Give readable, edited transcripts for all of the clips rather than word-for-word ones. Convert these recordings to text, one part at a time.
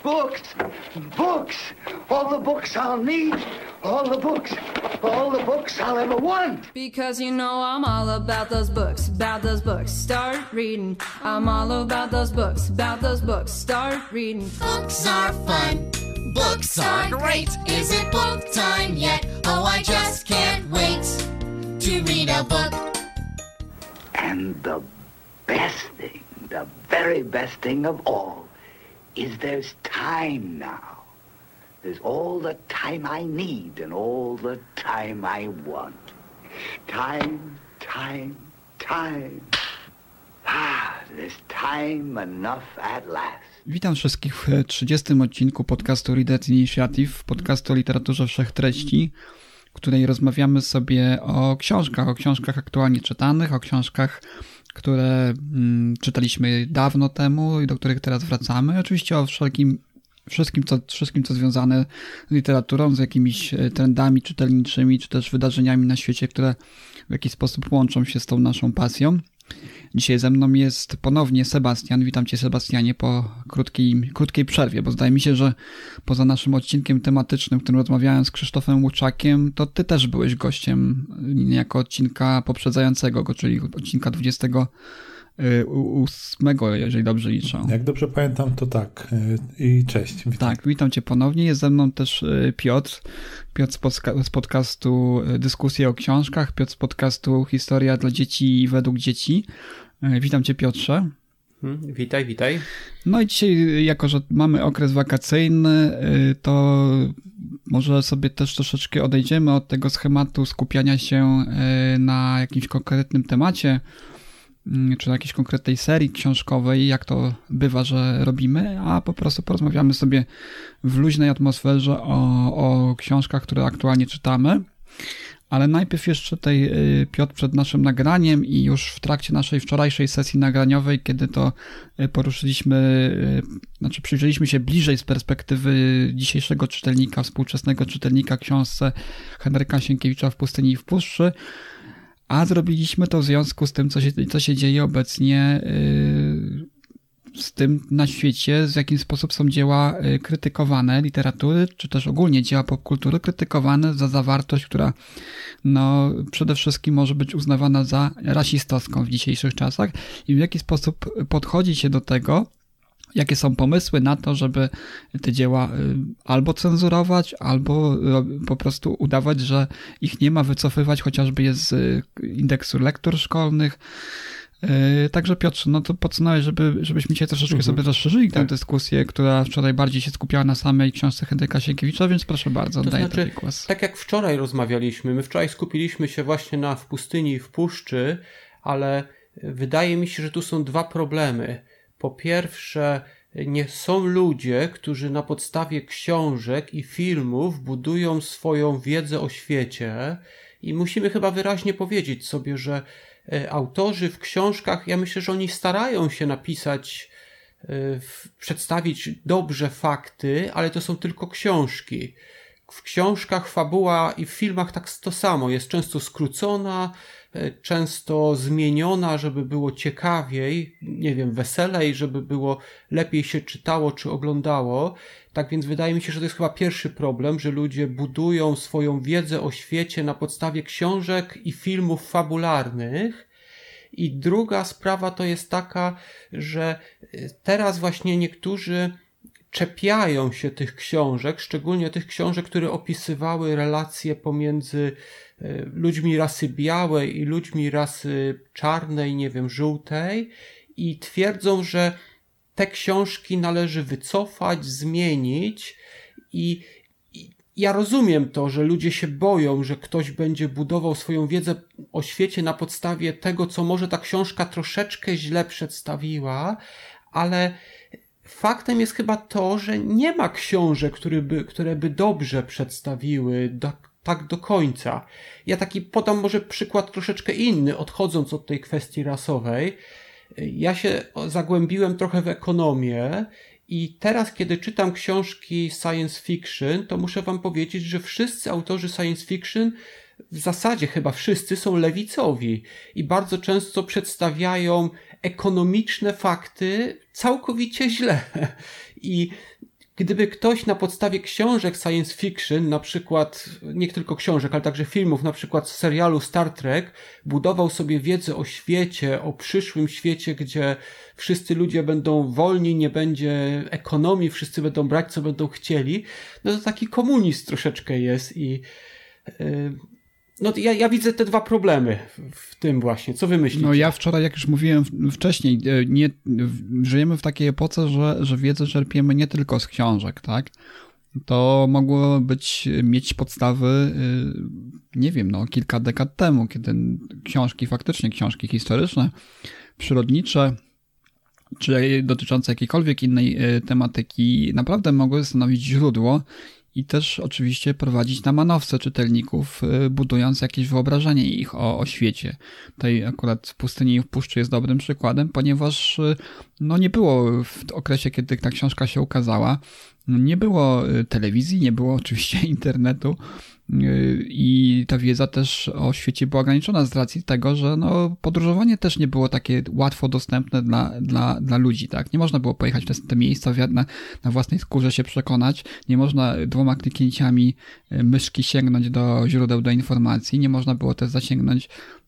Books! Books! All the books I'll need. All the books I'll ever want. Because you know I'm all about those books, start reading. I'm all about those books, start reading. Books are fun, books are great. Is it book time yet? Oh, I just can't wait to read a book. And the best thing, the very best thing of all, is there's time now. There's all the time I need and all the time I want. Time. There's time enough at last. Witam wszystkich w 30. odcinku podcastu Readers Initiative, podcastu o literaturze wszechtreści, w której rozmawiamy sobie o książkach aktualnie czytanych, o książkach, które czytaliśmy dawno temu i do których teraz wracamy. Oczywiście o wszystkim, co związane z literaturą, z jakimiś trendami czytelniczymi, czy też wydarzeniami na świecie, które w jakiś sposób łączą się z tą naszą pasją. Dzisiaj ze mną jest ponownie Sebastian. Witam Cię, Sebastianie, po krótkiej przerwie, bo zdaje mi się, że poza naszym odcinkiem tematycznym, w którym rozmawiałem z Krzysztofem Łuczakiem, to Ty też byłeś gościem niejako odcinka poprzedzającego, czyli odcinka 28, jeżeli dobrze liczę. Jak dobrze pamiętam, to tak. I cześć. Witam. Tak, witam Cię ponownie. Jest ze mną też Piotr z podcastu Dyskusje o książkach, Piotr z podcastu Historia dla dzieci i według dzieci. Witam Cię, Piotrze. Witaj. No i dzisiaj, jako że mamy okres wakacyjny, to może sobie też troszeczkę odejdziemy od tego schematu skupiania się na jakimś konkretnym temacie, czy na jakiejś konkretnej serii książkowej, jak to bywa, że robimy, a po prostu porozmawiamy sobie w luźnej atmosferze o książkach, które aktualnie czytamy. Ale najpierw jeszcze tutaj, Piotr, przed naszym nagraniem i już w trakcie naszej wczorajszej sesji nagraniowej, kiedy to przyjrzeliśmy się bliżej z perspektywy dzisiejszego czytelnika, współczesnego czytelnika książce Henryka Sienkiewicza W pustyni i w puszczy, a zrobiliśmy to w związku z tym, co się dzieje obecnie z tym na świecie, w jaki sposób są dzieła krytykowane literatury, czy też ogólnie dzieła popkultury krytykowane za zawartość, która przede wszystkim może być uznawana za rasistowską w dzisiejszych czasach i w jaki sposób podchodzi się do tego, jakie są pomysły na to, żeby te dzieła albo cenzurować, albo po prostu udawać, że ich nie ma, wycofywać chociażby je z indeksu lektur szkolnych. Także Piotrze, no to podsunąłeś, żebyśmy dzisiaj troszeczkę sobie rozszerzyli tę dyskusję, która wczoraj bardziej się skupiała na samej książce Henryka Sienkiewicza, więc proszę bardzo, oddaję Tobie głos. Tak jak wczoraj rozmawialiśmy, my wczoraj skupiliśmy się właśnie na W pustyni i w puszczy, ale wydaje mi się, że tu są dwa problemy. Po pierwsze, nie są ludzie, którzy na podstawie książek i filmów budują swoją wiedzę o świecie i musimy chyba wyraźnie powiedzieć sobie, że autorzy w książkach, ja myślę, że oni starają się przedstawić dobrze fakty, ale to są tylko książki. W książkach fabuła i w filmach tak to samo, jest często skrócona, często zmieniona, żeby było ciekawiej, weselej, żeby było lepiej się czytało czy oglądało. Tak więc wydaje mi się, że to jest chyba pierwszy problem, że ludzie budują swoją wiedzę o świecie na podstawie książek i filmów fabularnych. I druga sprawa to jest taka, że teraz właśnie niektórzy czepiają się tych książek, szczególnie tych książek, które opisywały relacje pomiędzy ludźmi rasy białej i ludźmi rasy czarnej, żółtej i twierdzą, że te książki należy wycofać, zmienić i ja rozumiem to, że ludzie się boją, że ktoś będzie budował swoją wiedzę o świecie na podstawie tego, co może ta książka troszeczkę źle przedstawiła, ale faktem jest chyba to, że nie ma książek, które by dobrze przedstawiły tak do końca. Ja taki podam może przykład troszeczkę inny, odchodząc od tej kwestii rasowej. Ja się zagłębiłem trochę w ekonomię i teraz, kiedy czytam książki science fiction, to muszę wam powiedzieć, że wszyscy autorzy science fiction, w zasadzie chyba wszyscy, są lewicowi i bardzo często przedstawiają ekonomiczne fakty całkowicie źle. I gdyby ktoś na podstawie książek science fiction, na przykład, nie tylko książek, ale także filmów, na przykład z serialu Star Trek, budował sobie wiedzę o świecie, o przyszłym świecie, gdzie wszyscy ludzie będą wolni, nie będzie ekonomii, wszyscy będą brać, co będą chcieli, no to taki komunizm troszeczkę jest i no ja widzę te dwa problemy w tym właśnie. Co wy myślicie? No ja wczoraj, jak już mówiłem wcześniej, żyjemy w takiej epoce, że wiedzę czerpiemy nie tylko z książek, tak? To mogło mieć podstawy, nie wiem, kilka dekad temu, kiedy faktycznie książki historyczne, przyrodnicze, czy dotyczące jakiejkolwiek innej tematyki naprawdę mogły stanowić źródło i też oczywiście prowadzić na manowce czytelników, budując jakieś wyobrażenie ich o świecie. Tutaj akurat Pustyni w puszczy jest dobrym przykładem, ponieważ nie było w okresie, kiedy ta książka się ukazała, nie było telewizji, nie było oczywiście internetu i ta wiedza też o świecie była ograniczona z racji tego, że podróżowanie też nie było takie łatwo dostępne dla ludzi, tak? Nie można było pojechać w te miejsca na własnej skórze się przekonać, nie można 2 kliknięciami myszki sięgnąć do źródeł do informacji, nie można było też zasięgnąć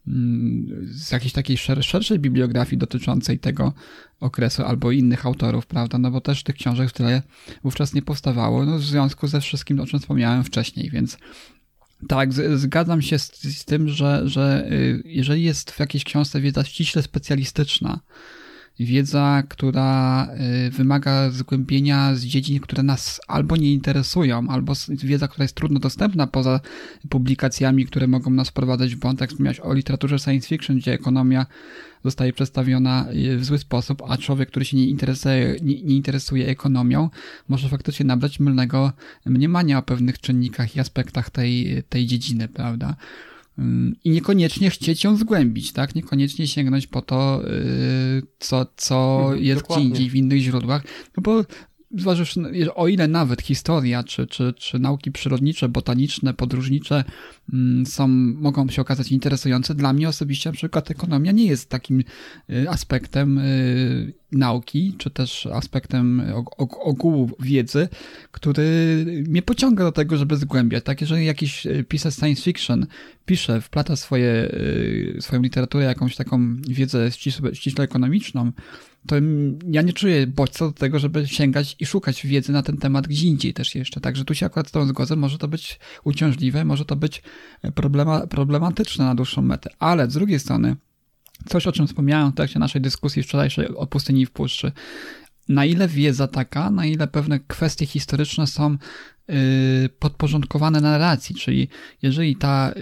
z jakiejś takiej szerszej bibliografii dotyczącej tego okresu albo innych autorów, prawda, bo też tych książek tyle wówczas nie powstawało, w związku ze wszystkim, o czym wspomniałem wcześniej, więc tak, zgadzam się z tym, że jeżeli jest w jakiejś książce wiedza ściśle specjalistyczna, wiedza, która wymaga zgłębienia z dziedzin, które nas albo nie interesują, albo wiedza, która jest trudno dostępna poza publikacjami, które mogą nas wprowadzać w błąd, jak wspomniałeś o literaturze science fiction, gdzie ekonomia zostaje przedstawiona w zły sposób, a człowiek, który się nie interesuje ekonomią, może faktycznie nabrać mylnego mniemania o pewnych czynnikach i aspektach tej dziedziny, prawda? I niekoniecznie chcieć ją zgłębić, tak? Niekoniecznie sięgnąć po to, co jest gdzie indziej w innych źródłach, bo zważywszy, o ile nawet historia, czy nauki przyrodnicze, botaniczne, podróżnicze mogą się okazać interesujące, dla mnie osobiście na przykład ekonomia nie jest takim aspektem nauki, czy też aspektem ogółu wiedzy, który mnie pociąga do tego, żeby zgłębiać. Tak, jeżeli jakiś pisarz science fiction wplata swoją literaturę, jakąś taką wiedzę ściśle ekonomiczną, to ja nie czuję bodźca do tego, żeby sięgać i szukać wiedzy na ten temat gdzie indziej też jeszcze. Także tu się akurat z tą zgodzę, może to być uciążliwe, może to być problematyczne na dłuższą metę. Ale z drugiej strony, coś o czym wspomniałem w trakcie naszej dyskusji wczorajszej o Pustyni w puszczy, na ile wiedza taka, na ile pewne kwestie historyczne są podporządkowane narracji, czyli jeżeli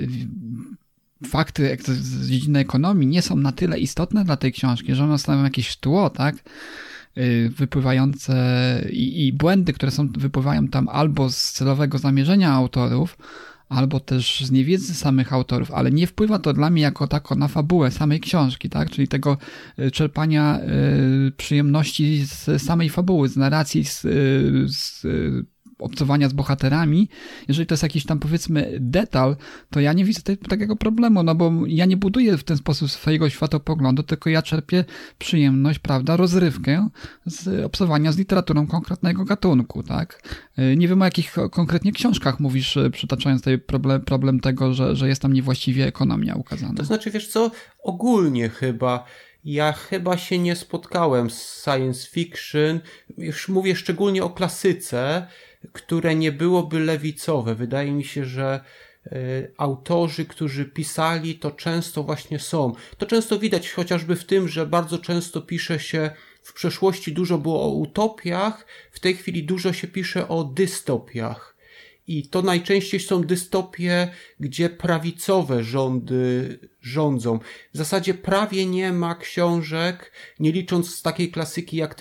fakty z dziedziny ekonomii nie są na tyle istotne dla tej książki, że one stanowią jakieś tło, tak, wypływające i błędy, które wypływają tam albo z celowego zamierzenia autorów, albo też z niewiedzy samych autorów, ale nie wpływa to dla mnie jako tako na fabułę samej książki, tak? Czyli tego czerpania przyjemności z samej fabuły, z narracji, z obcowania z bohaterami. Jeżeli to jest jakiś tam, powiedzmy, detal, to ja nie widzę takiego problemu, bo ja nie buduję w ten sposób swojego światopoglądu, tylko ja czerpię przyjemność, prawda, rozrywkę z obcowania z literaturą konkretnego gatunku, tak? Nie wiem, o jakich konkretnie książkach mówisz, przytaczając tutaj problem tego, że jest tam niewłaściwie ekonomia ukazana. To znaczy, wiesz co, ogólnie ja chyba się nie spotkałem z science fiction, już mówię szczególnie o klasyce, które nie byłoby lewicowe. Wydaje mi się, że autorzy, którzy pisali, to często właśnie są. To często widać chociażby w tym, że bardzo często pisze się, w przeszłości dużo było o utopiach, w tej chwili dużo się pisze o dystopiach. I to najczęściej są dystopie, gdzie prawicowe rządy rządzą. W zasadzie prawie nie ma książek, nie licząc z takiej klasyki jak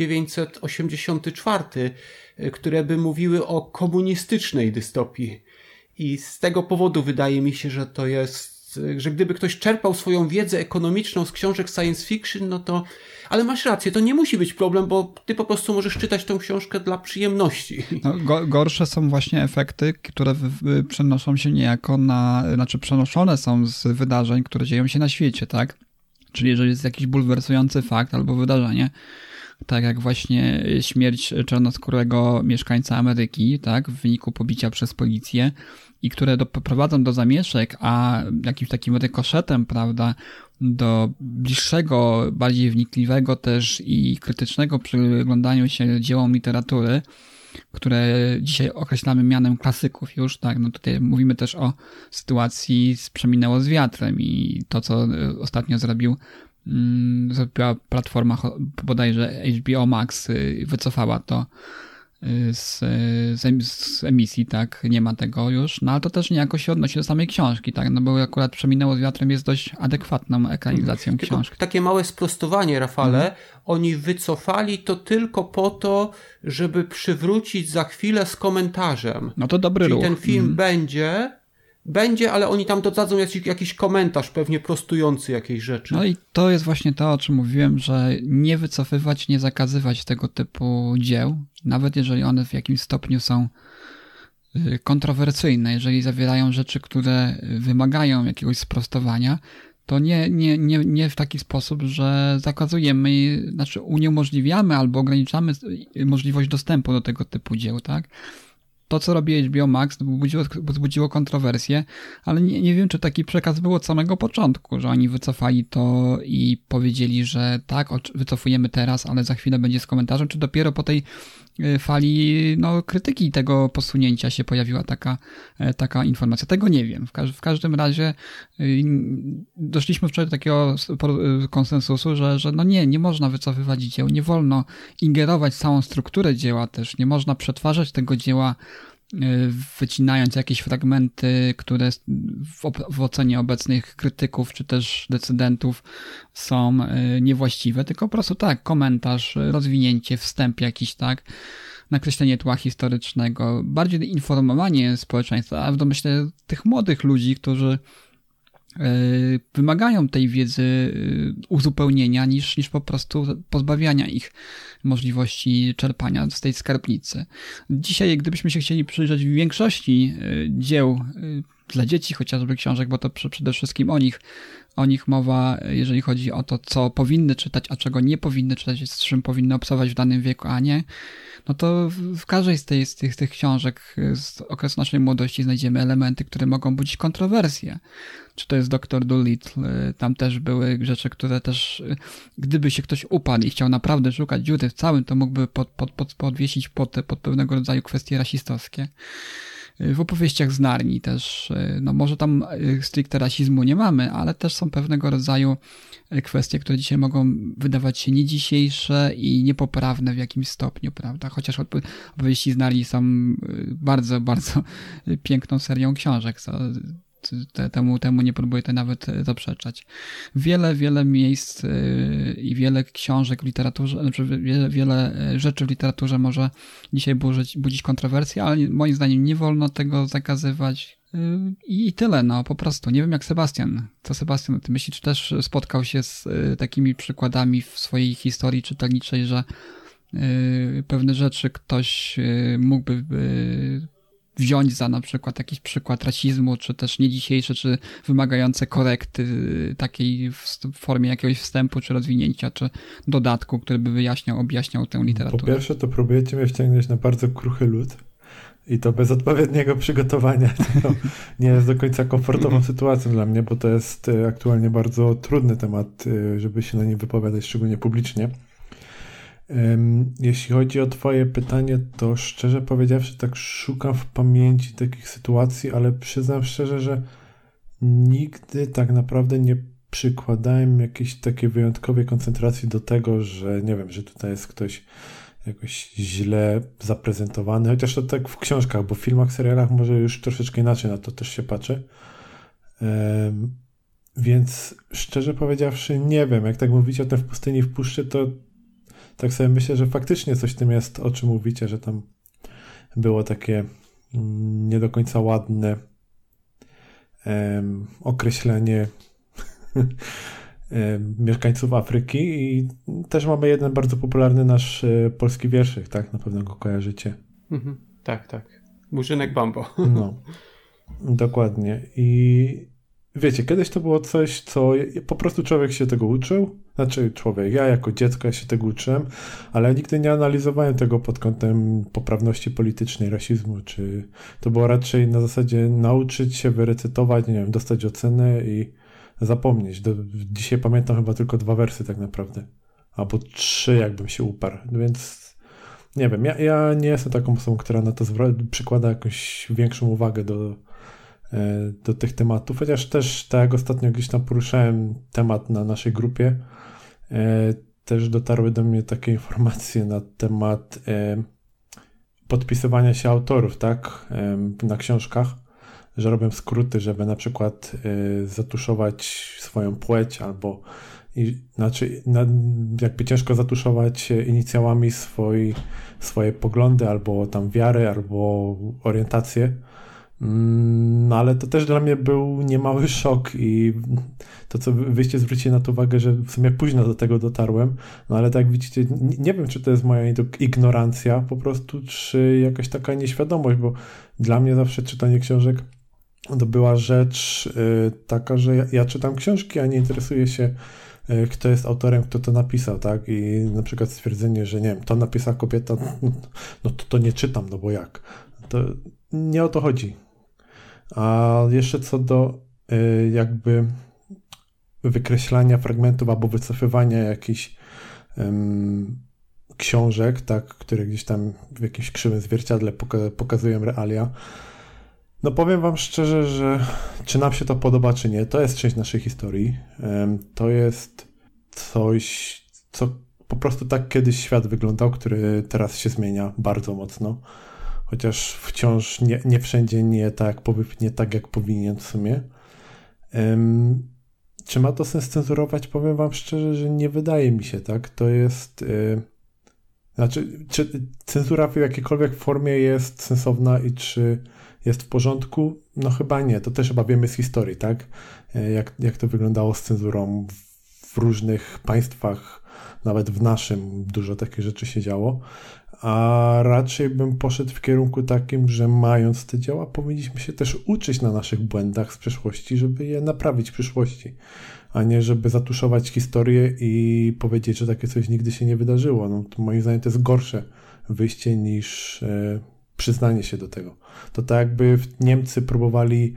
1984, które by mówiły o komunistycznej dystopii. I z tego powodu wydaje mi się, że to jest, że gdyby ktoś czerpał swoją wiedzę ekonomiczną z książek science fiction, no to... Ale masz rację, to nie musi być problem, bo ty po prostu możesz czytać tę książkę dla przyjemności. Gorsze są właśnie efekty, które przenoszą się niejako przenoszone są z wydarzeń, które dzieją się na świecie, tak? Czyli jeżeli jest jakiś bulwersujący fakt albo wydarzenie, tak jak właśnie śmierć czarnoskórego mieszkańca Ameryki, tak, w wyniku pobicia przez policję i które prowadzą do zamieszek, a jakimś takim rykoszetem, prawda, do bliższego, bardziej wnikliwego też i krytycznego przyglądaniu się dziełom literatury, które dzisiaj określamy mianem klasyków już, tak, no tutaj mówimy też o sytuacji Przeminęło z wiatrem i to, co ostatnio zrobiła platforma bodajże HBO Max, wycofała to z emisji, tak, nie ma tego już, no ale to też niejako się odnosi do samej książki, tak, no bo akurat Przeminęło z wiatrem jest dość adekwatną ekranizacją książki. Takie małe sprostowanie, Rafale, oni wycofali to tylko po to, żeby przywrócić za chwilę z komentarzem. No to dobry ruch. Czyli ten film będzie, ale oni tam dodadzą jakiś komentarz pewnie prostujący jakiejś rzeczy. No i to jest właśnie to, o czym mówiłem, że nie wycofywać, nie zakazywać tego typu dzieł, nawet jeżeli one w jakimś stopniu są kontrowersyjne, jeżeli zawierają rzeczy, które wymagają jakiegoś sprostowania, to nie w taki sposób, że zakazujemy, znaczy uniemożliwiamy albo ograniczamy możliwość dostępu do tego typu dzieł, tak? To, co robi HBO Max, wzbudziło kontrowersje, ale nie wiem, czy taki przekaz był od samego początku, że oni wycofali to i powiedzieli, że tak, wycofujemy teraz, ale za chwilę będzie z komentarzem, czy dopiero po tej fali krytyki tego posunięcia się pojawiła taka informacja. Tego nie wiem. W każdym razie doszliśmy wczoraj do takiego konsensusu, że nie można wycofywać dzieł, nie wolno ingerować w całą strukturę dzieła też, nie można przetwarzać tego dzieła, wycinając jakieś fragmenty, które w ocenie obecnych krytyków czy też decydentów są niewłaściwe, tylko po prostu tak, komentarz, rozwinięcie, wstęp jakiś, tak, nakreślenie tła historycznego, bardziej informowanie społeczeństwa, a w domyśle tych młodych ludzi, którzy wymagają tej wiedzy uzupełnienia niż po prostu pozbawiania ich możliwości czerpania z tej skarbnicy. Dzisiaj, gdybyśmy się chcieli przyjrzeć w większości dzieł dla dzieci, chociażby książek, bo to przede wszystkim o nich mowa, jeżeli chodzi o to, co powinny czytać, a czego nie powinny czytać, z czym powinny obcować w danym wieku, a nie, no to w każdej z tych książek z okresu naszej młodości znajdziemy elementy, które mogą budzić kontrowersje. Czy to jest Dr. Dolittle, tam też były rzeczy, które też, gdyby się ktoś upadł i chciał naprawdę szukać dziury w całym, to mógłby podwiesić pod pewnego rodzaju kwestie rasistowskie. W opowieściach z Narni też, no może tam stricte rasizmu nie mamy, ale też są pewnego rodzaju kwestie, które dzisiaj mogą wydawać się niedzisiejsze i niepoprawne w jakimś stopniu, prawda? Chociaż opowieści z Narni są bardzo, bardzo piękną serią książek. Temu nie próbuję nawet zaprzeczać. Wiele miejsc i wiele książek w literaturze, znaczy wiele rzeczy w literaturze może dzisiaj budzić kontrowersje, ale moim zdaniem nie wolno tego zakazywać. I tyle, no po prostu. Nie wiem jak Sebastian. Co Sebastian o tym myśli? Czy też spotkał się z takimi przykładami w swojej historii czytelniczej, że pewne rzeczy ktoś mógłby wziąć za na przykład jakiś przykład rasizmu, czy też nie dzisiejsze, czy wymagające korekty takiej w formie jakiegoś wstępu, czy rozwinięcia, czy dodatku, który by objaśniał tę literaturę. Po pierwsze, to próbujecie mnie wciągnąć na bardzo kruchy lód i to bez odpowiedniego przygotowania. To nie jest do końca komfortową sytuacją dla mnie, bo to jest aktualnie bardzo trudny temat, żeby się na nim wypowiadać, szczególnie publicznie. Jeśli chodzi o twoje pytanie, to szczerze powiedziawszy tak szukam w pamięci takich sytuacji, ale przyznam szczerze, że nigdy tak naprawdę nie przykładałem jakiejś takiej wyjątkowej koncentracji do tego, że nie wiem, że tutaj jest ktoś jakoś źle zaprezentowany, chociaż to tak w książkach, bo w filmach, serialach może już troszeczkę inaczej na to też się patrzy. Więc szczerze powiedziawszy nie wiem, jak tak mówicie o tym w pustyni w puszczy, to tak sobie myślę, że faktycznie coś w tym jest, o czym mówicie, że tam było takie nie do końca ładne określenie mieszkańców Afryki i też mamy jeden bardzo popularny nasz polski wierszyk, tak? Na pewno go kojarzycie. Tak. Murzynek Bambo. No, dokładnie. I wiecie, kiedyś to było coś, co po prostu człowiek się tego uczył, znaczy człowiek, ja jako dziecko ja się tego uczyłem, ale nigdy nie analizowałem tego pod kątem poprawności politycznej, rasizmu, czy to było raczej na zasadzie nauczyć się, wyrecytować, nie wiem, dostać ocenę i zapomnieć. Dzisiaj pamiętam chyba tylko 2 wersy tak naprawdę, albo 3 jakbym się uparł, więc nie wiem, ja nie jestem taką osobą, która na to przykłada jakąś większą uwagę do tych tematów, chociaż też tak jak ostatnio gdzieś tam poruszałem temat na naszej grupie, też dotarły do mnie takie informacje na temat podpisywania się autorów, tak, na książkach, że robią skróty, żeby na przykład zatuszować swoją płeć albo znaczy jakby ciężko zatuszować inicjałami swoje poglądy albo tam wiary, albo orientację. No ale to też dla mnie był niemały szok i to, co wyście zwrócili na to uwagę, że w sumie późno do tego dotarłem, no ale tak jak widzicie, nie wiem, czy to jest moja ignorancja po prostu, czy jakaś taka nieświadomość, bo dla mnie zawsze czytanie książek to była rzecz taka, że ja czytam książki, a nie interesuję się, kto jest autorem, kto to napisał, tak? I na przykład stwierdzenie, że nie wiem, to napisała kobieta, no to nie czytam, no bo jak? To nie o to chodzi. A jeszcze co do jakby wykreślania fragmentów albo wycofywania jakichś książek, tak, które gdzieś tam w jakimś krzywym zwierciadle pokazują realia. No powiem wam szczerze, że czy nam się to podoba, czy nie, to jest część naszej historii. To jest coś, co po prostu tak kiedyś świat wyglądał, który teraz się zmienia bardzo mocno. Chociaż wciąż nie wszędzie nie tak jak powinien w sumie. Czy ma to sens cenzurować? Powiem wam szczerze, że nie wydaje mi się, tak? To jest... Znaczy, czy cenzura w jakiejkolwiek formie jest sensowna i czy jest w porządku? No chyba nie. To też chyba wiemy z historii, tak? Jak to wyglądało z cenzurą w różnych państwach, nawet w naszym dużo takich rzeczy się działo. A raczej bym poszedł w kierunku takim, że mając te dzieła, powinniśmy się też uczyć na naszych błędach z przeszłości, żeby je naprawić w przyszłości, a nie żeby zatuszować historię i powiedzieć, że takie coś nigdy się nie wydarzyło. No, to moim zdaniem to jest gorsze wyjście niż przyznanie się do tego. To tak jakby Niemcy próbowali,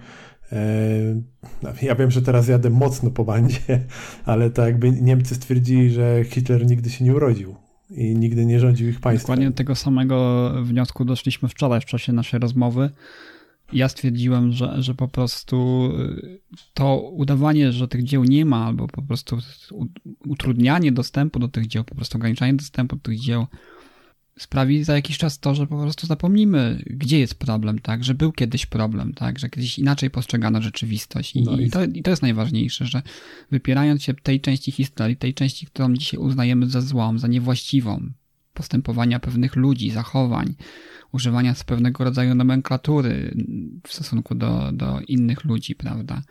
ja wiem, że teraz jadę mocno po bandzie, ale tak jakby Niemcy stwierdzili, że Hitler nigdy się nie urodził i nigdy nie rządził ich państwem. Dokładnie do tego samego wniosku doszliśmy wczoraj w czasie naszej rozmowy. Ja stwierdziłem, że po prostu to udawanie, że tych dzieł nie ma, albo po prostu utrudnianie dostępu do tych dzieł, po prostu ograniczanie dostępu do tych dzieł sprawi za jakiś czas to, że po prostu zapomnimy, gdzie jest problem, tak, że był kiedyś problem, tak, że kiedyś inaczej postrzegano rzeczywistość i to jest najważniejsze, że wypierając się tej części historii, tej części, którą dzisiaj uznajemy za złą, za niewłaściwą, postępowania pewnych ludzi, zachowań, używania pewnego rodzaju nomenklatury w stosunku do innych ludzi, prawda,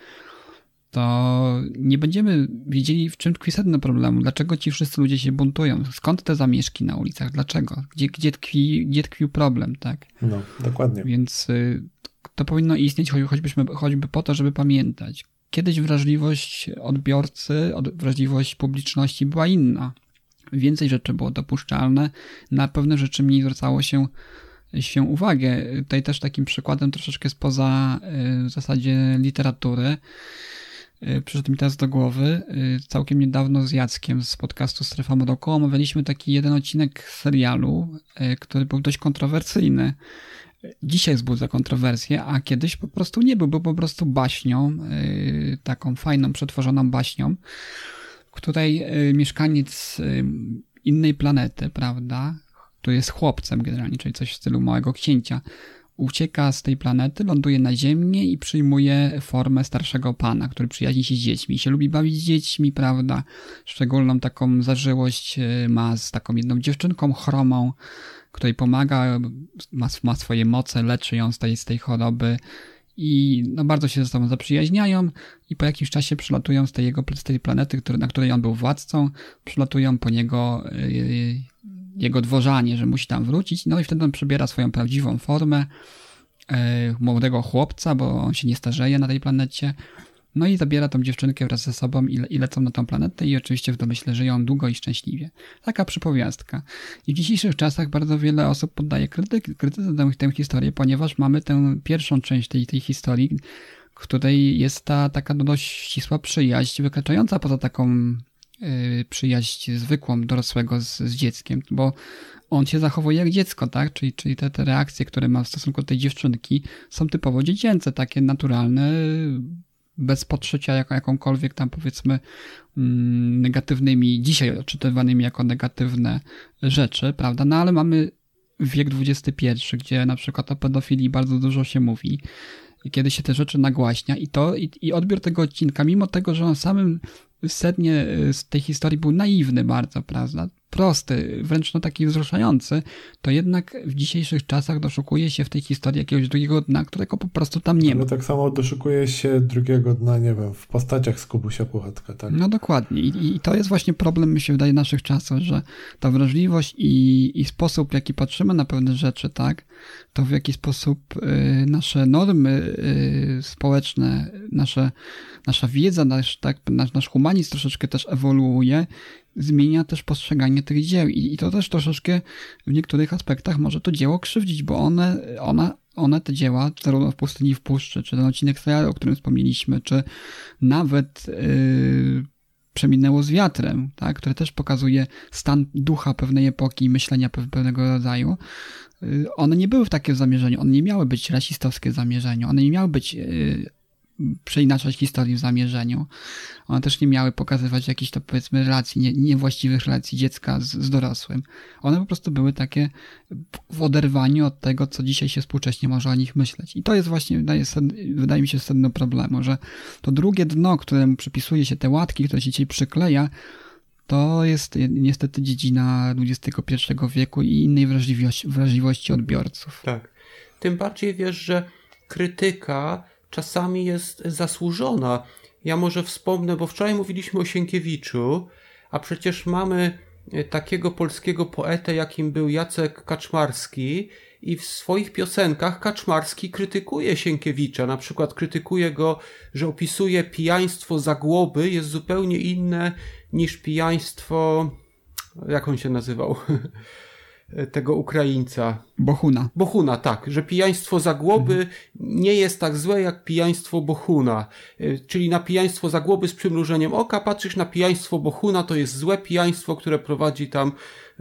to nie będziemy wiedzieli, w czym tkwi sedno problemu. Dlaczego ci wszyscy ludzie się buntują? Skąd te zamieszki na ulicach? Dlaczego? Gdzie tkwił problem, tak? No, dokładnie. Więc to powinno istnieć choćby po to, żeby pamiętać. Kiedyś wrażliwość odbiorcy, wrażliwość publiczności była inna. Więcej rzeczy było dopuszczalne. Na pewne rzeczy mniej zwracało się uwagę. Tutaj też takim przykładem troszeczkę spoza w zasadzie literatury przyszedł mi teraz do głowy. Całkiem niedawno z Jackiem z podcastu Strefa Mroku omawialiśmy taki jeden odcinek serialu, który był dość kontrowersyjny. Dzisiaj wzbudza kontrowersję, a kiedyś po prostu nie był. Był po prostu baśnią, taką fajną, przetworzoną baśnią, w której mieszkaniec innej planety, prawda, który jest chłopcem generalnie, czyli coś w stylu Małego Księcia, ucieka z tej planety, ląduje na Ziemię i przyjmuje formę starszego pana, który przyjaźni się z dziećmi. Się lubi bawić z dziećmi, prawda? Szczególną taką zażyłość ma z taką jedną dziewczynką chromą, której pomaga, ma swoje moce, leczy ją z tej choroby i no bardzo się ze sobą zaprzyjaźniają i po jakimś czasie przylatują z tej planety, na której on był władcą, przylatują po niego jego dworzanie, że musi tam wrócić, no i wtedy on przybiera swoją prawdziwą formę młodego chłopca, bo on się nie starzeje na tej planecie No i zabiera tą dziewczynkę wraz ze sobą i lecą na tą planetę i oczywiście w domyśle żyją długo i szczęśliwie. Taka przypowiastka. I w dzisiejszych czasach bardzo wiele osób poddaje krytyce tę historię, ponieważ mamy tę pierwszą część tej historii, w której jest ta taka dość ścisła przyjaźń, wykraczająca poza taką przyjaźń zwykłą dorosłego z dzieckiem, bo on się zachowuje jak dziecko, tak? Czyli te reakcje, które ma w stosunku do tej dziewczynki, są typowo dziecięce, takie naturalne, bez podszycia jakąkolwiek tam powiedzmy negatywnymi, dzisiaj odczytywanymi jako negatywne rzeczy, prawda? No ale mamy wiek XXI, gdzie na przykład o pedofilii bardzo dużo się mówi, kiedy się te rzeczy nagłaśnia i odbiór tego odcinka, mimo tego, że on samym sednie z tej historii był naiwny bardzo, prawda? Prosty, wręcz taki wzruszający, to jednak w dzisiejszych czasach doszukuje się w tej historii jakiegoś drugiego dna, którego po prostu tam nie ma. Ale tak samo doszukuje się drugiego dna, nie wiem, w postaciach z Kubusia Puchatka, tak? No dokładnie. I to jest właśnie problem, mi się wydaje, naszych czasów, że ta wrażliwość i sposób, w jaki patrzymy na pewne rzeczy, tak, to w jaki sposób nasze normy społeczne, nasza wiedza, nasz humanizm troszeczkę też ewoluuje, zmienia też postrzeganie tych dzieł i to też troszeczkę w niektórych aspektach może to dzieło krzywdzić, bo one te dzieła, zarówno w Pustyni i w Puszczy, czy ten odcinek serialu, o którym wspomnieliśmy, czy nawet Przeminęło z wiatrem, tak, które też pokazuje stan ducha pewnej epoki i myślenia pewnego rodzaju. One nie były w takim zamierzeniu, one nie miały być rasistowskie w zamierzeniu, one nie miały być przeinaczać historii w zamierzeniu. One też nie miały pokazywać jakichś to powiedzmy relacji, niewłaściwych relacji dziecka z dorosłym. One po prostu były takie w oderwaniu od tego, co dzisiaj się współcześnie może o nich myśleć. I to jest właśnie, wydaje mi się, sedno problemu, że to drugie dno, któremu przypisuje się te łatki, które się dzisiaj przykleja, to jest niestety dziedzina XXI wieku i innej wrażliwości odbiorców. Tak. Tym bardziej wiesz, że krytyka czasami jest zasłużona. Ja może wspomnę, bo wczoraj mówiliśmy o Sienkiewiczu, a przecież mamy takiego polskiego poetę, jakim był Jacek Kaczmarski, i w swoich piosenkach Kaczmarski krytykuje Sienkiewicza. Na przykład krytykuje go, że opisuje pijaństwo Zagłoby, jest zupełnie inne niż pijaństwo... Jak on się nazywał? Tego Ukraińca. Bohuna, tak. Że pijaństwo Zagłoby nie jest tak złe jak pijaństwo Bohuna. Czyli na pijaństwo Zagłoby z przymrużeniem oka patrzysz, na pijaństwo Bohuna to jest złe pijaństwo, które prowadzi tam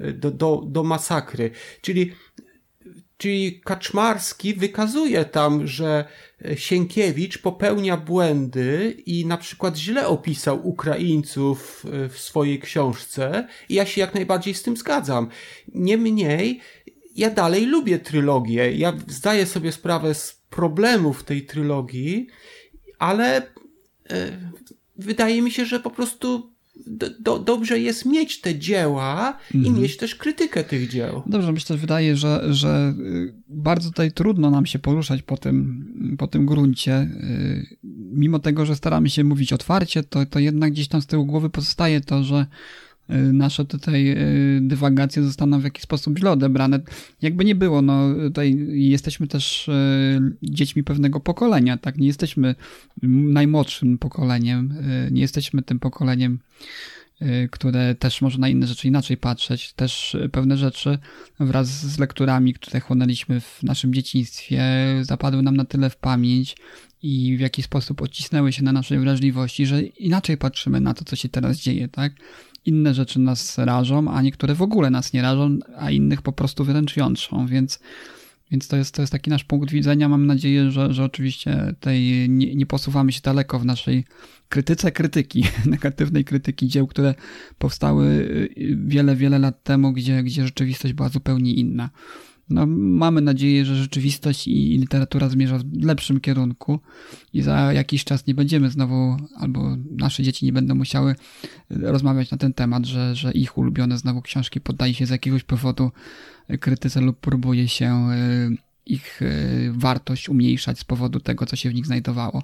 do masakry. Czyli Kaczmarski wykazuje tam, że Sienkiewicz popełnia błędy i na przykład źle opisał Ukraińców w swojej książce i ja się jak najbardziej z tym zgadzam. Niemniej ja dalej lubię trylogię. Ja zdaję sobie sprawę z problemów tej trylogii, ale wydaje mi się, że po prostu dobrze jest mieć te dzieła i mieć też krytykę tych dzieł. Dobrze, mi się też wydaje, że bardzo tutaj trudno nam się poruszać po tym gruncie. Mimo tego, że staramy się mówić otwarcie, to jednak gdzieś tam z tyłu głowy pozostaje to, że nasze tutaj dywagacje zostaną w jakiś sposób źle odebrane. Jakby nie było, no tutaj jesteśmy też dziećmi pewnego pokolenia, tak? Nie jesteśmy najmłodszym pokoleniem, nie jesteśmy tym pokoleniem, które też może na inne rzeczy inaczej patrzeć. Też pewne rzeczy wraz z lekturami, które chłonęliśmy w naszym dzieciństwie, zapadły nam na tyle w pamięć i w jakiś sposób odcisnęły się na naszej wrażliwości, że inaczej patrzymy na to, co się teraz dzieje, tak? Inne rzeczy nas rażą, a niektóre w ogóle nas nie rażą, a innych po prostu wręcz jątrzą, więc to jest taki nasz punkt widzenia. Mam nadzieję, że oczywiście tutaj nie posuwamy się daleko w naszej krytyki, negatywnej krytyki dzieł, które powstały wiele lat temu, gdzie rzeczywistość była zupełnie inna. No, mamy nadzieję, że rzeczywistość i literatura zmierza w lepszym kierunku i za jakiś czas nie będziemy znowu, albo nasze dzieci nie będą musiały rozmawiać na ten temat, że ich ulubione znowu książki poddaje się z jakiegoś powodu krytyce lub próbuje się ich wartość umniejszać z powodu tego, co się w nich znajdowało.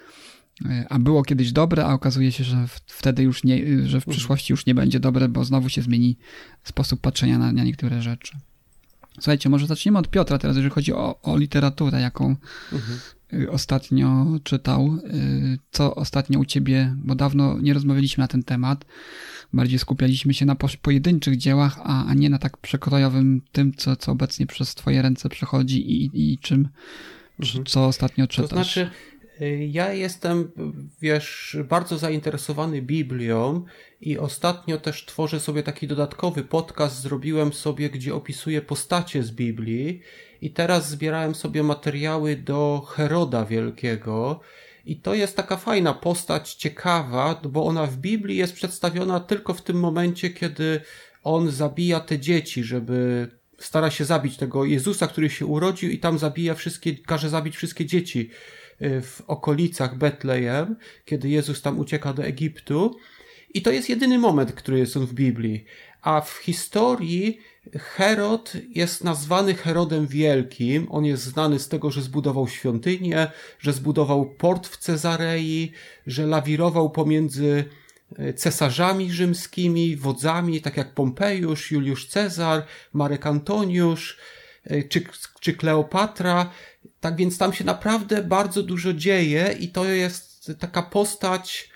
A było kiedyś dobre, a okazuje się, że wtedy już nie, że w przyszłości już nie będzie dobre, bo znowu się zmieni sposób patrzenia na niektóre rzeczy. Słuchajcie, może zaczniemy od Piotra teraz, jeżeli chodzi o literaturę, ostatnio czytał, co ostatnio u ciebie, bo dawno nie rozmawialiśmy na ten temat, bardziej skupialiśmy się na pojedynczych dziełach, a nie na tak przekrojowym tym, co obecnie przez twoje ręce przechodzi i czym, co ostatnio czytasz. To znaczy, ja jestem, bardzo zainteresowany Biblią i ostatnio też tworzę sobie taki dodatkowy podcast, zrobiłem sobie, gdzie opisuję postacie z Biblii i teraz zbierałem sobie materiały do Heroda Wielkiego i to jest taka fajna postać, ciekawa, bo ona w Biblii jest przedstawiona tylko w tym momencie, kiedy on zabija te dzieci, stara się zabić tego Jezusa, który się urodził i tam każe zabić wszystkie dzieci w okolicach Betlejem, kiedy Jezus tam ucieka do Egiptu. I to jest jedyny moment, który jest on w Biblii. A w historii Herod jest nazwany Herodem Wielkim. On jest znany z tego, że zbudował świątynię, że zbudował port w Cezarei, że lawirował pomiędzy cesarzami rzymskimi, wodzami, tak jak Pompejusz, Juliusz Cezar, Marek Antoniusz, czy Kleopatra. Tak więc tam się naprawdę bardzo dużo dzieje i to jest taka postać,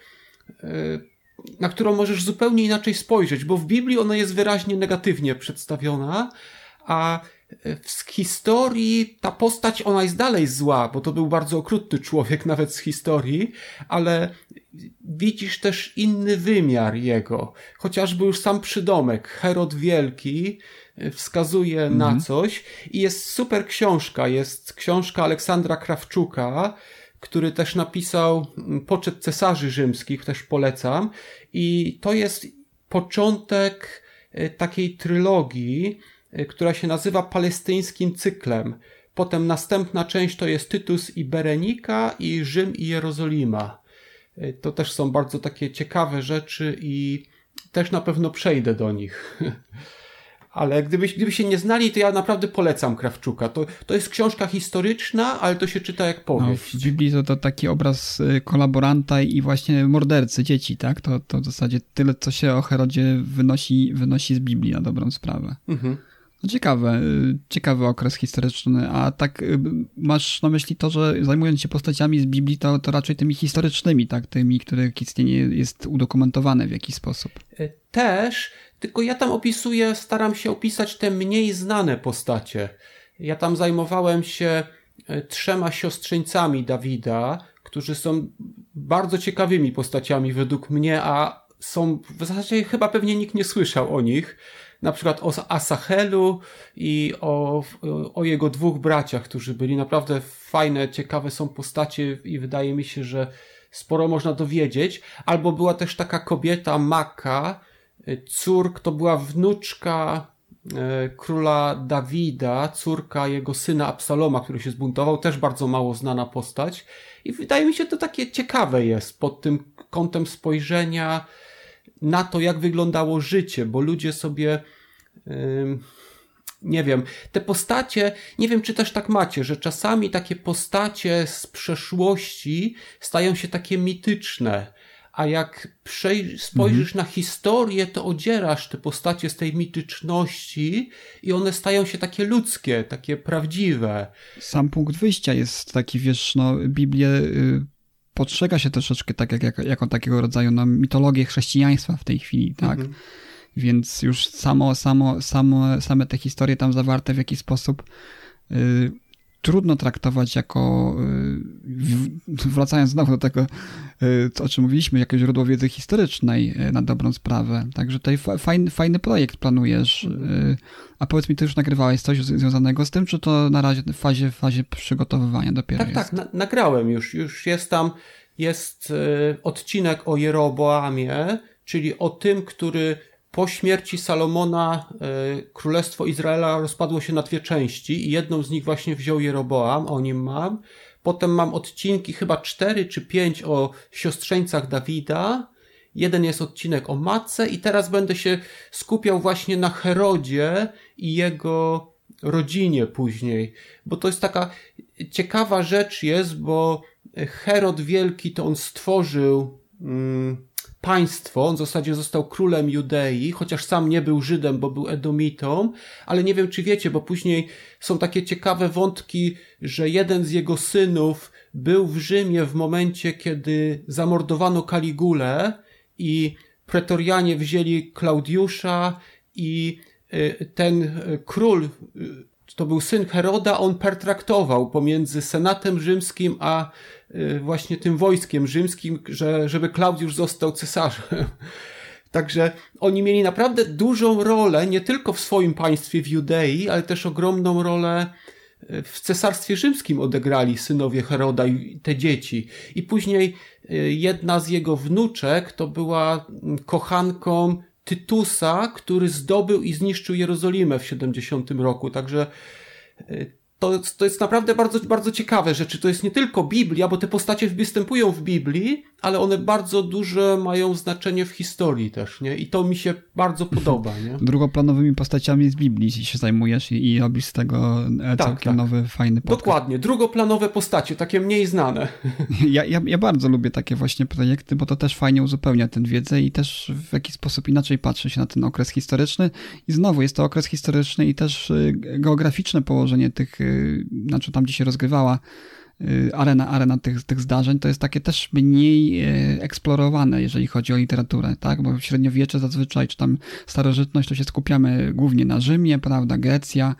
na którą możesz zupełnie inaczej spojrzeć, bo w Biblii ona jest wyraźnie negatywnie przedstawiona, a w historii ta postać, ona jest dalej zła, bo to był bardzo okrutny człowiek nawet z historii, ale widzisz też inny wymiar jego. Chociażby już sam przydomek, Herod Wielki, wskazuje na coś i jest super książka, jest książka Aleksandra Krawczuka, który też napisał Poczet cesarzy rzymskich, też polecam i to jest początek takiej trylogii, która się nazywa Palestyńskim Cyklem. Potem następna część to jest Tytus i Berenika i Rzym i Jerozolima. To też są bardzo takie ciekawe rzeczy i też na pewno przejdę do nich. Ale gdyby się nie znali, to ja naprawdę polecam Krawczuka. To jest książka historyczna, ale to się czyta jak powieść. No, w Biblii to taki obraz kolaboranta i właśnie mordercy dzieci, tak? To w zasadzie tyle, co się o Herodzie wynosi z Biblii na dobrą sprawę. Mhm. No ciekawy okres historyczny, a tak masz na myśli to, że zajmując się postaciami z Biblii, to raczej tymi historycznymi, tak? Tymi, których istnienie jest udokumentowane w jakiś sposób. Też, tylko ja tam staram się opisać te mniej znane postacie. Ja tam zajmowałem się 3 siostrzeńcami Dawida, którzy są bardzo ciekawymi postaciami według mnie, a są w zasadzie chyba pewnie nikt nie słyszał o nich. Na przykład o Asahelu i o jego 2 braciach, którzy byli naprawdę fajne, ciekawe są postacie i wydaje mi się, że sporo można dowiedzieć. Albo była też taka kobieta Maka, to była wnuczka króla Dawida, córka jego syna Absaloma, który się zbuntował, też bardzo mało znana postać. I wydaje mi się, to takie ciekawe jest pod tym kątem spojrzenia na to, jak wyglądało życie, bo ludzie sobie, nie wiem, te postacie, nie wiem, czy też tak macie, że czasami takie postacie z przeszłości stają się takie mityczne, a jak spojrzysz na historię, to odzierasz te postacie z tej mityczności i one stają się takie ludzkie, takie prawdziwe. Sam punkt wyjścia jest taki, wiesz, Biblię postrzega się troszeczkę tak jako takiego rodzaju mitologię chrześcijaństwa w tej chwili, tak? Więc już same te historie tam zawarte w jakiś sposób trudno traktować jako, wracając znowu do tego, o czym mówiliśmy, jako źródło wiedzy historycznej na dobrą sprawę. Także tutaj fajny projekt planujesz. A powiedz mi, ty już nagrywałeś coś związanego z tym, czy to na razie w fazie przygotowywania dopiero jest? Tak, nagrałem już jest odcinek o Jeroboamie, czyli o tym, który po śmierci Salomona Królestwo Izraela rozpadło się na 2 części i jedną z nich właśnie wziął Jeroboam, o nim mam. Potem mam odcinki chyba 4 czy 5 o siostrzeńcach Dawida. Jeden jest odcinek o matce i teraz będę się skupiał właśnie na Herodzie i jego rodzinie później. Bo to jest taka ciekawa rzecz jest, bo Herod Wielki to on stworzył państwo, on w zasadzie został królem Judei, chociaż sam nie był Żydem, bo był Edomitą, ale nie wiem, czy wiecie, bo później są takie ciekawe wątki, że jeden z jego synów był w Rzymie w momencie, kiedy zamordowano Kaligulę i pretorianie wzięli Klaudiusza i ten król, to był syn Heroda, on pertraktował pomiędzy senatem rzymskim a właśnie tym wojskiem rzymskim, żeby Klaudiusz został cesarzem. Także oni mieli naprawdę dużą rolę, nie tylko w swoim państwie w Judei, ale też ogromną rolę w cesarstwie rzymskim odegrali synowie Heroda i te dzieci. I później jedna z jego wnuczek to była kochanką Tytusa, który zdobył i zniszczył Jerozolimę w 70 roku. Także to jest naprawdę bardzo, bardzo ciekawe rzeczy. To jest nie tylko Biblia, bo te postacie występują w Biblii, ale one bardzo duże mają znaczenie w historii też, nie? I to mi się bardzo podoba, nie? Drugoplanowymi postaciami z Biblii się zajmujesz i robisz z tego całkiem nowy, fajny podcast. Dokładnie. Drugoplanowe postacie, takie mniej znane. Ja bardzo lubię takie właśnie projekty, bo to też fajnie uzupełnia tę wiedzę i też w jakiś sposób inaczej patrzy się na ten okres historyczny. I znowu jest to okres historyczny i też geograficzne położenie tych, znaczy tam, gdzie się rozgrywała arena tych zdarzeń, to jest takie też mniej eksplorowane, jeżeli chodzi o literaturę, tak? Bo w średniowiecze zazwyczaj, czy tam starożytność, to się skupiamy głównie na Rzymie, prawda, Grecja,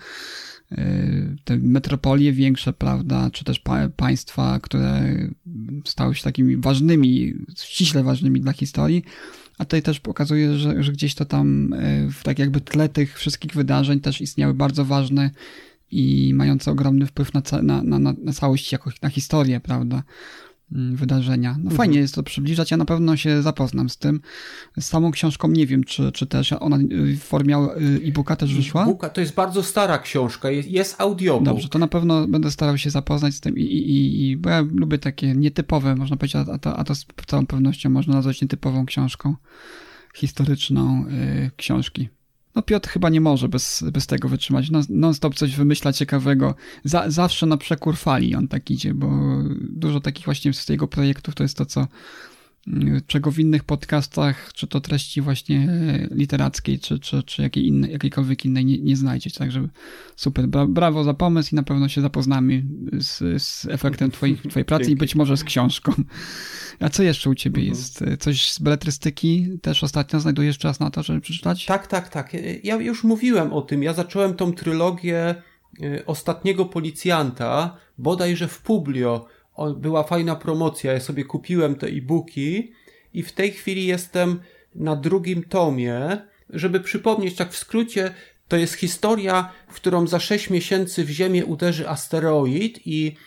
te metropolie większe, prawda, czy też państwa, które stały się takimi ważnymi, ściśle ważnymi dla historii, a tutaj też pokazuje, że gdzieś to tam w tak jakby tle tych wszystkich wydarzeń też istniały bardzo ważne i mające ogromny wpływ na całość, jako na historię, prawda, wydarzenia. No fajnie jest to przybliżać, ja na pewno się zapoznam z tym. Z samą książką nie wiem, czy też ona w formie e-booka też wyszła? E-booka to jest bardzo stara książka, jest audiobook. Dobrze, to na pewno będę starał się zapoznać z tym bo ja lubię takie nietypowe, można powiedzieć, a to z całą pewnością można nazwać nietypową książką historyczną książki. No Piotr chyba nie może bez tego wytrzymać. Non-stop coś wymyśla ciekawego. Zawsze na przekór fali on tak idzie, bo dużo takich właśnie z jego projektów to jest to, czego w innych podcastach, czy to treści właśnie literackiej, czy jakiejkolwiek innej nie znajdziecie. Także super. Brawo za pomysł i na pewno się zapoznamy z efektem twojej pracy i być może z książką. A co jeszcze u ciebie jest? Coś z beletrystyki też ostatnio znajdujesz czas na to, żeby przeczytać? Tak. Ja już mówiłem o tym. Ja zacząłem tą trylogię Ostatniego Policjanta, bodajże w Publio. Była fajna promocja, ja sobie kupiłem te e-booki i w tej chwili jestem na drugim tomie. Żeby przypomnieć, tak w skrócie, to jest historia, w którą za 6 miesięcy w Ziemię uderzy asteroid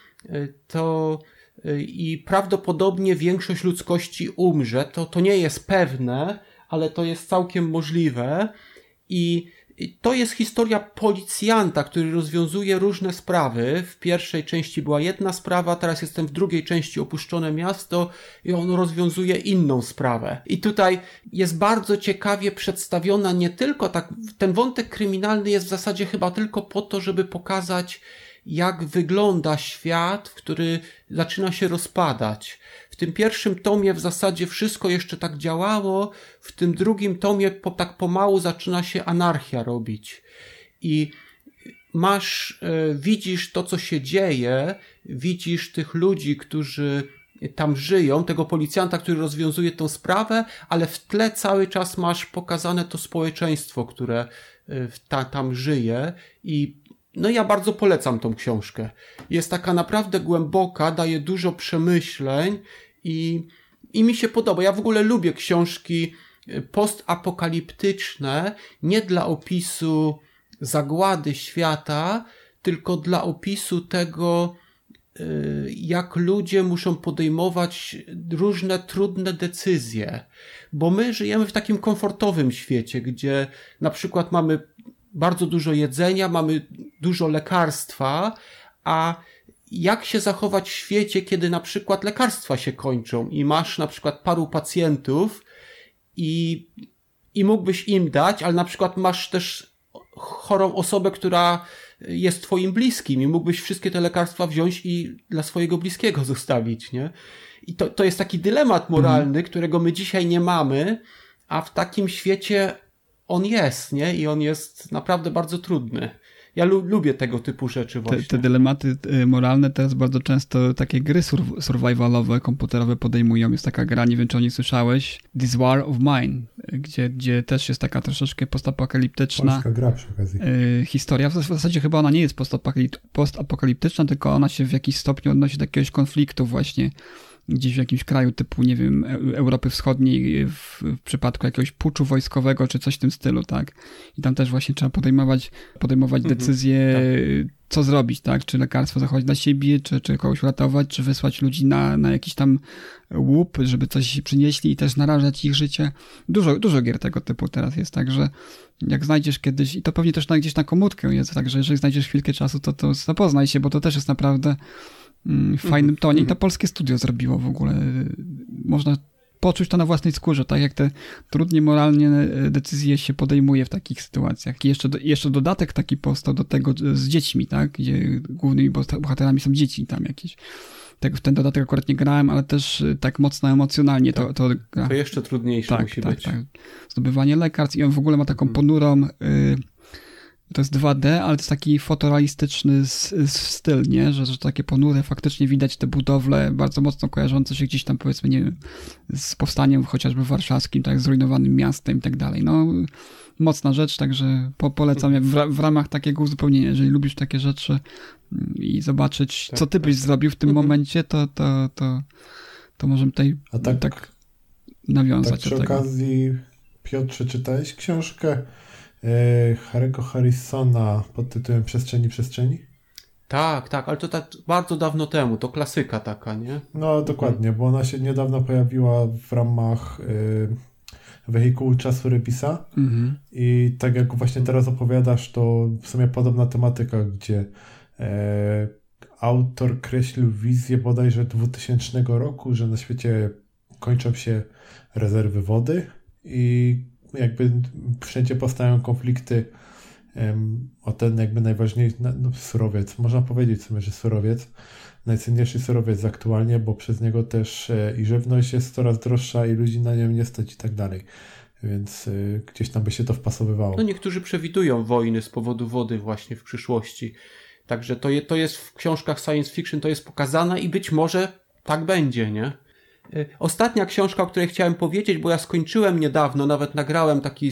i prawdopodobnie większość ludzkości umrze. To nie jest pewne, ale to jest całkiem możliwe i to jest historia policjanta, który rozwiązuje różne sprawy. W pierwszej części była jedna sprawa, teraz jestem w drugiej części Opuszczone Miasto i on rozwiązuje inną sprawę. I tutaj jest bardzo ciekawie przedstawiona nie tylko ten wątek kryminalny jest w zasadzie chyba tylko po to, żeby pokazać, jak wygląda świat, który zaczyna się rozpadać. W tym pierwszym tomie w zasadzie wszystko jeszcze tak działało, w tym drugim tomie tak pomału zaczyna się anarchia robić. I widzisz to, co się dzieje, widzisz tych ludzi, którzy tam żyją, tego policjanta, który rozwiązuje tę sprawę, ale w tle cały czas masz pokazane to społeczeństwo, które tam żyje i no ja bardzo polecam tą książkę. Jest taka naprawdę głęboka, daje dużo przemyśleń i mi się podoba. Ja w ogóle lubię książki postapokaliptyczne, nie dla opisu zagłady świata, tylko dla opisu tego, jak ludzie muszą podejmować różne trudne decyzje. Bo my żyjemy w takim komfortowym świecie, gdzie na przykład mamy bardzo dużo jedzenia, mamy dużo lekarstwa, a jak się zachować w świecie, kiedy na przykład lekarstwa się kończą i masz na przykład paru pacjentów i mógłbyś im dać, ale na przykład masz też chorą osobę, która jest twoim bliskim i mógłbyś wszystkie te lekarstwa wziąć i dla swojego bliskiego zostawić, nie? I to jest taki dylemat moralny, którego my dzisiaj nie mamy, a w takim świecie on jest, nie? I on jest naprawdę bardzo trudny. Ja lubię tego typu rzeczy właśnie. Te dylematy moralne teraz bardzo często takie gry survivalowe, komputerowe podejmują. Jest taka gra, nie wiem czy o niej słyszałeś, This War of Mine, gdzie też jest taka troszeczkę postapokaliptyczna polska gra przy okazji. Historia. W zasadzie chyba ona nie jest postapokaliptyczna, tylko ona się w jakiś stopniu odnosi do jakiegoś konfliktu właśnie gdzieś w jakimś kraju typu, nie wiem, Europy Wschodniej w przypadku jakiegoś puczu wojskowego czy coś w tym stylu, tak? I tam też właśnie trzeba podejmować decyzje, co zrobić, tak? Czy lekarstwo zachować dla siebie, czy kogoś uratować, czy wysłać ludzi na jakiś tam łup, żeby coś przynieśli i też narażać ich życie. Dużo gier tego typu teraz jest, także jak znajdziesz kiedyś, i to pewnie też gdzieś na komórkę jest, także jeżeli znajdziesz chwilkę czasu, to zapoznaj się, bo to też jest naprawdę w fajnym tonie i to polskie studio zrobiło w ogóle. Można poczuć to na własnej skórze, tak jak te trudnie moralnie decyzje się podejmuje w takich sytuacjach. I jeszcze dodatek taki powstał do tego z dziećmi, tak, gdzie głównymi bohaterami są dzieci tam jakieś. W ten dodatek akurat nie grałem, ale też tak mocno emocjonalnie to gra. To jeszcze trudniejsze musi być. Tak. Zdobywanie lekarstw i on w ogóle ma taką ponurą to jest 2D, ale to jest taki fotorealistyczny styl, nie? Że takie ponure, faktycznie widać te budowle bardzo mocno kojarzące się gdzieś tam, powiedzmy, nie wiem, z powstaniem chociażby warszawskim, tak, zrujnowanym miastem i tak dalej. No, mocna rzecz, także polecam w ramach takiego uzupełnienia. Jeżeli lubisz takie rzeczy i zobaczyć, co ty byś zrobił w tym momencie, to możemy tutaj tak nawiązać przy do tego. okazji, Piotrze, czytałeś książkę Harry'ego Harrisona pod tytułem Przestrzeni? Tak, ale to tak bardzo dawno temu, to klasyka taka, nie? No dokładnie, bo ona się niedawno pojawiła w ramach wehikułu czasu Repisa i tak jak właśnie teraz opowiadasz, to w sumie podobna tematyka, gdzie autor kreślił wizję bodajże 2000 roku, że na świecie kończą się rezerwy wody i jakby wszędzie powstają konflikty o ten jakby najważniejszy surowiec. Można powiedzieć w sumie, że surowiec, najcenniejszy surowiec aktualnie, bo przez niego też i żywność jest coraz droższa i ludzi na nią nie stać i tak dalej. Więc gdzieś tam by się to wpasowywało. No niektórzy przewidują wojny z powodu wody właśnie w przyszłości. Także to jest w książkach science fiction, to jest pokazane i być może tak będzie, nie? Ostatnia książka, o której chciałem powiedzieć, bo ja skończyłem niedawno, nawet nagrałem taki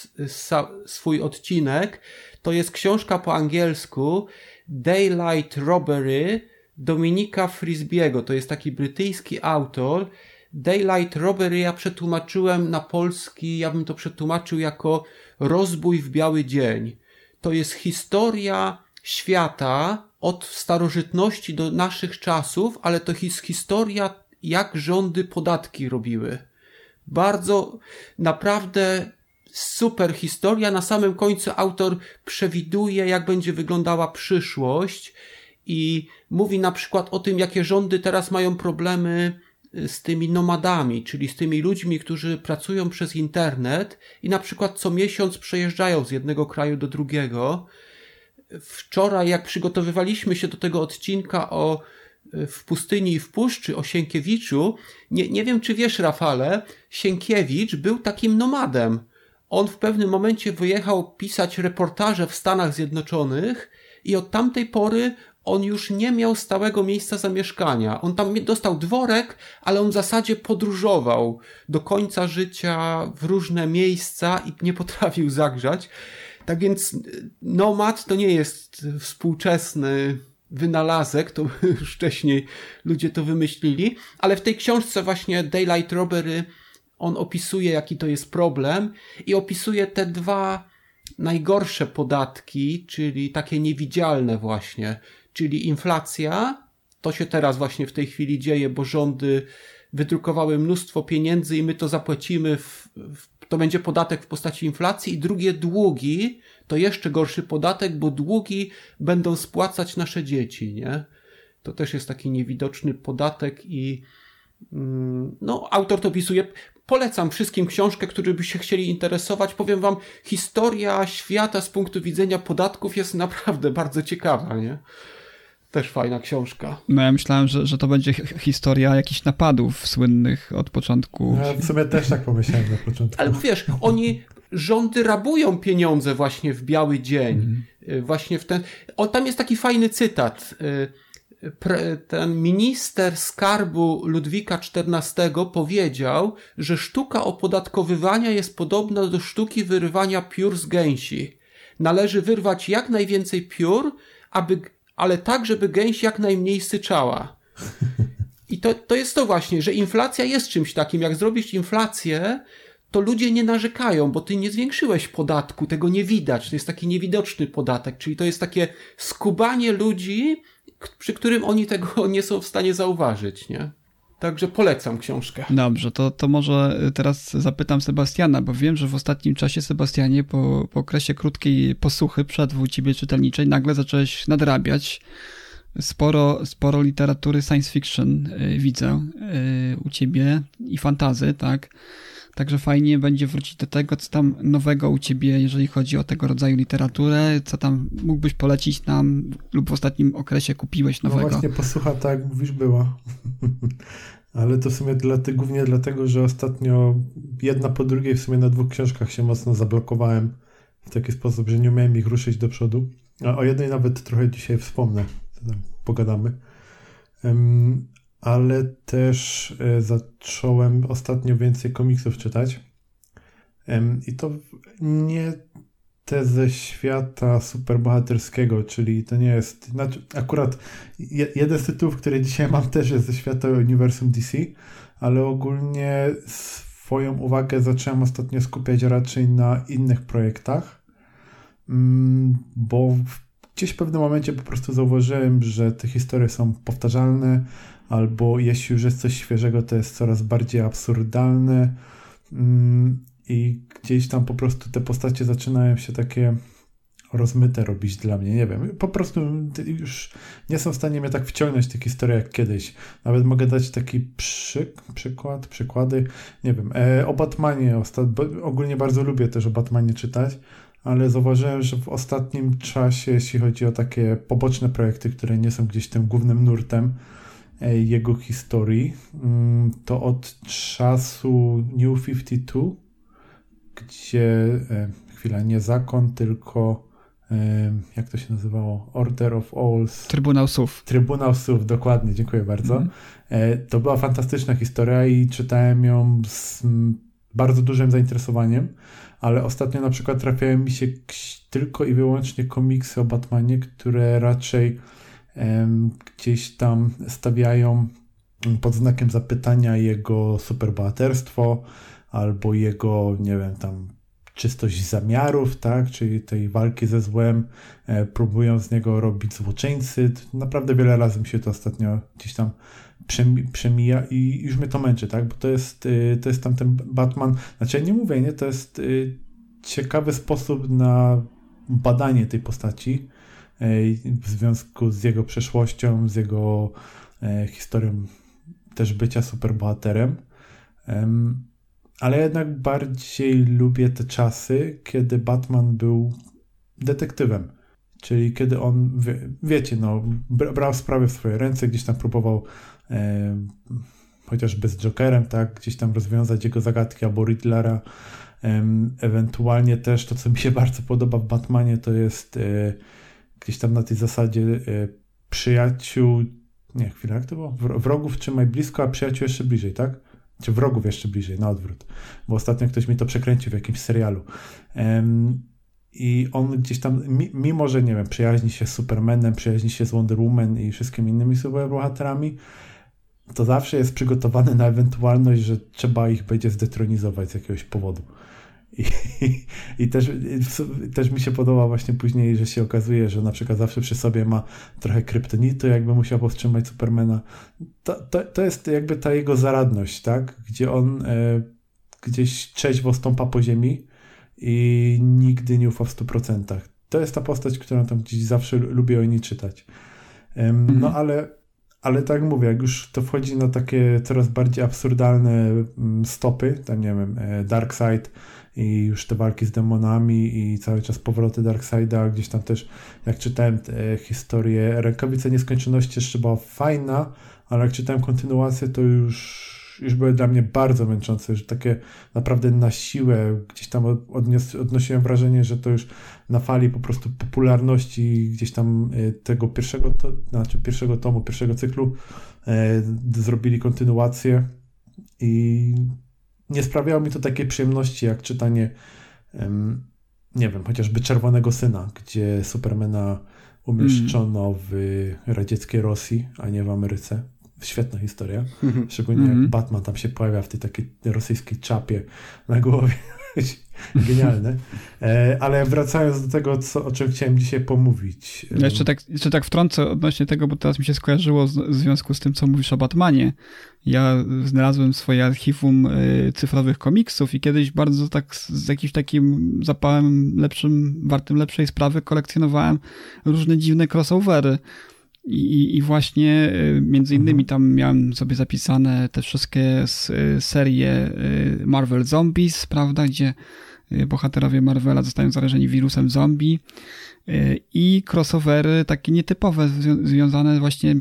swój odcinek, to jest książka po angielsku Daylight Robbery Dominika Frisbiego. To jest taki brytyjski autor. Daylight Robbery ja przetłumaczyłem na polski, ja bym to przetłumaczył jako Rozbój w biały dzień. To jest historia świata od starożytności do naszych czasów, ale to jest historia, jak rządy podatki robiły. Bardzo, naprawdę super historia. Na samym końcu autor przewiduje, jak będzie wyglądała przyszłość i mówi na przykład o tym, jakie rządy teraz mają problemy z tymi nomadami, czyli z tymi ludźmi, którzy pracują przez internet i na przykład co miesiąc przejeżdżają z jednego kraju do drugiego. Wczoraj, jak przygotowywaliśmy się do tego odcinka w pustyni i w puszczy o Sienkiewiczu, nie wiem, czy wiesz, Rafale, Sienkiewicz był takim nomadem. On w pewnym momencie wyjechał pisać reportaże w Stanach Zjednoczonych i od tamtej pory on już nie miał stałego miejsca zamieszkania. On tam dostał dworek, ale on w zasadzie podróżował do końca życia w różne miejsca i nie potrafił zagrzać. Tak więc nomad to nie jest współczesny wynalazek, to już wcześniej ludzie to wymyślili, ale w tej książce właśnie Daylight Robbery on opisuje, jaki to jest problem i opisuje te dwa najgorsze podatki, czyli takie niewidzialne właśnie, czyli inflacja, to się teraz właśnie w tej chwili dzieje, bo rządy wydrukowały mnóstwo pieniędzy i my to zapłacimy, to będzie podatek w postaci inflacji i drugie długi, to jeszcze gorszy podatek, bo długi będą spłacać nasze dzieci, nie? To też jest taki niewidoczny podatek i no, autor to opisuje. Polecam wszystkim książkę, którzy by się chcieli interesować. Powiem wam, historia świata z punktu widzenia podatków jest naprawdę bardzo ciekawa, nie? Też fajna książka. No ja myślałem, że to będzie historia jakichś napadów słynnych od początku. Ja w sumie też tak pomyślałem na początku. Ale wiesz, rządy rabują pieniądze właśnie w biały dzień. Właśnie w ten... tam jest taki fajny cytat. Ten minister skarbu Ludwika XIV powiedział, że sztuka opodatkowywania jest podobna do sztuki wyrywania piór z gęsi. Należy wyrwać jak najwięcej piór, ale tak, żeby gęś jak najmniej syczała. I to jest to właśnie, że inflacja jest czymś takim. Jak zrobisz inflację, to ludzie nie narzekają, bo ty nie zwiększyłeś podatku, tego nie widać. To jest taki niewidoczny podatek, czyli to jest takie skubanie ludzi, przy którym oni tego nie są w stanie zauważyć, nie? Także polecam książkę. Dobrze, to może teraz zapytam Sebastiana, bo wiem, że w ostatnim czasie, Sebastianie, po okresie krótkiej posłuchy, przerwy u ciebie czytelniczej, nagle zacząłeś nadrabiać. Sporo literatury science fiction widzę u ciebie i fantasy, tak? Także fajnie będzie wrócić do tego, co tam nowego u ciebie, jeżeli chodzi o tego rodzaju literaturę, co tam mógłbyś polecić nam lub w ostatnim okresie kupiłeś nowego. No właśnie posłucha, tak jak mówisz, była. Ale to w sumie głównie dlatego, że ostatnio jedna po drugiej w sumie na 2 książkach się mocno zablokowałem w taki sposób, że nie umiałem ich ruszyć do przodu. A o jednej nawet trochę dzisiaj wspomnę, pogadamy. Ale też zacząłem ostatnio więcej komiksów czytać. I to nie te ze świata superbohaterskiego, czyli to nie jest... Znaczy, akurat jeden z tytułów, który dzisiaj mam, też jest ze świata uniwersum DC, ale ogólnie swoją uwagę zacząłem ostatnio skupiać raczej na innych projektach, bo gdzieś w pewnym momencie po prostu zauważyłem, że te historie są powtarzalne, albo jeśli już jest coś świeżego, to jest coraz bardziej absurdalne i gdzieś tam po prostu te postacie zaczynają się takie rozmyte robić dla mnie, nie wiem, po prostu już nie są w stanie mnie tak wciągnąć w te historie jak kiedyś. Nawet mogę dać taki przykłady, nie wiem, o Batmanie, bo ogólnie bardzo lubię też o Batmanie czytać, ale zauważyłem, że w ostatnim czasie, jeśli chodzi o takie poboczne projekty, które nie są gdzieś tym głównym nurtem jego historii, to od czasu New 52, gdzie nie zakon, tylko jak to się nazywało? Order of Owls. Trybunał Sów, dokładnie, dziękuję bardzo. To była fantastyczna historia i czytałem ją z bardzo dużym zainteresowaniem, ale ostatnio na przykład trafiają mi się tylko i wyłącznie komiksy o Batmanie, które raczej gdzieś tam stawiają pod znakiem zapytania jego superbohaterstwo albo jego, nie wiem, tam czystość zamiarów, tak, czyli tej walki ze złem, próbują z niego robić złoczyńcy. Naprawdę wiele razy mi się to ostatnio gdzieś tam przemija i już mnie to męczy, tak, bo to jest tamten Batman, znaczy ja nie mówię, nie, to jest ciekawy sposób na badanie tej postaci w związku z jego przeszłością, z jego historią też bycia superbohaterem, ale jednak bardziej lubię te czasy, kiedy Batman był detektywem, czyli kiedy on, wiecie, no, brał sprawy w swoje ręce, gdzieś tam próbował chociażby z Jokerem, tak, gdzieś tam rozwiązać jego zagadki albo Riddlera. Ewentualnie też to, co mi się bardzo podoba w Batmanie, to jest gdzieś tam na tej zasadzie przyjaciół, jak to było? Wrogów trzymaj blisko, a przyjaciół jeszcze bliżej, tak? Czy wrogów jeszcze bliżej, na odwrót. Bo ostatnio ktoś mi to przekręcił w jakimś serialu. I on gdzieś tam, mimo że, nie wiem, przyjaźni się z Supermanem, przyjaźni się z Wonder Woman i wszystkimi innymi superbohaterami, to zawsze jest przygotowany na ewentualność, że trzeba ich będzie zdetronizować z jakiegoś powodu. I też mi się podoba właśnie później, że się okazuje, że na przykład zawsze przy sobie ma trochę kryptonitu, jakby musiał powstrzymać Supermana. To jest jakby ta jego zaradność, tak? Gdzie on gdzieś trzeźwo stąpa po ziemi i nigdy nie ufa w 100%. To jest ta postać, którą tam gdzieś zawsze lubię o niej czytać. No ale tak mówię, jak już to wchodzi na takie coraz bardziej absurdalne stopy, tam nie wiem, Darkseid i już te walki z demonami i cały czas powroty Darkseida, gdzieś tam też jak czytałem historię Rękawice Nieskończoności jeszcze była fajna, ale jak czytałem kontynuację, to już były dla mnie bardzo męczące, że takie naprawdę na siłę gdzieś tam odnosiłem wrażenie, że to już na fali po prostu popularności gdzieś tam tego pierwszego tomu, pierwszego cyklu zrobili kontynuację i nie sprawiało mi to takiej przyjemności jak czytanie nie wiem, chociażby Czerwonego Syna, gdzie Supermana umieszczono w radzieckiej Rosji, a nie w Ameryce. Świetna historia. Szczególnie jak Batman tam się pojawia w tej takiej rosyjskiej czapie na głowie. Genialne. Ale wracając do tego, o czym chciałem dzisiaj pomówić. Jeszcze tak wtrącę odnośnie tego, bo teraz mi się skojarzyło w związku z tym, co mówisz o Batmanie. Ja znalazłem swoje archiwum cyfrowych komiksów i kiedyś bardzo tak z jakimś takim zapałem wartym lepszej sprawy kolekcjonowałem różne dziwne crossovery. I właśnie między innymi tam miałem sobie zapisane te wszystkie serie Marvel Zombies, prawda, gdzie bohaterowie Marvela zostają zarażeni wirusem zombie i crossovery takie nietypowe związane właśnie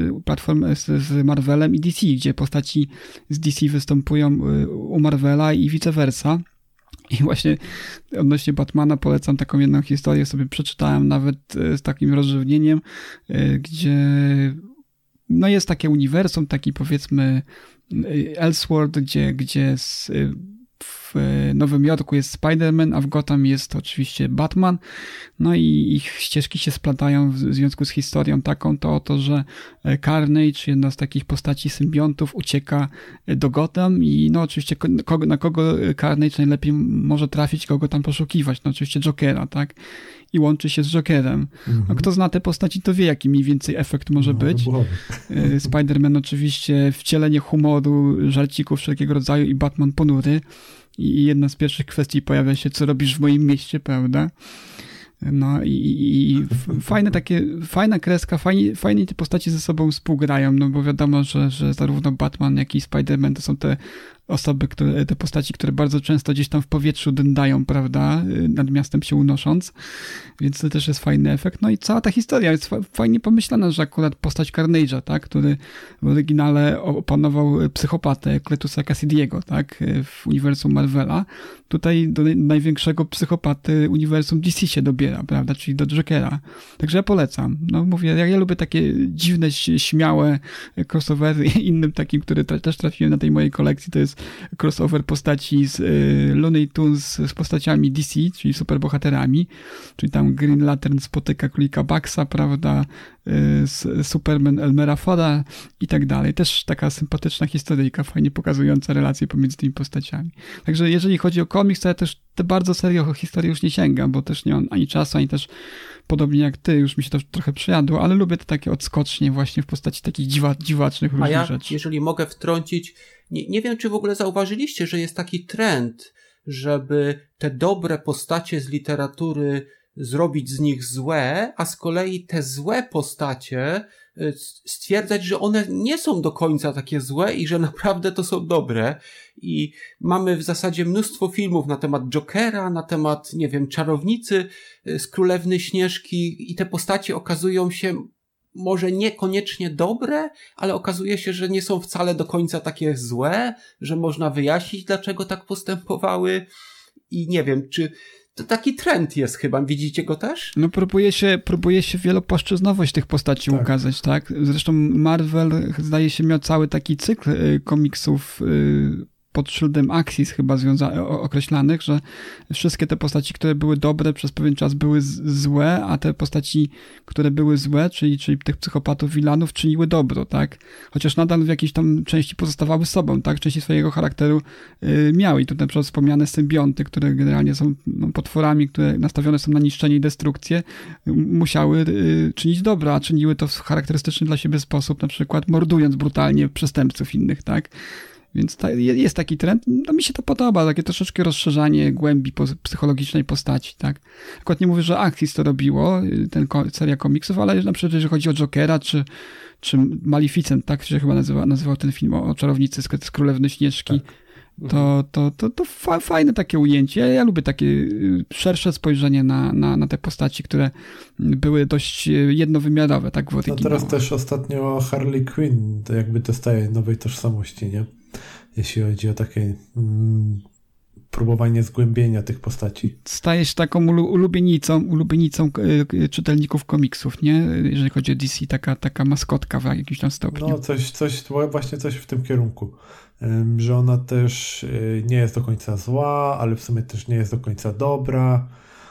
z Marvelem i DC, gdzie postaci z DC występują u Marvela i vice versa. I właśnie odnośnie Batmana polecam taką jedną historię, sobie przeczytałem nawet z takim rozrzewnieniem, gdzie no jest takie uniwersum, taki powiedzmy Elseworld, gdzie w Nowym Jorku jest Spider-Man, a w Gotham jest oczywiście Batman. No i ich ścieżki się splatają w związku z historią taką, to oto, że Carnage, jedna z takich postaci symbiontów, ucieka do Gotham i no oczywiście na kogo Carnage najlepiej może trafić, kogo tam poszukiwać. No oczywiście Jokera, tak? I łączy się z Jokerem. A kto zna te postaci, to wie, jaki mniej więcej efekt może być. Spider-Man oczywiście wcielenie humoru, żarcików wszelkiego rodzaju i Batman ponury. I jedna z pierwszych kwestii pojawia się, co robisz w moim mieście, prawda? No i fajna kreska, fajnie te postaci ze sobą współgrają, no bo wiadomo, że zarówno Batman, jak i Spider-Man to są te osoby, te postaci, które bardzo często gdzieś tam w powietrzu dędają, prawda, nad miastem się unosząc, więc to też jest fajny efekt. No i cała ta historia jest fajnie pomyślana, że akurat postać Carnage'a, tak, który w oryginale opanował psychopatę Cletusa Cassidy'ego, tak, w uniwersum Marvela, tutaj do największego psychopaty uniwersum DC się dobiera, prawda, czyli do Jokera. Także ja polecam. No mówię, ja lubię takie dziwne, śmiałe crossovery. Innym takim, który też trafiłem na tej mojej kolekcji, to jest crossover postaci z Looney Tunes z postaciami DC, czyli superbohaterami, czyli tam Green Lantern spotyka Królika Baxa, prawda, Superman Elmera Fudd'a i tak dalej. Też taka sympatyczna historyjka, fajnie pokazująca relacje pomiędzy tymi postaciami. Także jeżeli chodzi o komiks, to ja też te bardzo serio o historię już nie sięgam, bo też nie mam ani czasu, ani też podobnie jak ty, już mi się to trochę przejadło, ale lubię te takie odskocznie właśnie w postaci takich dziwacznych różnych rzeczy. Jeżeli mogę wtrącić, nie wiem, czy w ogóle zauważyliście, że jest taki trend, żeby te dobre postacie z literatury zrobić z nich złe, a z kolei te złe postacie stwierdzać, że one nie są do końca takie złe i że naprawdę to są dobre. I mamy w zasadzie mnóstwo filmów na temat Jokera, na temat, nie wiem, Czarownicy z Królewny Śnieżki i te postacie okazują się może niekoniecznie dobre, ale okazuje się, że nie są wcale do końca takie złe, że można wyjaśnić, dlaczego tak postępowały i nie wiem, czy to taki trend jest chyba. Widzicie go też? No próbuje się wielopłaszczyznowość tych postaci ukazać, tak? Zresztą Marvel, zdaje się, miał cały taki cykl komiksów pod szyldem Axis chyba określanych, że wszystkie te postaci, które były dobre, przez pewien czas były złe, a te postaci, które były złe, czyli tych psychopatów, wilanów, czyniły dobro, tak? Chociaż nadal w jakiejś tam części pozostawały sobą, tak? Części swojego charakteru miały. I tu na przykład wspomniane symbionty, które generalnie są potworami, które nastawione są na niszczenie i destrukcję, musiały czynić dobro, a czyniły to w charakterystyczny dla siebie sposób, na przykład mordując brutalnie przestępców innych, tak? Więc jest taki trend, no mi się to podoba, takie troszeczkę rozszerzanie głębi psychologicznej postaci, tak. Akurat nie mówię, że Axis to robiło, seria komiksów, ale na przykład jeżeli chodzi o Jokera, czy Maleficent, tak się chyba nazywał ten film o czarownicy z Królewny Śnieżki, to fajne takie ujęcie. Ja lubię takie szersze spojrzenie na te postaci, które były dość jednowymiarowe, tak w oryginale. No teraz też ostatnio Harley Quinn to jakby dostaje nowej tożsamości, nie? Jeśli chodzi o takie próbowanie zgłębienia tych postaci. Staje się taką ulubienicą czytelników komiksów, nie? Jeżeli chodzi o DC, taka maskotka w jakimś tam stopniu. No właśnie coś w tym kierunku. Że ona też nie jest do końca zła, ale w sumie też nie jest do końca dobra.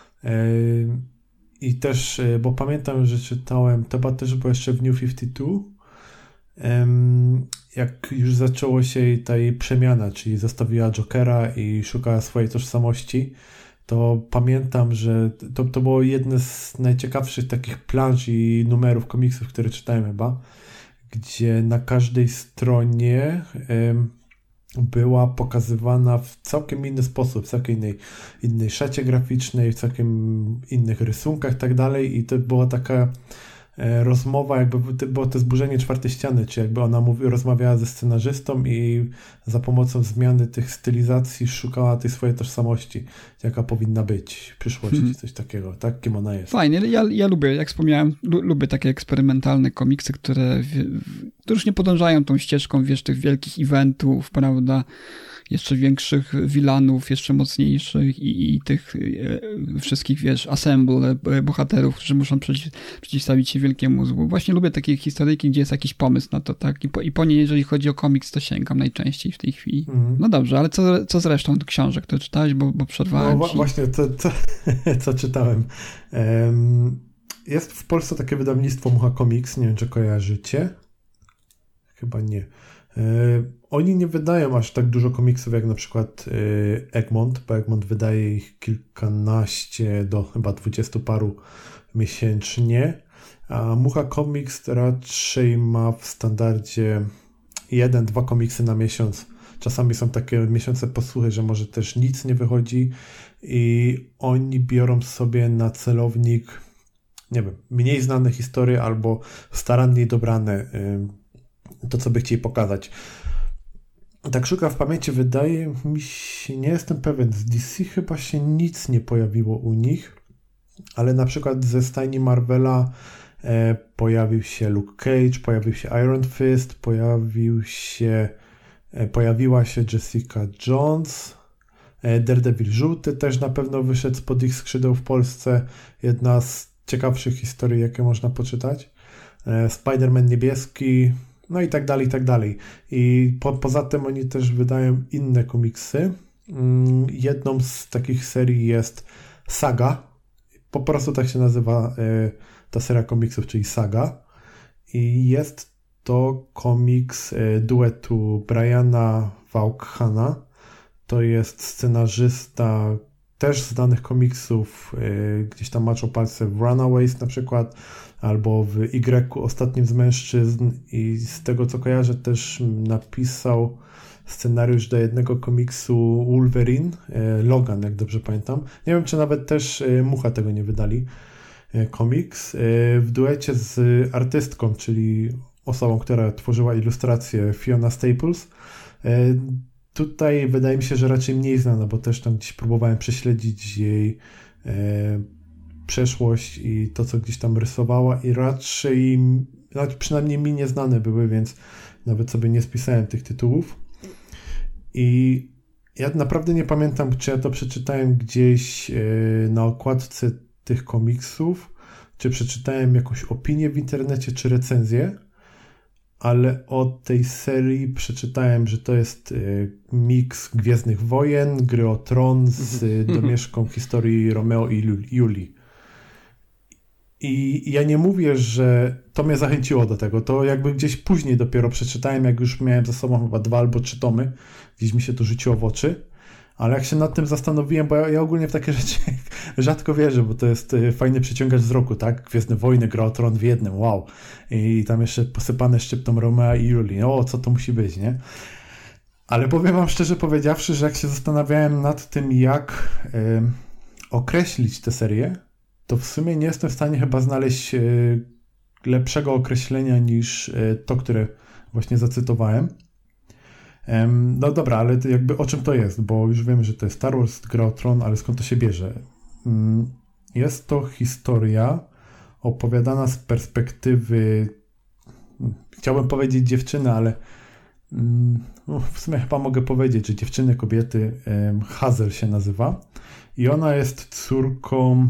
I też, bo pamiętam, że czytałem, to chyba też było jeszcze w New 52, jak już zaczęło się jej przemiana, czyli zostawiła Jokera i szukała swojej tożsamości, to pamiętam, że to było jedne z najciekawszych takich plansz i numerów komiksów, które czytałem chyba, gdzie na każdej stronie była pokazywana w całkiem inny sposób, w całkiem innej szacie graficznej, w całkiem innych rysunkach i tak dalej, i to była taka rozmowa, jakby było to zburzenie czwartej ściany, czy jakby ona rozmawiała ze scenarzystą i za pomocą zmiany tych stylizacji szukała tej swojej tożsamości, jaka powinna być w przyszłości, coś takiego, tak? Kim ona jest. Fajnie, ja lubię, jak wspomniałem, lubię takie eksperymentalne komiksy, które już nie podążają tą ścieżką, tych wielkich eventów, prawda, jeszcze większych wilanów, jeszcze mocniejszych i tych wszystkich, assemble bohaterów, którzy muszą przeciwstawić się wielkiemu złu. Właśnie lubię takie historyjki, gdzie jest jakiś pomysł na to, tak? I po niej, jeżeli chodzi o komiks, to sięgam najczęściej w tej chwili. No dobrze, ale co z resztą książek, które czytałeś, bo przerwałem ci. Właśnie, co czytałem. Jest w Polsce takie wydawnictwo Mucha Comics, nie wiem, czy kojarzycie. Chyba nie. Oni nie wydają aż tak dużo komiksów jak na przykład Egmont, bo Egmont wydaje ich kilkanaście do chyba 20 paru miesięcznie, a Mucha Comics raczej ma w standardzie 1-2 komiksy na miesiąc. Czasami są takie miesiące posłuchy, że może też nic nie wychodzi i oni biorą sobie na celownik, nie wiem, mniej znane historie albo starannie dobrane, to co by chcieli pokazać. Tak szukam w pamięci, wydaje mi się, nie jestem pewien, z DC chyba się nic nie pojawiło u nich, ale na przykład ze stajni Marvela pojawił się Luke Cage, pojawił się Iron Fist, pojawiła się Jessica Jones, Daredevil żółty też na pewno wyszedł spod ich skrzydeł w Polsce, jedna z ciekawszych historii, jakie można poczytać, Spider-Man niebieski, no i tak dalej, i tak dalej. I poza tym oni też wydają inne komiksy. Jedną z takich serii jest Saga. Po prostu tak się nazywa ta seria komiksów, czyli Saga. I jest to komiks duetu Briana Vaughana. To jest scenarzysta też z danych komiksów, gdzieś tam maczał palce w Runaways na przykład, albo w Y, Ostatnim z mężczyzn, i z tego co kojarzę też napisał scenariusz do jednego komiksu Wolverine, Logan, jak dobrze pamiętam. Nie wiem, czy nawet też Mucha tego nie wydali. Komiks w duecie z artystką, czyli osobą, która tworzyła ilustrację, Fiona Staples. Tutaj wydaje mi się, że raczej mniej znana, bo też tam gdzieś próbowałem prześledzić jej przeszłość i to, co gdzieś tam rysowała, i raczej przynajmniej mi nieznane były, więc nawet sobie nie spisałem tych tytułów. I ja naprawdę nie pamiętam, czy ja to przeczytałem gdzieś na okładce tych komiksów, czy przeczytałem jakąś opinię w internecie, czy recenzję, ale o tej serii przeczytałem, że to jest miks Gwiezdnych Wojen, Gry o Tron z domieszką historii Romeo i Julii. I ja nie mówię, że to mnie zachęciło do tego, to jakby gdzieś później dopiero przeczytałem, jak już miałem za sobą chyba 2 albo 3 tomy, gdzieś mi się to rzuciło w oczy, ale jak się nad tym zastanowiłem, bo ja ogólnie w takie rzeczy rzadko wierzę, bo to jest fajny przyciągacz wzroku, tak? Gwiezdne Wojny, Gra o Tron w jednym, wow. I tam jeszcze posypane szczyptą Romea i Julii, o, co to musi być, nie? Ale powiem wam szczerze powiedziawszy, że jak się zastanawiałem nad tym, jak określić tę serię, to w sumie nie jestem w stanie chyba znaleźć lepszego określenia niż to, które właśnie zacytowałem. No dobra, ale to jakby o czym to jest? Bo już wiemy, że to jest Star Wars, Gra o Tron, ale skąd to się bierze? Jest to historia opowiadana z perspektywy, chciałbym powiedzieć dziewczyny, ale w sumie chyba mogę powiedzieć, że dziewczyny, kobiety, Hazel się nazywa i ona jest córką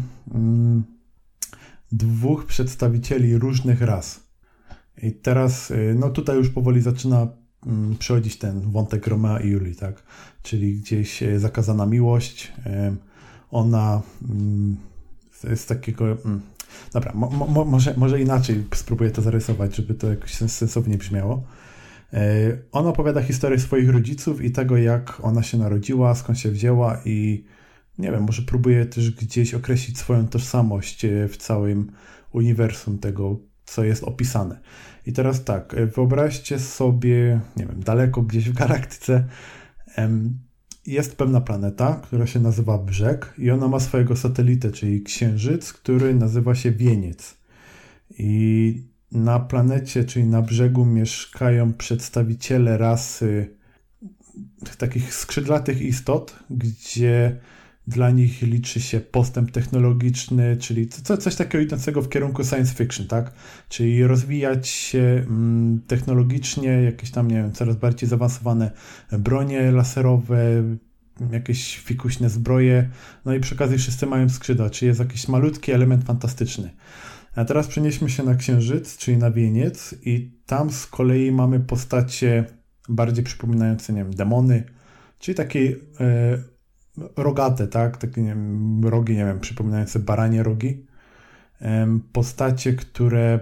dwóch przedstawicieli różnych ras. I teraz, no tutaj już powoli zaczyna przychodzić ten wątek Romea i Julii, tak? Czyli gdzieś zakazana miłość, ona z takiego... Dobra, może inaczej spróbuję to zarysować, żeby to jakoś sensownie brzmiało. Ona opowiada historię swoich rodziców i tego, jak ona się narodziła, skąd się wzięła i nie wiem, może próbuje też gdzieś określić swoją tożsamość w całym uniwersum tego, co jest opisane. I teraz tak, wyobraźcie sobie, nie wiem, daleko gdzieś w galaktyce jest pewna planeta, która się nazywa Brzeg i ona ma swojego satelitę, czyli Księżyc, który nazywa się Wieniec. I na planecie, czyli na Brzegu mieszkają przedstawiciele rasy takich skrzydlatych istot, gdzie dla nich liczy się postęp technologiczny, czyli coś takiego idącego w kierunku science fiction, tak? Czyli rozwijać się technologicznie, jakieś tam, nie wiem, coraz bardziej zaawansowane bronie laserowe, jakieś fikuśne zbroje, no i przy okazji wszyscy mają skrzydła, czyli jest jakiś malutki element fantastyczny. A teraz przenieśmy się na Księżyc, czyli na Wieniec i tam z kolei mamy postacie bardziej przypominające, nie wiem, demony, czyli takie rogate, tak? Takie, nie wiem, rogi, nie wiem, przypominające baranie rogi. Postacie, które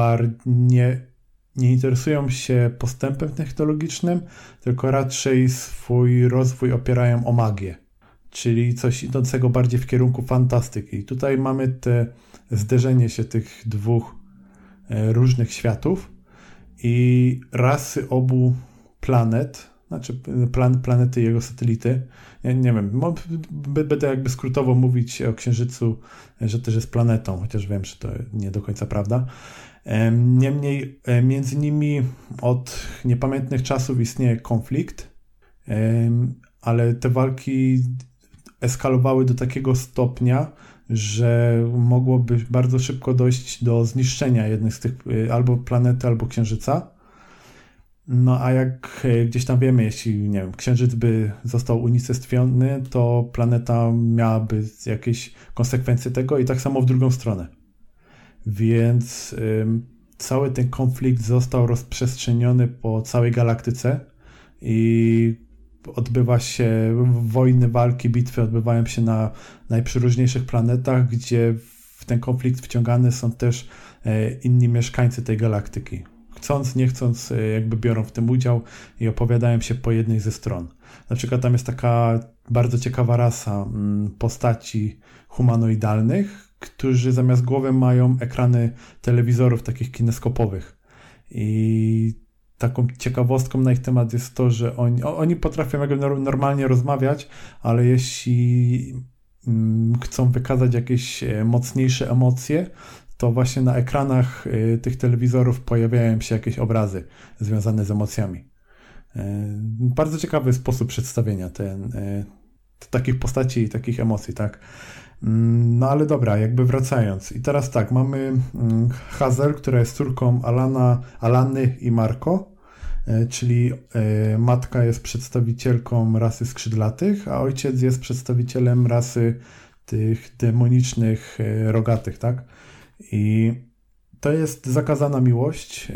nie interesują się postępem technologicznym, tylko raczej swój rozwój opierają o magię, czyli coś idącego bardziej w kierunku fantastyki. I tutaj mamy te zderzenie się tych dwóch różnych światów i rasy obu planet, znaczy planety i jego satelity. Nie wiem, będę jakby skrótowo mówić o Księżycu, że też jest planetą, chociaż wiem, że to nie do końca prawda. Niemniej między nimi od niepamiętnych czasów istnieje konflikt, ale te walki eskalowały do takiego stopnia, że mogłoby bardzo szybko dojść do zniszczenia jednych z tych albo planety, albo Księżyca. No a jak gdzieś tam wiemy, jeśli, nie wiem, Księżyc by został unicestwiony, to planeta miałaby jakieś konsekwencje tego i tak samo w drugą stronę. Więc cały ten konflikt został rozprzestrzeniony po całej galaktyce i odbywa się wojny, walki, bitwy odbywają się na najprzeróżniejszych planetach, gdzie w ten konflikt wciągane są też inni mieszkańcy tej galaktyki. Chcąc, nie chcąc, jakby biorą w tym udział i opowiadają się po jednej ze stron. Na przykład tam jest taka bardzo ciekawa rasa postaci humanoidalnych, którzy zamiast głowy mają ekrany telewizorów takich kineskopowych. I taką ciekawostką na ich temat jest to, że oni potrafią jakby normalnie rozmawiać, ale jeśli chcą wykazać jakieś mocniejsze emocje, to właśnie na ekranach tych telewizorów pojawiają się jakieś obrazy związane z emocjami. Bardzo ciekawy sposób przedstawienia takich postaci i takich emocji, tak? No ale dobra, jakby wracając. I teraz tak, mamy Hazel, która jest córką Alany i Marco, czyli matka jest przedstawicielką rasy skrzydlatych, a ojciec jest przedstawicielem rasy tych demonicznych rogatych, tak? I to jest zakazana miłość,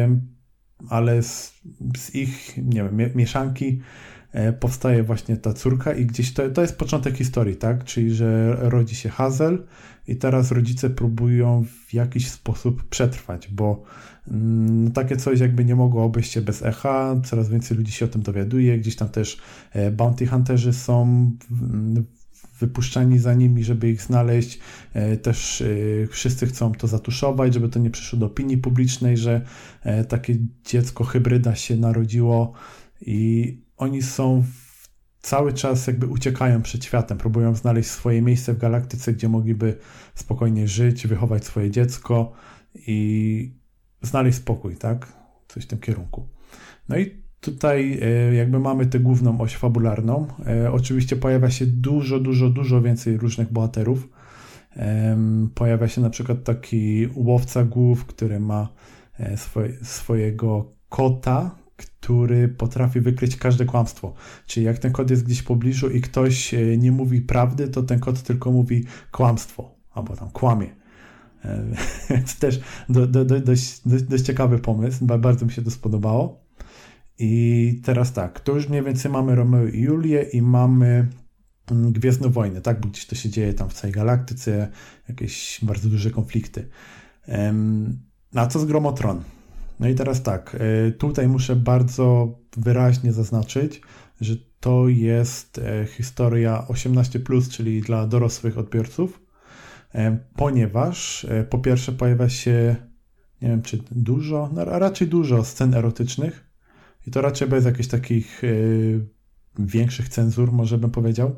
ale z ich, nie wiem, mieszanki powstaje właśnie ta córka i gdzieś to jest początek historii, tak? Czyli, że rodzi się Hazel i teraz rodzice próbują w jakiś sposób przetrwać, bo takie coś jakby nie mogło obejść się bez echa, coraz więcej ludzi się o tym dowiaduje, gdzieś tam też bounty hunterzy są wypuszczani za nimi, żeby ich znaleźć. Też wszyscy chcą to zatuszować, żeby to nie przyszło do opinii publicznej, że takie dziecko hybryda się narodziło i oni są cały czas jakby uciekają przed światem, próbują znaleźć swoje miejsce w galaktyce, gdzie mogliby spokojnie żyć, wychować swoje dziecko i znaleźć spokój, tak? Coś w tym kierunku. No i tutaj jakby mamy tę główną oś fabularną. Oczywiście pojawia się dużo więcej różnych bohaterów. Pojawia się na przykład taki łowca głów, który ma swojego kota, który potrafi wykryć każde kłamstwo. Czyli jak ten kot jest gdzieś w pobliżu i ktoś nie mówi prawdy, to ten kot tylko mówi kłamstwo, albo tam kłamie. Więc też dość ciekawy pomysł, bardzo mi się to spodobało. I teraz tak, to już mniej więcej mamy Romeo i Julię i mamy Gwiezdne Wojny, tak? Bo gdzieś to się dzieje tam w całej galaktyce, jakieś bardzo duże konflikty. A co z Grom o Tron? No i teraz tak, tutaj muszę bardzo wyraźnie zaznaczyć, że to jest historia 18+, czyli dla dorosłych odbiorców, ponieważ po pierwsze pojawia się, nie wiem czy dużo, no raczej dużo scen erotycznych i to raczej bez jakichś takich większych cenzur, może bym powiedział.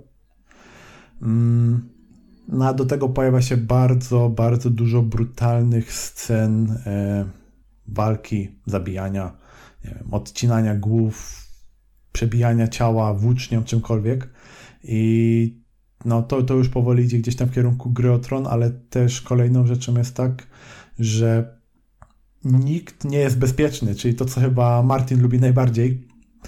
No a do tego pojawia się bardzo dużo brutalnych scen walki, zabijania, nie wiem, odcinania głów, przebijania ciała włócznią, czymkolwiek. I no to już powoli idzie gdzieś tam w kierunku Gry o Tron, ale też kolejną rzeczą jest tak, że nikt nie jest bezpieczny, czyli to, co chyba Martin lubi najbardziej.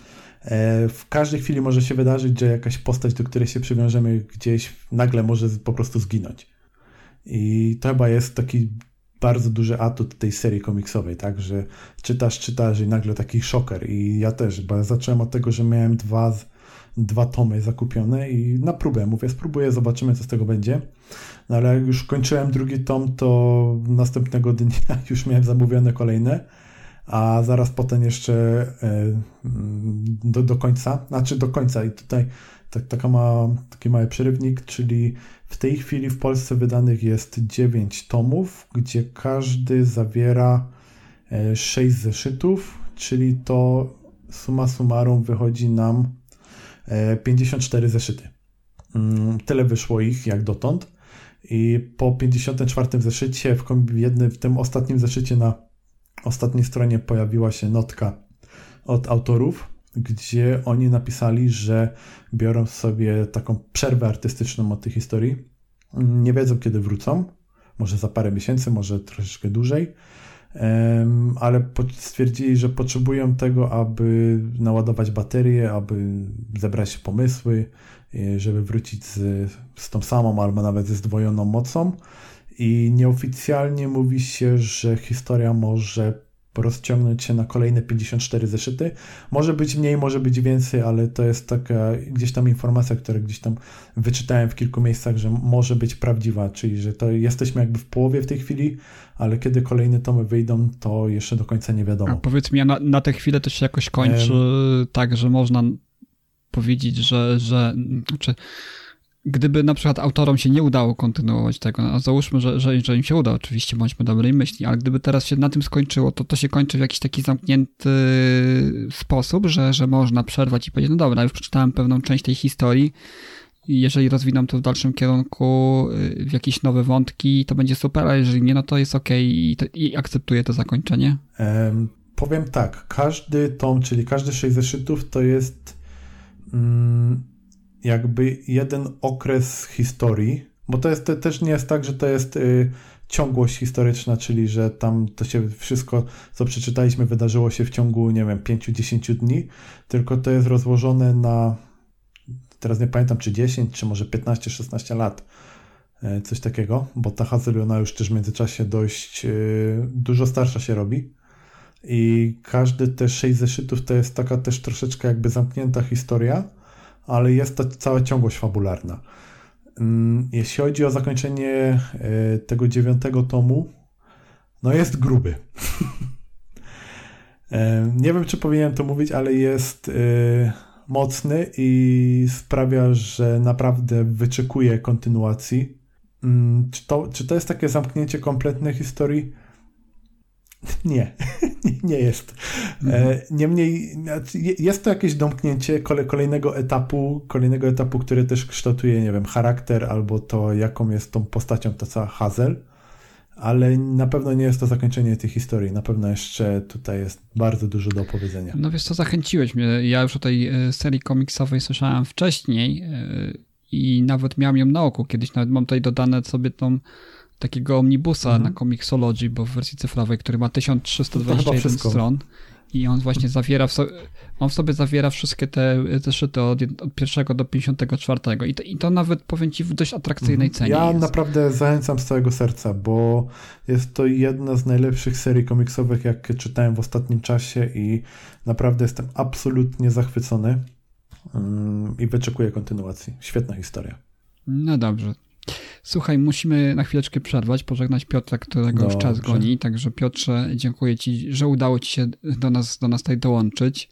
W każdej chwili może się wydarzyć, że jakaś postać, do której się przywiążemy gdzieś, nagle może po prostu zginąć. I to chyba jest taki bardzo duży atut tej serii komiksowej, tak, że czytasz i nagle taki szoker. I ja też, bo zacząłem od tego, że miałem dwa tomy zakupione i na próbę mówię, spróbuję, zobaczymy, co z tego będzie. No ale jak już kończyłem drugi tom, to następnego dnia już miałem zamówione kolejne, a zaraz potem jeszcze do końca, i tutaj taki mały przerywnik, czyli w tej chwili w Polsce wydanych jest 9 tomów, gdzie każdy zawiera 6 zeszytów, czyli to summa summarum wychodzi nam 54 zeszyty. Tyle wyszło ich jak dotąd i po 54 zeszycie, w tym ostatnim zeszycie na ostatniej stronie pojawiła się notka od autorów, gdzie oni napisali, że biorą sobie taką przerwę artystyczną od tej historii. Nie wiedzą, kiedy wrócą. Może za parę miesięcy, może troszeczkę dłużej. Ale stwierdzili, że potrzebują tego, aby naładować baterię, aby zebrać pomysły, żeby wrócić z tą samą albo nawet ze zdwojoną mocą. I nieoficjalnie mówi się, że historia może rozciągnąć się na kolejne 54 zeszyty. Może być mniej, może być więcej, ale to jest taka gdzieś tam informacja, którą gdzieś tam wyczytałem w kilku miejscach, że może być prawdziwa, czyli że to jesteśmy jakby w połowie w tej chwili, ale kiedy kolejne tomy wyjdą, to jeszcze do końca nie wiadomo. A powiedz mi, na tę chwilę to się jakoś kończy tak, że można powiedzieć, że gdyby na przykład autorom się nie udało kontynuować tego, no załóżmy, że im się uda, oczywiście bądźmy dobrej myśli, ale gdyby teraz się na tym skończyło, to się kończy w jakiś taki zamknięty sposób, że można przerwać i powiedzieć, no dobra, już przeczytałem pewną część tej historii i jeżeli rozwiną to w dalszym kierunku w jakieś nowe wątki, to będzie super, a jeżeli nie, no to jest okej i akceptuję to zakończenie. Powiem tak, każdy tom, czyli każdy 6 zeszytów to jest jakby jeden okres historii, bo to też nie jest tak, że to jest ciągłość historyczna, czyli że tam to się wszystko, co przeczytaliśmy, wydarzyło się w ciągu, nie wiem, 5-10 dni, tylko to jest rozłożone na, teraz nie pamiętam, czy 10, czy może 15-16 lat, coś takiego, bo ta Hazel, ona już też w międzyczasie dość dużo starsza się robi i każdy te 6 zeszytów to jest taka też troszeczkę jakby zamknięta historia, ale jest to cała ciągłość fabularna. Jeśli chodzi o zakończenie tego 9 tomu, no jest gruby. Nie wiem, czy powinienem to mówić, ale jest mocny i sprawia, że naprawdę wyczekuje kontynuacji. Czy to jest takie zamknięcie kompletnej historii? Nie jest. Niemniej jest to jakieś domknięcie kolejnego etapu, który też kształtuje, nie wiem, charakter albo to, jaką jest tą postacią ta cała Hazel, ale na pewno nie jest to zakończenie tej historii. Na pewno jeszcze tutaj jest bardzo dużo do opowiedzenia. No wiesz co, zachęciłeś mnie. Ja już o tej serii komiksowej słyszałem wcześniej i nawet miałem ją na oku kiedyś. Nawet mam tutaj dodane sobie takiego omnibusa na Comixology, bo w wersji cyfrowej, który ma 1321 stron i on właśnie zawiera w sobie zawiera wszystkie te zeszyty od 1 do 54 i to nawet, powiem ci, w dość atrakcyjnej cenie Ja jest. naprawdę zachęcam z całego serca, bo jest to jedna z najlepszych serii komiksowych, jakie czytałem w ostatnim czasie i naprawdę jestem absolutnie zachwycony i wyczekuję kontynuacji. Świetna historia. No dobrze. Słuchaj, musimy na chwileczkę przerwać, pożegnać Piotra, którego już czas goni. Także Piotrze, dziękuję ci, że udało ci się do nas tutaj dołączyć.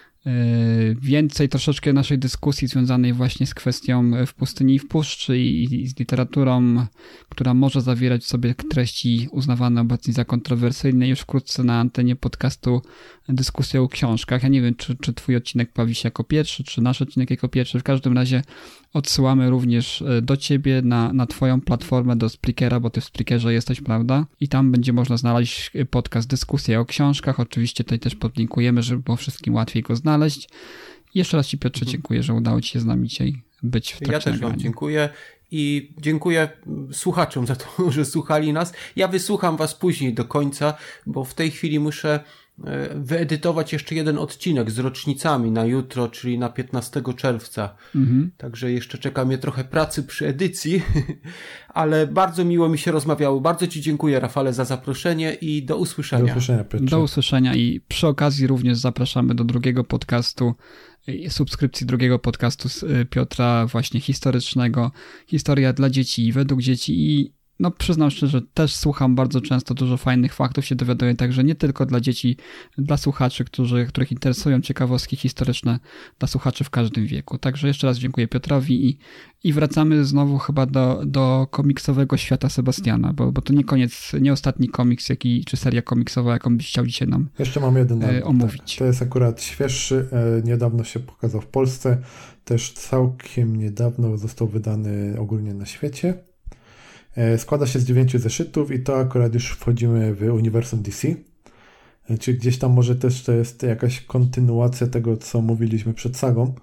Więcej troszeczkę naszej dyskusji związanej właśnie z kwestią w pustyni i w puszczy i z literaturą, która może zawierać w sobie treści uznawane obecnie za kontrowersyjne, już wkrótce na antenie podcastu Dyskusja o książkach. Ja nie wiem, czy twój odcinek pojawi się jako pierwszy, czy nasz odcinek jako pierwszy. W każdym razie odsyłamy również do ciebie na twoją platformę, do Spreakera, bo ty w Spreakerze jesteś, prawda? I tam będzie można znaleźć podcast Dyskusja o książkach. Oczywiście tutaj też podlinkujemy, żeby było wszystkim łatwiej go znaleźć. I jeszcze raz ci, Piotrze, dziękuję, że udało ci się z nami dzisiaj być w trakcie Ja też wam dziękuję i dziękuję słuchaczom za to, że słuchali nas. Ja wysłucham was później do końca, bo w tej chwili muszę wyedytować jeszcze jeden odcinek z rocznicami na jutro, czyli na 15 czerwca. Także jeszcze czeka mnie trochę pracy przy edycji, ale bardzo miło mi się rozmawiało. Bardzo ci dziękuję, Rafale, za zaproszenie i do usłyszenia. Do usłyszenia, Piotrze. Do usłyszenia i przy okazji również zapraszamy do drugiego podcastu, subskrypcji drugiego podcastu z Piotra, właśnie historycznego. Historia dla dzieci i według dzieci i no przyznam szczerze, też słucham bardzo często, dużo fajnych faktów się dowiaduję, także nie tylko dla dzieci, dla słuchaczy, których interesują ciekawostki historyczne, dla słuchaczy w każdym wieku. Także jeszcze raz dziękuję Piotrowi i wracamy znowu chyba do komiksowego świata Sebastiana, bo to nie koniec, nie ostatni komiks, czy seria komiksowa, jaką byś chciał dzisiaj nam jeszcze mam jeden omówić. Tak. To jest akurat świeższy, niedawno się pokazał w Polsce, też całkiem niedawno został wydany ogólnie na świecie. Składa się z 9 zeszytów i to akurat już wchodzimy w uniwersum DC. Czy gdzieś tam może też to jest jakaś kontynuacja tego, co mówiliśmy przed sagą.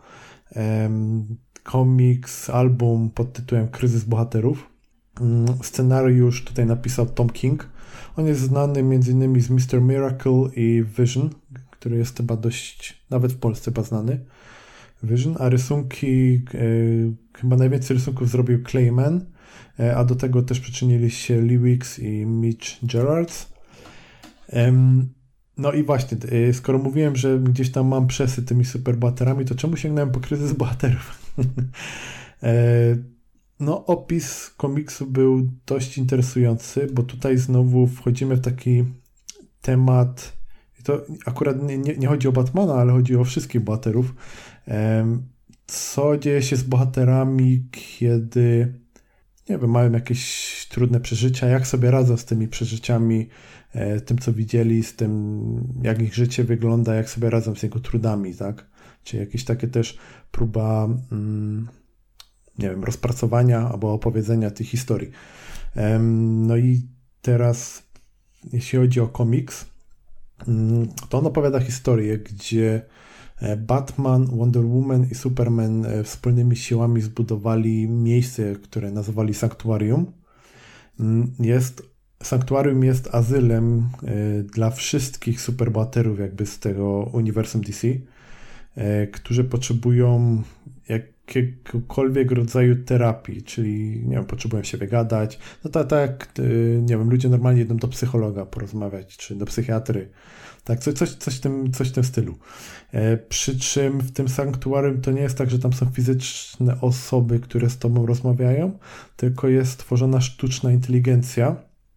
Komiks, album pod tytułem Kryzys Bohaterów. Scenariusz tutaj napisał Tom King. On jest znany m.in. z Mr. Miracle i Vision, który jest chyba dość, nawet w Polsce chyba znany. Vision, a rysunki, chyba najwięcej rysunków zrobił Clayman, a do tego też przyczynili się Lee Weeks i Mitch Gerards. No i właśnie, skoro mówiłem, że gdzieś tam mam przesyt tymi superbohaterami, to czemu sięgnąłem po Kryzys Bohaterów? No, opis komiksu był dość interesujący, bo tutaj znowu wchodzimy w taki temat, to akurat nie chodzi o Batmana, ale chodzi o wszystkich bohaterów. Co dzieje się z bohaterami, kiedy, nie wiem, mają jakieś trudne przeżycia, jak sobie radzą z tymi przeżyciami, tym co widzieli, z tym jak ich życie wygląda, jak sobie radzą z jego trudami, tak? Czy jakieś takie też próba, nie wiem, rozpracowania albo opowiedzenia tych historii. No i teraz, jeśli chodzi o komiks, to on opowiada historię, gdzie Batman, Wonder Woman i Superman wspólnymi siłami zbudowali miejsce, które nazwali Sanktuarium. Sanktuarium jest azylem dla wszystkich superbohaterów jakby z tego uniwersum DC, którzy potrzebują jakiegokolwiek rodzaju terapii, czyli, nie wiem, potrzebują się wygadać. No tak, nie wiem, ludzie normalnie idą do psychologa porozmawiać, czy do psychiatry. Tak, coś w tym stylu. Przy czym w tym sanktuarium to nie jest tak, że tam są fizyczne osoby, które z tobą rozmawiają, tylko jest tworzona sztuczna inteligencja,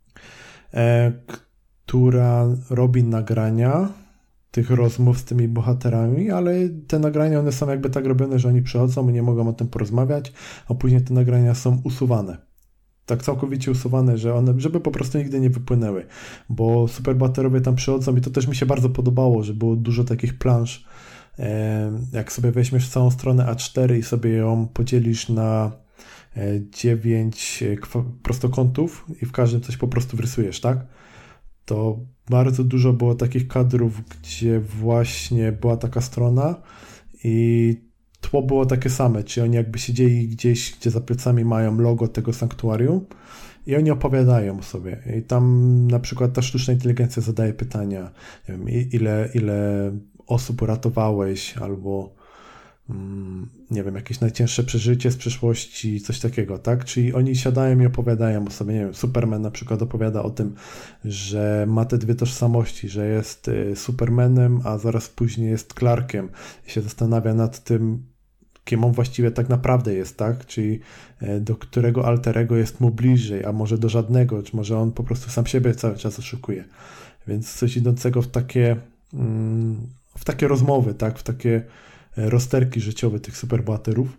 która robi nagrania tych rozmów z tymi bohaterami, ale te nagrania, one są jakby tak robione, że oni przychodzą i nie mogą o tym porozmawiać, a później te nagrania są usuwane. tak całkowicie usuwane, że one, żeby po prostu nigdy nie wypłynęły, bo superbohaterowie tam przychodzą i to też mi się bardzo podobało, że było dużo takich plansz. Jak sobie weźmiesz całą stronę A4 i sobie ją podzielisz na 9 prostokątów i w każdym coś po prostu wrysujesz, tak? To bardzo dużo było takich kadrów, gdzie właśnie była taka strona i tło było takie same, czyli oni jakby siedzieli gdzieś, gdzie za plecami mają logo tego sanktuarium i oni opowiadają sobie. I tam na przykład ta sztuczna inteligencja zadaje pytania, nie wiem, ile osób uratowałeś, albo nie wiem, jakieś najcięższe przeżycie z przeszłości, coś takiego, tak? Czyli oni siadają i opowiadają o sobie, nie wiem, Superman na przykład opowiada o tym, że ma te dwie tożsamości, że jest Supermanem, a zaraz później jest Clarkiem i się zastanawia nad tym, kim on właściwie tak naprawdę jest, tak? Czyli do którego alterego jest mu bliżej, a może do żadnego, czy może on po prostu sam siebie cały czas oszukuje. Więc coś idącego w takie rozmowy, tak? W takie rozterki życiowe tych superbohaterów.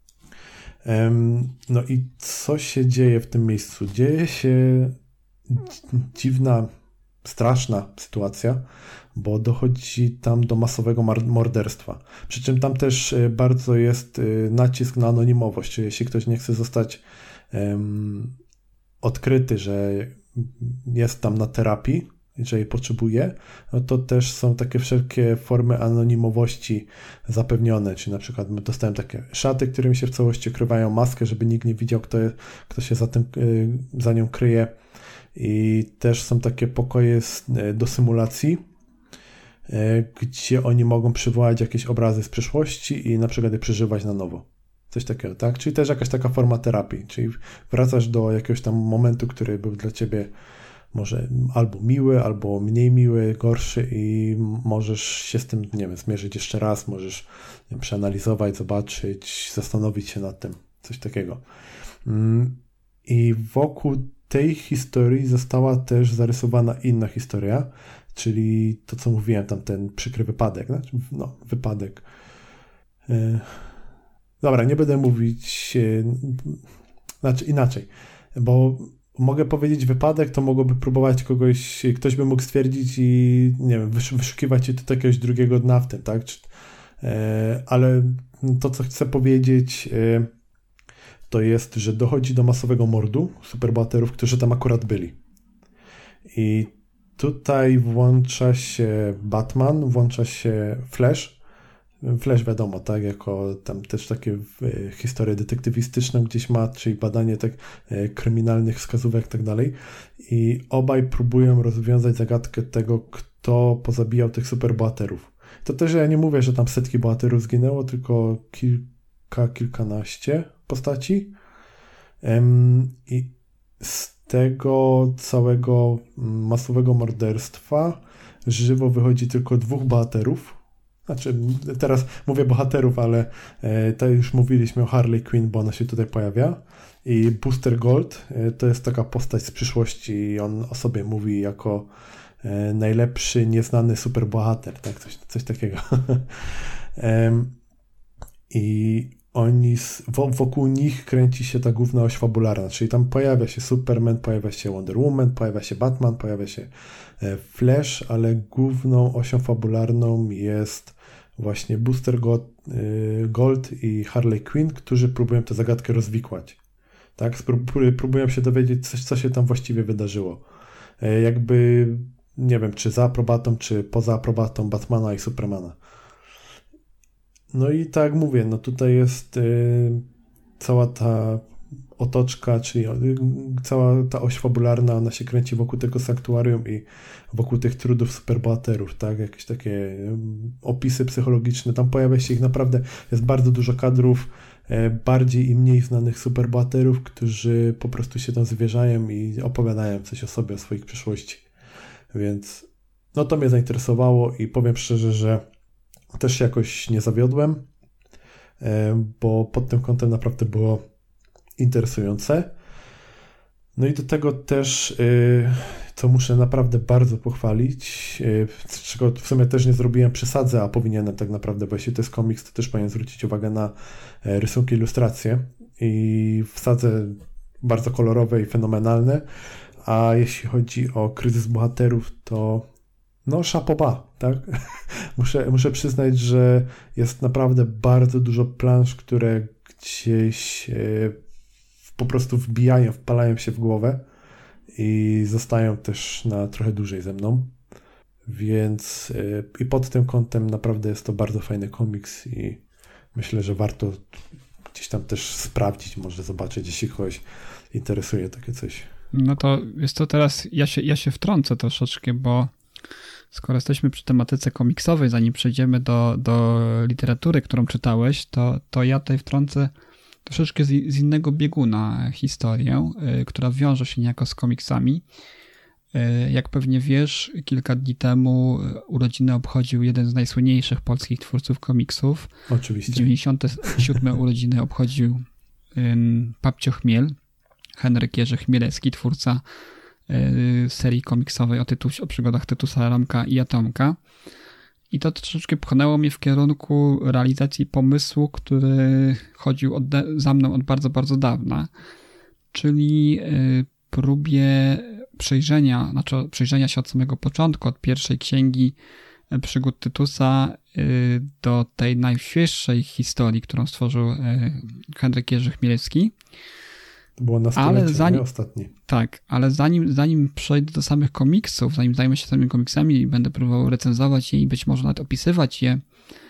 No i co się dzieje w tym miejscu? Dzieje się dziwna, straszna sytuacja, bo dochodzi tam do masowego morderstwa. Przy czym tam też bardzo jest nacisk na anonimowość, czyli jeśli ktoś nie chce zostać odkryty, że jest tam na terapii, że jej potrzebuje, no to też są takie wszelkie formy anonimowości zapewnione, czyli na przykład dostałem takie szaty, którymi się w całości okrywają, maskę, żeby nikt nie widział, kto się za nią kryje, i też są takie pokoje do symulacji, gdzie oni mogą przywołać jakieś obrazy z przeszłości i na przykład je przeżywać na nowo. Coś takiego, tak? Czyli też jakaś taka forma terapii, czyli wracasz do jakiegoś tam momentu, który był dla ciebie może albo miły, albo mniej miły, gorszy i możesz się z tym, nie wiem, zmierzyć jeszcze raz, możesz przeanalizować, zobaczyć, zastanowić się nad tym, coś takiego. I wokół tej historii została też zarysowana inna historia, czyli to, co mówiłem, tam ten przykry wypadek, wypadek. Dobra, nie będę mówić, inaczej, bo mogę powiedzieć wypadek, to mogłoby próbować ktoś by mógł stwierdzić i nie wiem, wyszukiwać się do jakiegoś drugiego dna w tym, tak? Ale to, co chcę powiedzieć, to jest, że dochodzi do masowego mordu superbohaterów, którzy tam akurat byli. I tutaj włącza się Batman, włącza się Flash. Flash wiadomo, tak, jako tam też takie historie detektywistyczne gdzieś ma, czyli badanie tak kryminalnych wskazówek i tak dalej. I obaj próbują rozwiązać zagadkę tego, kto pozabijał tych superbohaterów. To też ja nie mówię, że tam setki bohaterów zginęło, tylko kilkanaście postaci. I z tego całego masowego morderstwa żywo wychodzi tylko 2 bohaterów. Znaczy, teraz mówię bohaterów, ale to już mówiliśmy o Harley Quinn, bo ona się tutaj pojawia. I Booster Gold to jest taka postać z przyszłości i on o sobie mówi jako najlepszy nieznany superbohater, tak? Coś takiego. I oni, wokół nich kręci się ta główna oś fabularna, czyli tam pojawia się Superman, pojawia się Wonder Woman, pojawia się Batman, pojawia się Flash, ale główną osią fabularną jest właśnie Booster Gold i Harley Quinn, którzy próbują tę zagadkę rozwikłać. Tak? Próbują się dowiedzieć, co się tam właściwie wydarzyło. Jakby, nie wiem, czy za aprobatą, czy poza aprobatą Batmana i Supermana. No i tak jak mówię, no tutaj jest cała ta otoczka, czyli cała ta oś fabularna, ona się kręci wokół tego sanktuarium i wokół tych trudów superbohaterów, tak? Jakieś takie opisy psychologiczne, tam pojawia się ich naprawdę, jest bardzo dużo kadrów bardziej i mniej znanych superbohaterów, którzy po prostu się tam zwierzają i opowiadają coś o sobie, o swoich przyszłości. Więc no to mnie zainteresowało i powiem szczerze, że też się jakoś nie zawiodłem, bo pod tym kątem naprawdę było interesujące. No i do tego też, co muszę naprawdę bardzo pochwalić, czego w sumie też nie zrobiłem, przesadzę, a powinienem tak naprawdę, bo jeśli to jest komiks, to też powinien zwrócić uwagę na rysunki, ilustracje i wsadzę bardzo kolorowe i fenomenalne, a jeśli chodzi o kryzys bohaterów, to no chapeau bas, tak? Muszę przyznać, że jest naprawdę bardzo dużo plansz, które gdzieś po prostu wpalają się w głowę i zostają też na trochę dłużej ze mną. Więc i pod tym kątem naprawdę jest to bardzo fajny komiks i myślę, że warto gdzieś tam też sprawdzić, może zobaczyć, jeśli kogoś interesuje takie coś. No to jest to teraz, ja się wtrącę troszeczkę, bo skoro jesteśmy przy tematyce komiksowej, zanim przejdziemy do literatury, którą czytałeś, to ja tutaj wtrącę troszeczkę z innego bieguna historię, która wiąże się niejako z komiksami. Jak pewnie wiesz, kilka dni temu urodziny obchodził jeden z najsłynniejszych polskich twórców komiksów. Oczywiście. 97 urodziny obchodził Papcio Chmiel, Henryk Jerzy Chmielewski, twórca serii komiksowej o przygodach Tytusa, Romka i Atomka. I to troszeczkę pchnęło mnie w kierunku realizacji pomysłu, który chodził za mną od bardzo, bardzo dawna, czyli próbie przejrzenia się od samego początku, od pierwszej księgi przygód Tytusa do tej najświeższej historii, którą stworzył Henryk Jerzy Chmielewski. To było na stulecie, ostatni. Tak, ale zanim przejdę do samych komiksów, zanim zajmę się samymi komiksami i będę próbował recenzować je i być może nawet opisywać je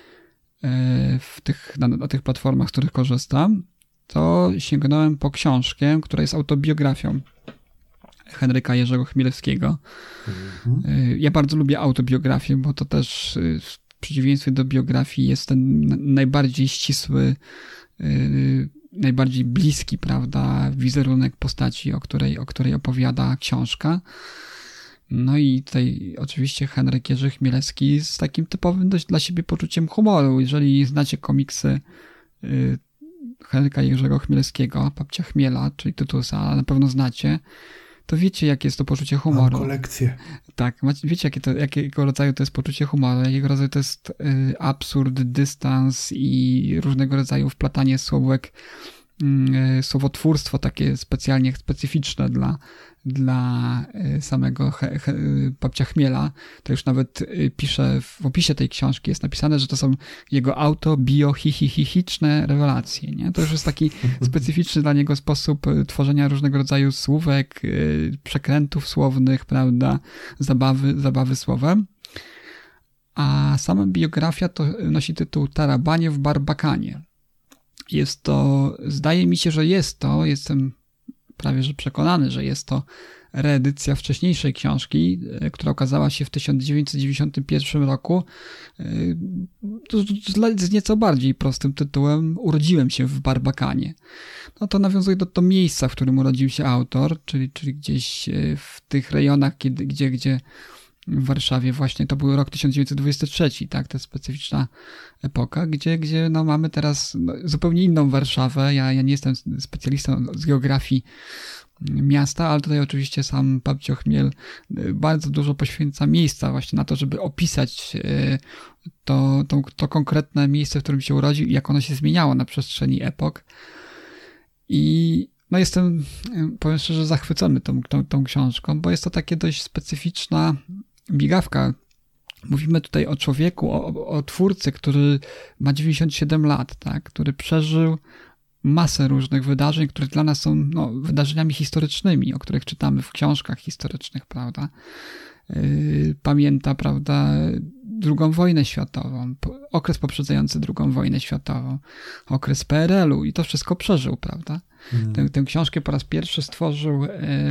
na tych platformach, z których korzystam, to sięgnąłem po książkę, która jest autobiografią Henryka Jerzego Chmielewskiego. Ja bardzo lubię autobiografię, bo to też w przeciwieństwie do biografii jest ten najbardziej ścisły, najbardziej bliski, prawda, wizerunek postaci, o której opowiada książka. No i tutaj oczywiście Henryk Jerzy Chmielewski z takim typowym dość dla siebie poczuciem humoru. Jeżeli znacie komiksy Henryka Jerzego Chmielewskiego, Papcia Chmiela, czyli Tytusa, ale na pewno znacie, to wiecie, jakie jest to poczucie humoru. Mam kolekcję. Tak, wiecie, jakiego rodzaju to jest poczucie humoru, jakiego rodzaju to jest absurd, dystans i różnego rodzaju wplatanie słówek, słowotwórstwo takie specjalnie specyficzne dla samego Papcia Chmiela. To już nawet pisze w opisie tej książki, jest napisane, że to są jego autobiohichichiczne rewelacje. Nie? To już jest taki specyficzny dla niego sposób tworzenia różnego rodzaju słówek, przekrętów słownych, prawda, zabawy słowem. A sama biografia to nosi tytuł Tarabanie w Barbakanie. Jest to, zdaje mi się, że jestem prawie że przekonany, że jest to reedycja wcześniejszej książki, która ukazała się w 1991 roku z nieco bardziej prostym tytułem Urodziłem się w Barbakanie. No to nawiązuje do miejsca, w którym urodził się autor, czyli gdzieś w tych rejonach, gdzie w Warszawie właśnie to był rok 1923, tak, to specyficzna epoka, gdzie no mamy teraz zupełnie inną Warszawę. Ja nie jestem specjalistą z geografii miasta, ale tutaj oczywiście sam Papcio Chmiel bardzo dużo poświęca miejsca właśnie na to, żeby opisać to konkretne miejsce, w którym się urodził i jak ono się zmieniało na przestrzeni epok. I no jestem, powiem szczerze, zachwycony tą książką, bo jest to takie dość specyficzna migawka. Mówimy tutaj o człowieku, o twórcy, który ma 97 lat, tak, który przeżył masę różnych wydarzeń, które dla nas są wydarzeniami historycznymi, o których czytamy w książkach historycznych, prawda. Pamięta, prawda, II wojnę światową, okres poprzedzający II wojnę światową, okres PRL-u i to wszystko przeżył, prawda. Tę książkę po raz pierwszy stworzył,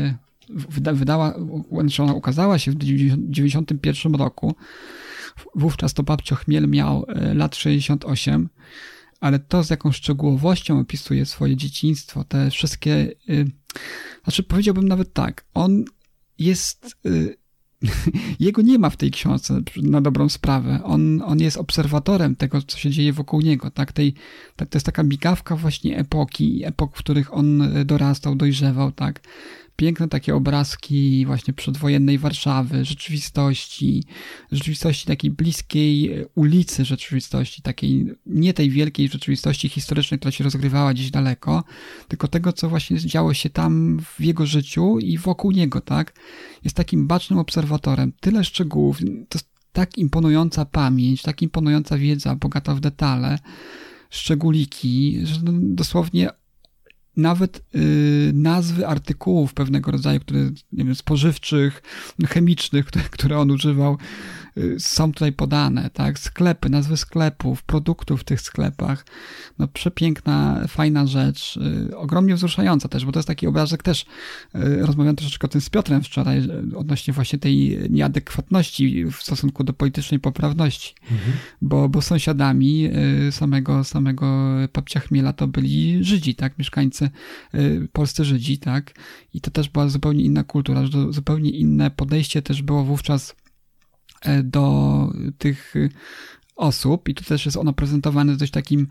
ona ukazała się w 1991 roku. Wówczas to Papcio Chmiel miał lat 68, ale to, z jaką szczegółowością opisuje swoje dzieciństwo, te wszystkie, powiedziałbym nawet tak, on jest, jego nie ma w tej książce na dobrą sprawę, on jest obserwatorem tego, co się dzieje wokół niego, tak, to jest taka migawka właśnie epok, w których on dorastał, dojrzewał, tak. piękne takie obrazki właśnie przedwojennej Warszawy, rzeczywistości takiej bliskiej ulicy rzeczywistości, takiej nie tej wielkiej rzeczywistości historycznej, która się rozgrywała gdzieś daleko, tylko tego, co właśnie działo się tam w jego życiu i wokół niego, tak? Jest takim bacznym obserwatorem. Tyle szczegółów, to jest tak imponująca pamięć, tak imponująca wiedza, bogata w detale, szczególiki, że dosłownie nawet nazwy artykułów pewnego rodzaju, które, nie wiem, spożywczych, chemicznych, które on używał, są tutaj podane, tak? Sklepy, nazwy sklepów, produktów w tych sklepach. No przepiękna, fajna rzecz, ogromnie wzruszająca też, bo to jest taki obrazek też, rozmawiałem troszeczkę o tym z Piotrem wczoraj, odnośnie właśnie tej nieadekwatności w stosunku do politycznej poprawności, bo sąsiadami samego Papcia Chmiela to byli Żydzi, tak? Mieszkańcy, polscy Żydzi, tak? I to też była zupełnie inna kultura, zupełnie inne podejście też było wówczas do tych osób i tu też jest ono prezentowane z dość takim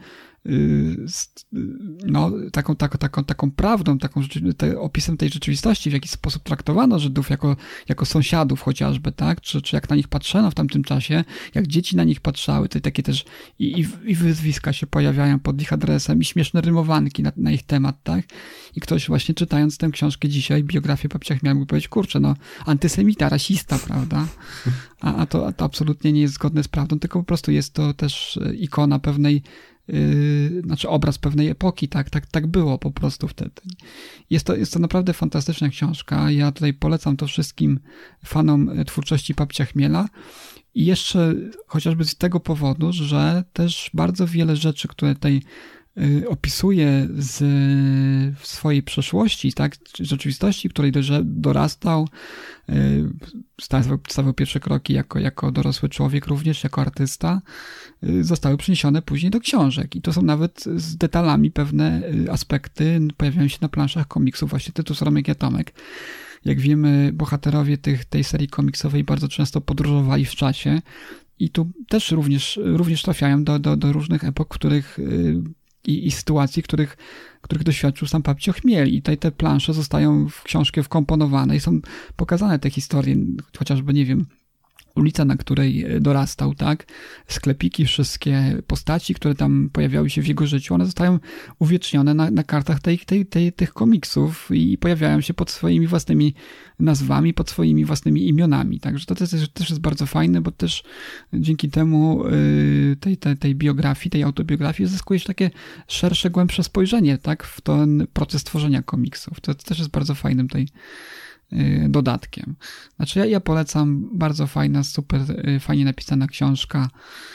no, taką prawdą, opisem tej rzeczywistości, w jaki sposób traktowano Żydów jako sąsiadów chociażby, tak? Czy jak na nich patrzono w tamtym czasie, jak dzieci na nich patrzały, to takie też i wyzwiska się pojawiają pod ich adresem i śmieszne rymowanki na ich temat, tak? I ktoś właśnie czytając tę książkę dzisiaj, biografię Papcia Chmiela, mógł powiedzieć, kurczę, no antysemita, rasista, prawda? A to absolutnie nie jest zgodne z prawdą, tylko po prostu jest to też ikona pewnej obraz pewnej epoki, tak było po prostu wtedy. Jest to naprawdę fantastyczna książka. Ja tutaj polecam to wszystkim fanom twórczości Papcia Chmiela i jeszcze chociażby z tego powodu, że też bardzo wiele rzeczy, które tutaj opisuje w swojej przeszłości, tak, rzeczywistości, w której dorastał, stawiał pierwsze kroki jako dorosły człowiek, również jako artysta, zostały przeniesione później do książek. I to są nawet z detalami pewne aspekty, pojawiają się na planszach komiksów, właśnie Tytus, Romek i Atomek. Jak wiemy, bohaterowie tej serii komiksowej bardzo często podróżowali w czasie i tu też również trafiają do różnych epok, w których i sytuacji, których doświadczył sam Papcio Chmiel. I te plansze zostają w książkę wkomponowane i są pokazane te historie, chociażby, nie wiem, ulica, na której dorastał, tak? Sklepiki, wszystkie postaci, które tam pojawiały się w jego życiu, one zostają uwiecznione na kartach tych komiksów i pojawiają się pod swoimi własnymi nazwami, pod swoimi własnymi imionami. Także to też jest bardzo fajne, bo też dzięki temu tej biografii, tej autobiografii zyskuje się takie szersze, głębsze spojrzenie, tak? W ten proces tworzenia komiksów. To też jest bardzo fajnym dodatkiem. Znaczy ja polecam, bardzo fajna, super fajnie napisana książka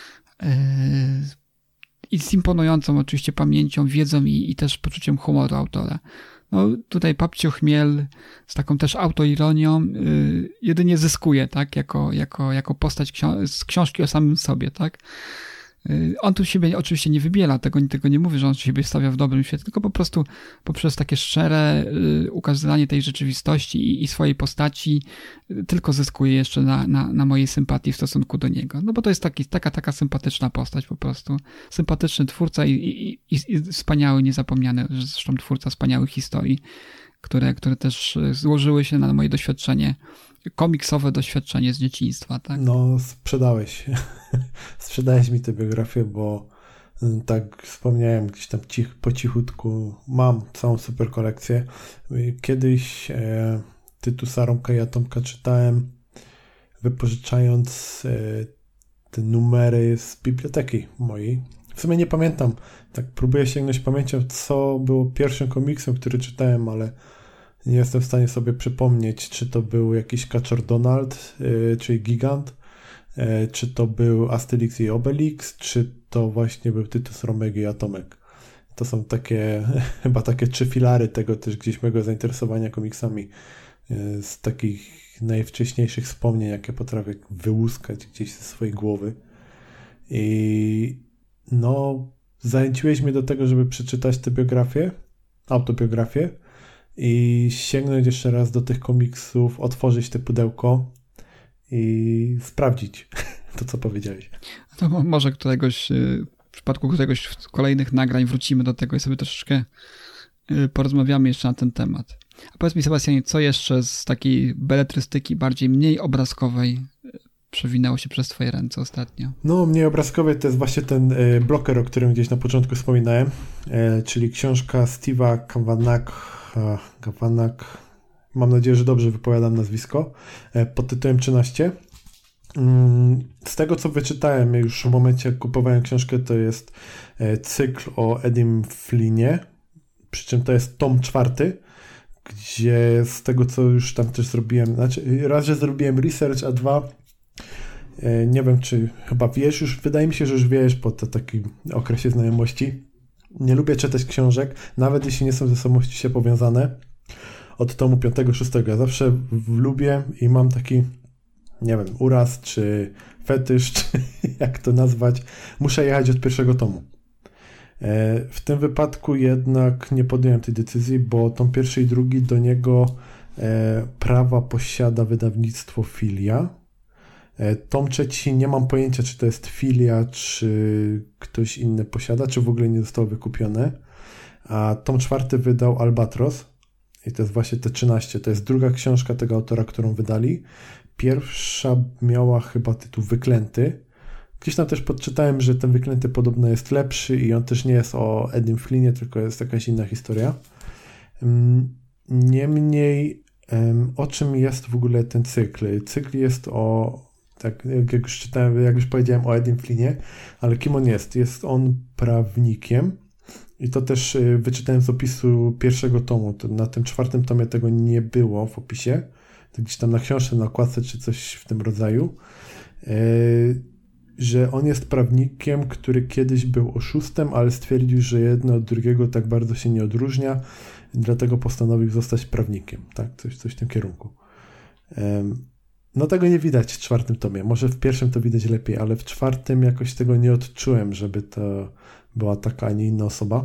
i z imponującą oczywiście pamięcią, wiedzą i też poczuciem humoru autora. No tutaj Papcio Chmiel z taką też autoironią jedynie zyskuje, tak, jako postać z książki o samym sobie, tak. On tu siebie oczywiście nie wybiela, tego nie mówi, że on siebie stawia w dobrym świetle, tylko po prostu poprzez takie szczere ukazywanie tej rzeczywistości i swojej postaci tylko zyskuje jeszcze na mojej sympatii w stosunku do niego. No bo to jest taka sympatyczna postać po prostu. Sympatyczny twórca i wspaniały, niezapomniany zresztą twórca wspaniałych historii, które też złożyły się na moje doświadczenie, komiksowe doświadczenie z dzieciństwa, tak? No, sprzedałeś mi tę biografię, bo tak wspomniałem gdzieś tam po cichutku, mam całą super kolekcję. Kiedyś Tytusa, Romka i Atomka czytałem, wypożyczając te numery z biblioteki mojej. W sumie nie pamiętam, tak próbuję sięgnąć pamięcią, co było pierwszym komiksem, który czytałem, ale nie jestem w stanie sobie przypomnieć, czy to był jakiś Kaczor Donald, czyli Gigant, czy to był Asterix i Obelix, czy to właśnie był Tytus, Romek i Atomek. To są chyba takie 3 filary tego też gdzieś mojego zainteresowania komiksami, z takich najwcześniejszych wspomnień, jakie potrafię wyłuskać gdzieś ze swojej głowy. I no, zachęciłeś mnie do tego, żeby przeczytać tę autobiografię i sięgnąć jeszcze raz do tych komiksów, otworzyć te pudełko i sprawdzić to, co powiedziałeś. To może w przypadku któregoś z kolejnych nagrań wrócimy do tego i sobie troszeczkę porozmawiamy jeszcze na ten temat. A powiedz mi, Sebastianie, co jeszcze z takiej beletrystyki bardziej mniej obrazkowej przewinęło się przez twoje ręce ostatnio? No, mniej obrazkowej to jest właśnie ten bloker, o którym gdzieś na początku wspominałem, czyli książka Steve'a Kavanagh, mam nadzieję, że dobrze wypowiadam nazwisko, pod tytułem 13. Z tego, co wyczytałem już w momencie, jak kupowałem książkę, to jest cykl o Edim Flynnie, przy czym to jest tom 4, gdzie z tego, co już tam też zrobiłem, znaczy raz, że zrobiłem research, a dwa, nie wiem, czy chyba wiesz już, wydaje mi się, że już wiesz po takim okresie znajomości. Nie lubię czytać książek, nawet jeśli nie są ze sobą ściśle powiązane, od tomu 5-6. Ja zawsze lubię i mam taki, nie wiem, uraz, czy fetysz, czy jak to nazwać, muszę jechać od pierwszego tomu. W tym wypadku jednak nie podjąłem tej decyzji, bo tom 1 i 2 do niego prawa posiada wydawnictwo Filia. Tom 3 nie mam pojęcia, czy to jest Filia, czy ktoś inny posiada, czy w ogóle nie zostało wykupione. A tom 4 wydał Albatros i to jest właśnie te 13. To jest druga książka tego autora, którą wydali. Pierwsza miała chyba tytuł Wyklęty. Gdzieś tam też podczytałem, że ten Wyklęty podobno jest lepszy i on też nie jest o Edim Flynnie, tylko jest jakaś inna historia. Niemniej, o czym jest w ogóle ten cykl? Cykl jest o, tak jak już czytałem, jak już powiedziałem, o Edim Flynnie, ale kim on jest? Jest on prawnikiem i to też wyczytałem z opisu pierwszego tomu. Na tym 4 tomie tego nie było w opisie. To gdzieś tam na książce, na okładce czy coś w tym rodzaju. Że on jest prawnikiem, który kiedyś był oszustem, ale stwierdził, że jedno od drugiego tak bardzo się nie odróżnia, dlatego postanowił zostać prawnikiem. Tak? Coś w tym kierunku. No tego nie widać w 4 tomie. Może w 1 to widać lepiej, ale w 4 jakoś tego nie odczułem, żeby to była taka, a nie inna osoba.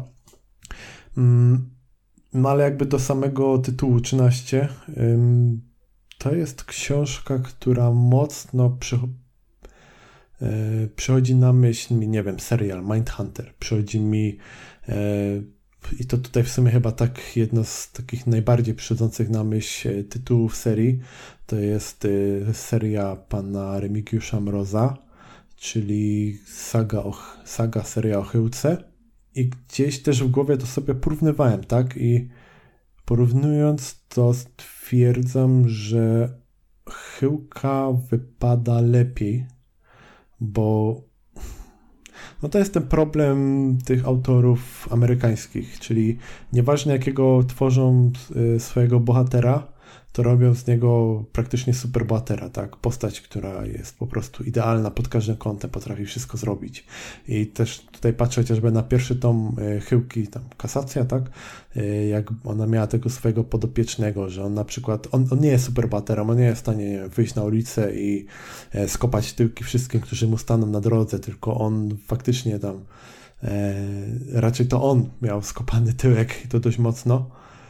No ale jakby do samego tytułu 13 to jest książka, która mocno przychodzi na myśl mi, nie wiem, serial Mindhunter. Przychodzi mi i to tutaj w sumie chyba tak jedno z takich najbardziej przychodzących na myśl tytułów serii to jest seria pana Remigiusza Mroza, czyli seria o Chyłce. I gdzieś też w głowie to sobie porównywałem, tak? I porównując to stwierdzam, że Chyłka wypada lepiej, bo no to jest ten problem tych autorów amerykańskich, czyli nieważne jakiego tworzą swojego bohatera, to robią z niego praktycznie superbohatera, tak? Postać, która jest po prostu idealna pod każdym kątem, potrafi wszystko zrobić. I też tutaj patrzę chociażby na pierwszy tom Chyłki, tam Kasacja, tak? Jak ona miała tego swojego podopiecznego, że on na przykład, on nie jest superbohaterem, on nie jest w stanie, nie wiem, wyjść na ulicę i skopać tyłki wszystkim, którzy mu staną na drodze, tylko on faktycznie tam raczej to on miał skopany tyłek i to dość mocno.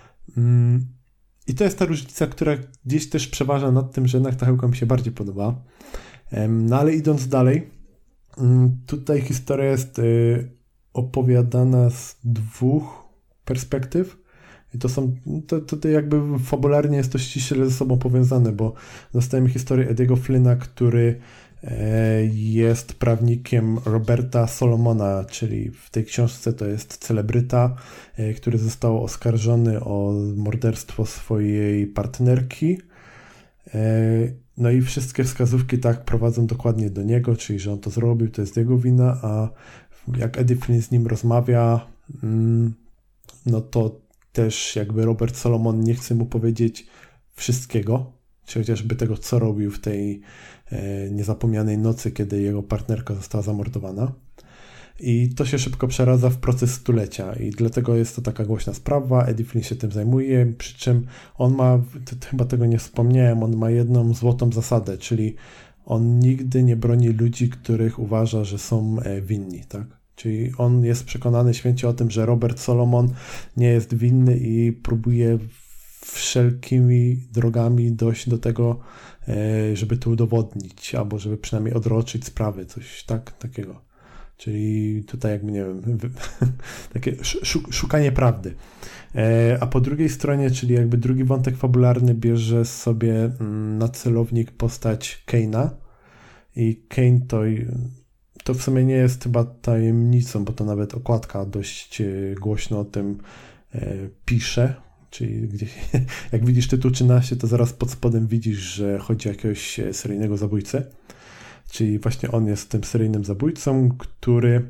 I to jest ta różnica, która gdzieś też przeważa nad tym, że jednak ta Chyłka mi się bardziej podoba. No ale idąc dalej, tutaj historia jest opowiadana z 2 perspektyw. I to jakby fabularnie jest to ściśle ze sobą powiązane, bo dostajemy historię Ediego Flynna, który jest prawnikiem Roberta Solomona, czyli w tej książce to jest celebryta, który został oskarżony o morderstwo swojej partnerki. No i wszystkie wskazówki tak prowadzą dokładnie do niego, czyli że on to zrobił, to jest jego wina, a jak Eddie Flynn z nim rozmawia, no to też jakby Robert Solomon nie chce mu powiedzieć wszystkiego, czy chociażby tego, co robił w tej niezapomnianej nocy, kiedy jego partnerka została zamordowana. I to się szybko przeradza w proces stulecia i dlatego jest to taka głośna sprawa. Eddie Flynn się tym zajmuje, przy czym on ma, chyba tego nie wspomniałem, on ma jedną złotą zasadę, czyli on nigdy nie broni ludzi, których uważa, że są winni, tak? Czyli on jest przekonany święcie o tym, że Robert Solomon nie jest winny i próbuje wszelkimi drogami dojść do tego, żeby to udowodnić, albo żeby przynajmniej odroczyć sprawy, coś takiego. Czyli tutaj jakby, nie wiem, takie szukanie prawdy. A po drugiej stronie, czyli jakby drugi wątek fabularny bierze sobie na celownik postać Kane'a i Kane to w sumie nie jest chyba tajemnicą, bo to nawet okładka dość głośno o tym pisze, czyli gdzieś, jak widzisz tytuł 13, to zaraz pod spodem widzisz, że chodzi o jakiegoś seryjnego zabójcę, czyli właśnie on jest tym seryjnym zabójcą, który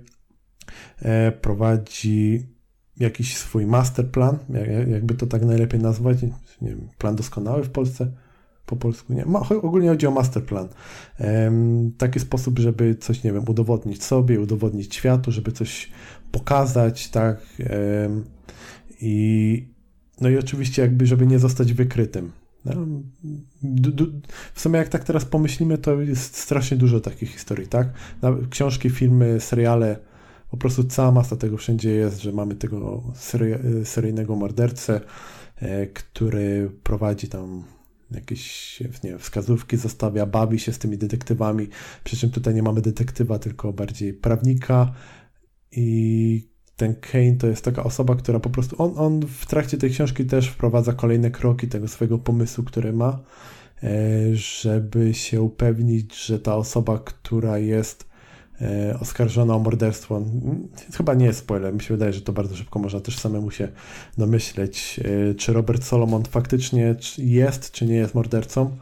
prowadzi jakiś swój masterplan, jakby to tak najlepiej nazwać, nie wiem, plan doskonały w Polsce, po polsku nie, ogólnie chodzi o masterplan. Taki sposób, żeby coś, nie wiem, udowodnić sobie, udowodnić światu, żeby coś pokazać, tak, no i oczywiście jakby, żeby nie zostać wykrytym. No, w sumie jak tak teraz pomyślimy, to jest strasznie dużo takich historii, tak? Książki, filmy, seriale, po prostu cała masa tego wszędzie jest, że mamy tego seryjnego mordercę, który prowadzi tam jakieś, nie wiem, wskazówki, zostawia, bawi się z tymi detektywami, przy czym tutaj nie mamy detektywa, tylko bardziej prawnika i ten Kane to jest taka osoba, która po prostu, on w trakcie tej książki też wprowadza kolejne kroki tego swojego pomysłu, który ma, żeby się upewnić, że ta osoba, która jest oskarżona o morderstwo, chyba nie jest spoiler, mi się wydaje, że to bardzo szybko można też samemu się domyśleć, czy Robert Solomon faktycznie jest, czy nie jest mordercą.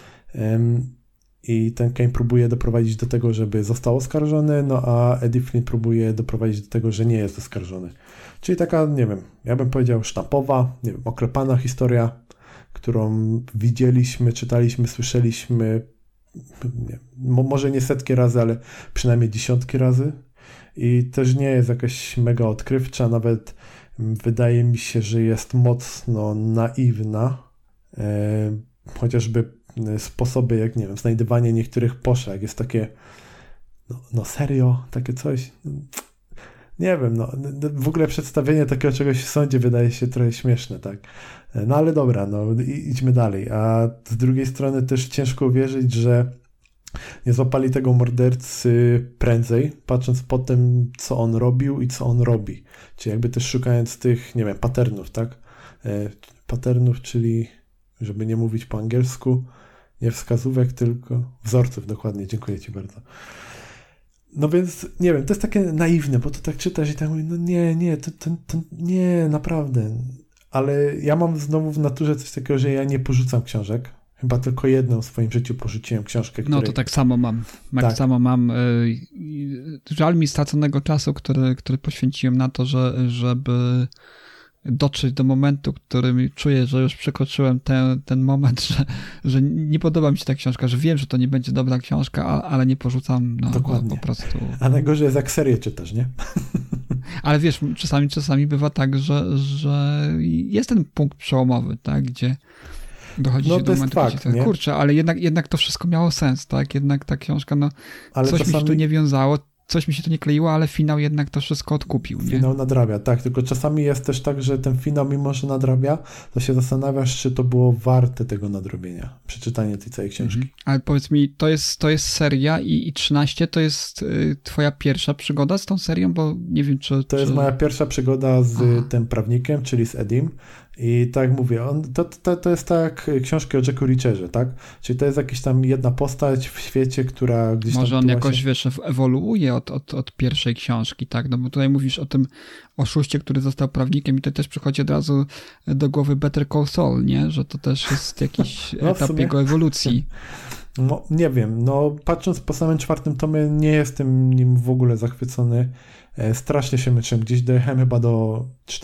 I ten Kane próbuje doprowadzić do tego, żeby został oskarżony, no a Eddie Flynn próbuje doprowadzić do tego, że nie jest oskarżony. Czyli taka, nie wiem, ja bym powiedział sztampowa, nie wiem, oklepana historia, którą widzieliśmy, czytaliśmy, słyszeliśmy, nie, może nie setki razy, ale przynajmniej dziesiątki razy. I też nie jest jakaś mega odkrywcza, nawet wydaje mi się, że jest mocno naiwna, chociażby sposoby, jak nie wiem, znajdywanie niektórych poszlak, jest takie no serio, takie coś, nie wiem, no w ogóle przedstawienie takiego czegoś w sądzie wydaje się trochę śmieszne, tak, no ale dobra, no idźmy dalej, a z drugiej strony też ciężko uwierzyć, że nie złapali tego mordercy prędzej, patrząc po tym, co on robił i co on robi, czyli jakby też szukając tych, nie wiem, patternów, tak, patternów, czyli żeby nie mówić po angielsku, nie wskazówek, tylko wzorców, dokładnie, dziękuję Ci bardzo. No więc, nie wiem, to jest takie naiwne, bo to tak czytasz i tak mówisz, no nie, to nie, naprawdę. Ale ja mam znowu w naturze coś takiego, że ja nie porzucam książek. Chyba tylko jedną w swoim życiu porzuciłem książkę. No to tak samo mam. Tak samo mam. Żal mi straconego czasu, który poświęciłem na to, żeby dotrzeć do momentu, którym czuję, że już przekroczyłem ten moment, że nie podoba mi się ta książka, że wiem, że to nie będzie dobra książka, ale nie porzucam. No, dokładnie. Po prostu. A najgorzej jest, jak serię czytasz, nie? Ale wiesz, czasami bywa tak, że jest ten punkt przełomowy, tak, gdzie dochodzi się do momentu, gdzie kurczę, ale jednak to wszystko miało sens, tak? Jednak ta książka, no ale coś mi się tu nie wiązało, coś mi się tu nie kleiło, ale finał jednak to wszystko odkupił. Nie? Finał nadrabia, tak, tylko czasami jest też tak, że ten finał, mimo że nadrabia, to się zastanawiasz, czy to było warte tego nadrobienia, przeczytanie tej całej książki. Ale powiedz mi, to jest seria i 13 to jest twoja pierwsza przygoda z tą serią, bo nie wiem, czy... To jest moja pierwsza przygoda z tym prawnikiem, czyli z Edim. I tak jak mówię, to jest tak książki o Jacku Reacherze, tak? Czyli to jest jakaś tam jedna postać w świecie, która gdzieś tam... Może on jakoś, wiesz, ewoluuje od pierwszej książki, tak? No bo tutaj mówisz o tym oszuście, który został prawnikiem i to też przychodzi od razu do Better Call Saul, nie? Że to też jest jakiś etap jego ewolucji. No, nie wiem, no patrząc po samym 4. tomie, nie jestem nim w ogóle zachwycony. Strasznie się męczyłem. Gdzieś dojechałem chyba do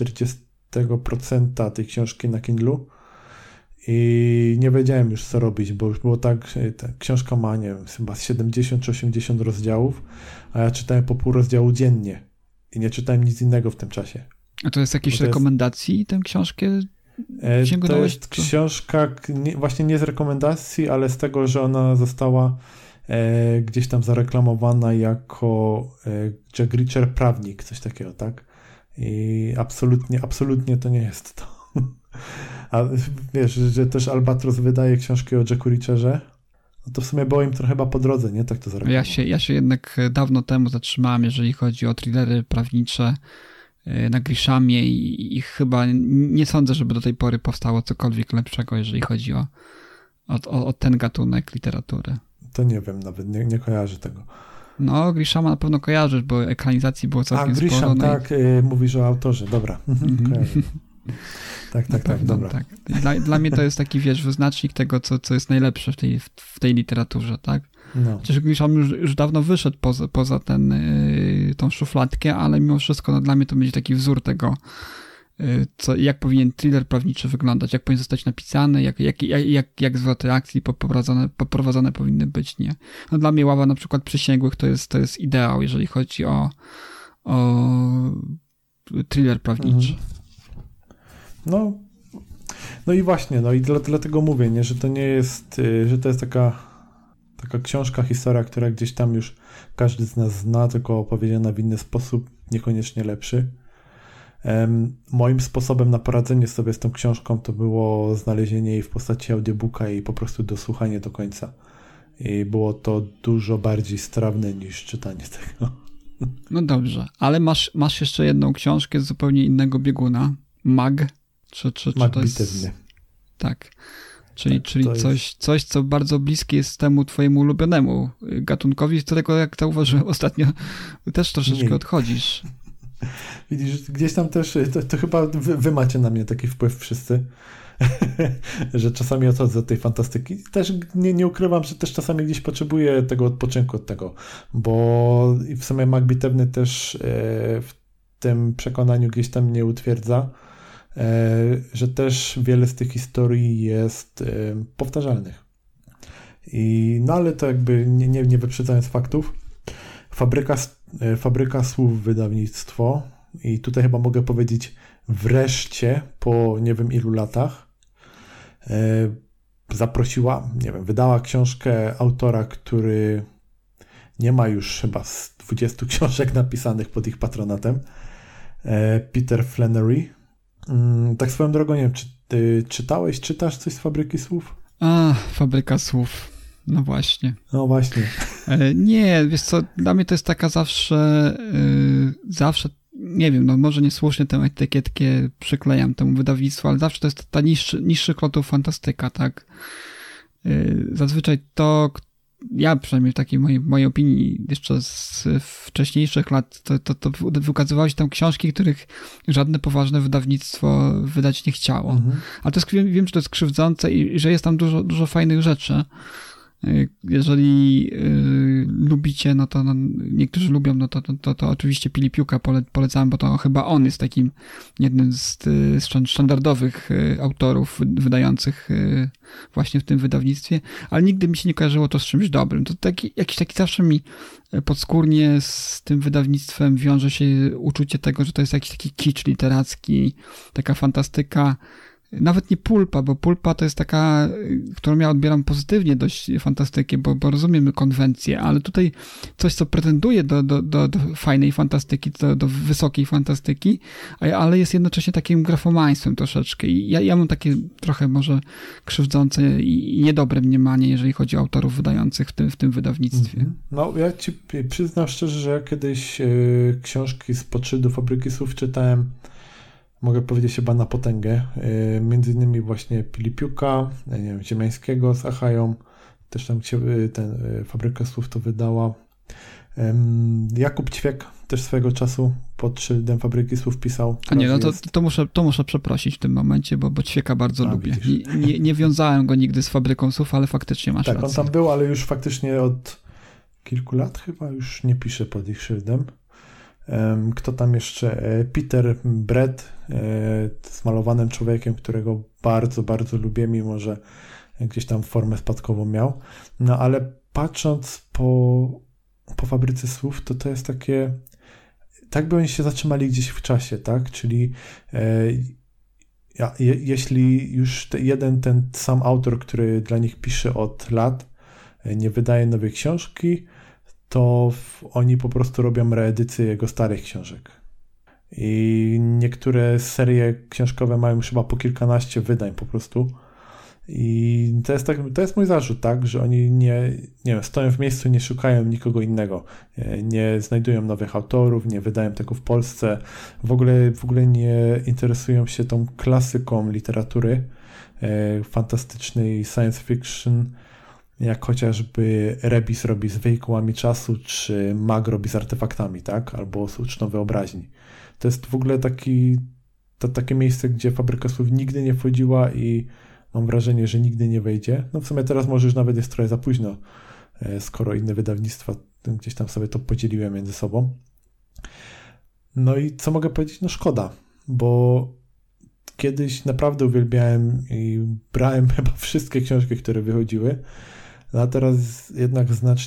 40% tej książki na Kindlu i nie wiedziałem już, co robić, bo już było tak, ta książka ma, nie wiem, chyba 70 czy 80 rozdziałów, a ja czytałem po pół rozdziału dziennie i nie czytałem nic innego w tym czasie. A to jest jakieś rekomendacji tę książkę? To jest książka właśnie nie z rekomendacji, ale z tego, że ona została gdzieś tam zareklamowana jako Jack Reacher prawnik, coś takiego, tak? I absolutnie to nie jest to. A wiesz, że też Albatros wydaje książki o Jacku Reacherze, No to w sumie było im trochę chyba po drodze, nie? Tak to zareagowało. Ja się jednak dawno temu zatrzymałem, jeżeli chodzi o thrillery prawnicze na Grishamie i chyba nie sądzę, żeby do tej pory powstało cokolwiek lepszego, jeżeli chodzi o ten gatunek literatury. To nie wiem nawet, nie kojarzę tego. No, Grishama na pewno kojarzysz, bo ekranizacji było całkiem sporo. Grisham, tak, mówisz o autorze, dobra. Kojarzę. Tak, dobra. Tak. Dla mnie to jest taki, wyznacznik tego, co jest najlepsze w tej literaturze, tak? No. Chociaż Grisham już dawno wyszedł poza tą szufladkę, ale mimo wszystko dla mnie to będzie taki wzór tego, jak powinien thriller prawniczy wyglądać, jak powinien zostać napisany, jak zwroty akcji poprowadzone powinny być, nie? No dla mnie Ława na przykład Przysięgłych to jest ideał, jeżeli chodzi o thriller prawniczy. No i właśnie, i dlatego mówię, nie, że to nie jest, że to jest taka książka, historia, która gdzieś tam już każdy z nas zna, tylko opowiedziana w inny sposób, niekoniecznie lepszy. Moim sposobem na poradzenie sobie z tą książką to było znalezienie jej w postaci audiobooka i po prostu dosłuchanie do końca. I było to dużo bardziej strawne niż czytanie tego. No dobrze, ale masz jeszcze jedną książkę z zupełnie innego bieguna. Mag? Czy to jest... Tak. Czyli coś, co bardzo bliskie jest temu twojemu ulubionemu gatunkowi, z którego, jak zauważyłem ostatnio, też troszeczkę odchodzisz. Widzisz, gdzieś tam też, to chyba wy macie na mnie taki wpływ wszyscy, że czasami odchodzę od tej fantastyki. Też nie ukrywam, że też czasami gdzieś potrzebuję tego odpoczynku od tego, bo w sumie Mag Bitewny też w tym przekonaniu gdzieś tam mnie utwierdza, że też wiele z tych historii jest powtarzalnych. Ale to jakby nie wyprzedzając faktów. Fabryka Słów wydawnictwo i tutaj chyba mogę powiedzieć wreszcie po nie wiem ilu latach zaprosiła, wydała książkę autora, który nie ma już chyba z 20 książek napisanych pod ich patronatem, Peter Flannery. Tak swoją drogą, nie wiem, czy ty czytasz coś z Fabryki Słów? Fabryka Słów. No właśnie. Nie, wiesz co, dla mnie to jest taka zawsze, nie wiem, może niesłusznie tę etykietkę przyklejam temu wydawnictwu, ale zawsze to jest ta niższych lotów fantastyka, tak? Zazwyczaj ja przynajmniej w takiej mojej opinii jeszcze z wcześniejszych lat to wykazywały się tam książki, których żadne poważne wydawnictwo wydać nie chciało. Ale to jest, wiem, że to jest krzywdzące i że jest tam dużo fajnych rzeczy. Jeżeli lubicie, niektórzy lubią, to oczywiście Pilipiuka polecam, bo to chyba on jest takim jednym z standardowych autorów wydających właśnie w tym wydawnictwie, ale nigdy mi się nie kojarzyło to z czymś dobrym. To jakiś taki zawsze mi podskórnie z tym wydawnictwem wiąże się uczucie tego, że to jest jakiś taki kicz literacki, taka fantastyka. Nawet nie pulpa, bo pulpa to jest taka, którą ja odbieram pozytywnie dość fantastykę, bo rozumiem konwencję, ale tutaj coś, co pretenduje do fajnej fantastyki, do wysokiej fantastyki, ale jest jednocześnie takim grafomaństwem troszeczkę. I ja mam takie trochę może krzywdzące i niedobre mniemanie, jeżeli chodzi o autorów wydających w tym wydawnictwie. No, ja ci przyznam szczerze, że ja kiedyś książki z Podszyldu Fabryki Słów czytałem, mogę powiedzieć chyba na potęgę. Między innymi właśnie Pilipiuka, Ziemiańskiego z Achają, też tam Fabryka Słów to wydała. Jakub Ćwiek też swego czasu pod szyldem Fabryki Słów pisał. A nie, to muszę przeprosić w tym momencie, bo Ćwieka bardzo lubię. Nie wiązałem go nigdy z Fabryką Słów, ale faktycznie masz rację. Tak, on tam był, ale już faktycznie od kilku lat chyba już nie pisze pod ich szyldem. Kto tam jeszcze? Peter Brett, zmalowanym człowiekiem, którego bardzo, bardzo lubię, mimo że gdzieś tam formę spadkową miał. No ale patrząc po Fabryce Słów, to jest takie, tak by oni się zatrzymali gdzieś w czasie, tak? Czyli jeśli już ten sam autor, który dla nich pisze od lat, nie wydaje nowej książki, to oni po prostu robią reedycję jego starych książek. I niektóre serie książkowe mają już chyba po kilkanaście wydań po prostu. I to jest mój zarzut, tak, że oni nie wiem, stoją w miejscu, nie szukają nikogo innego, nie znajdują nowych autorów, nie wydają tego w Polsce, w ogóle nie interesują się tą klasyką literatury fantastycznej science fiction, jak chociażby Rebis robi z wehikułami czasu, czy Mag robi z artefaktami, tak, albo z uczną wyobraźni. To jest w ogóle takie miejsce, gdzie Fabryka Słów nigdy nie wchodziła i mam wrażenie, że nigdy nie wejdzie. No w sumie teraz może już nawet jest trochę za późno, skoro inne wydawnictwa gdzieś tam sobie to podzieliły między sobą. No i co mogę powiedzieć? No szkoda, bo kiedyś naprawdę uwielbiałem i brałem chyba wszystkie książki, które wychodziły, a teraz jednak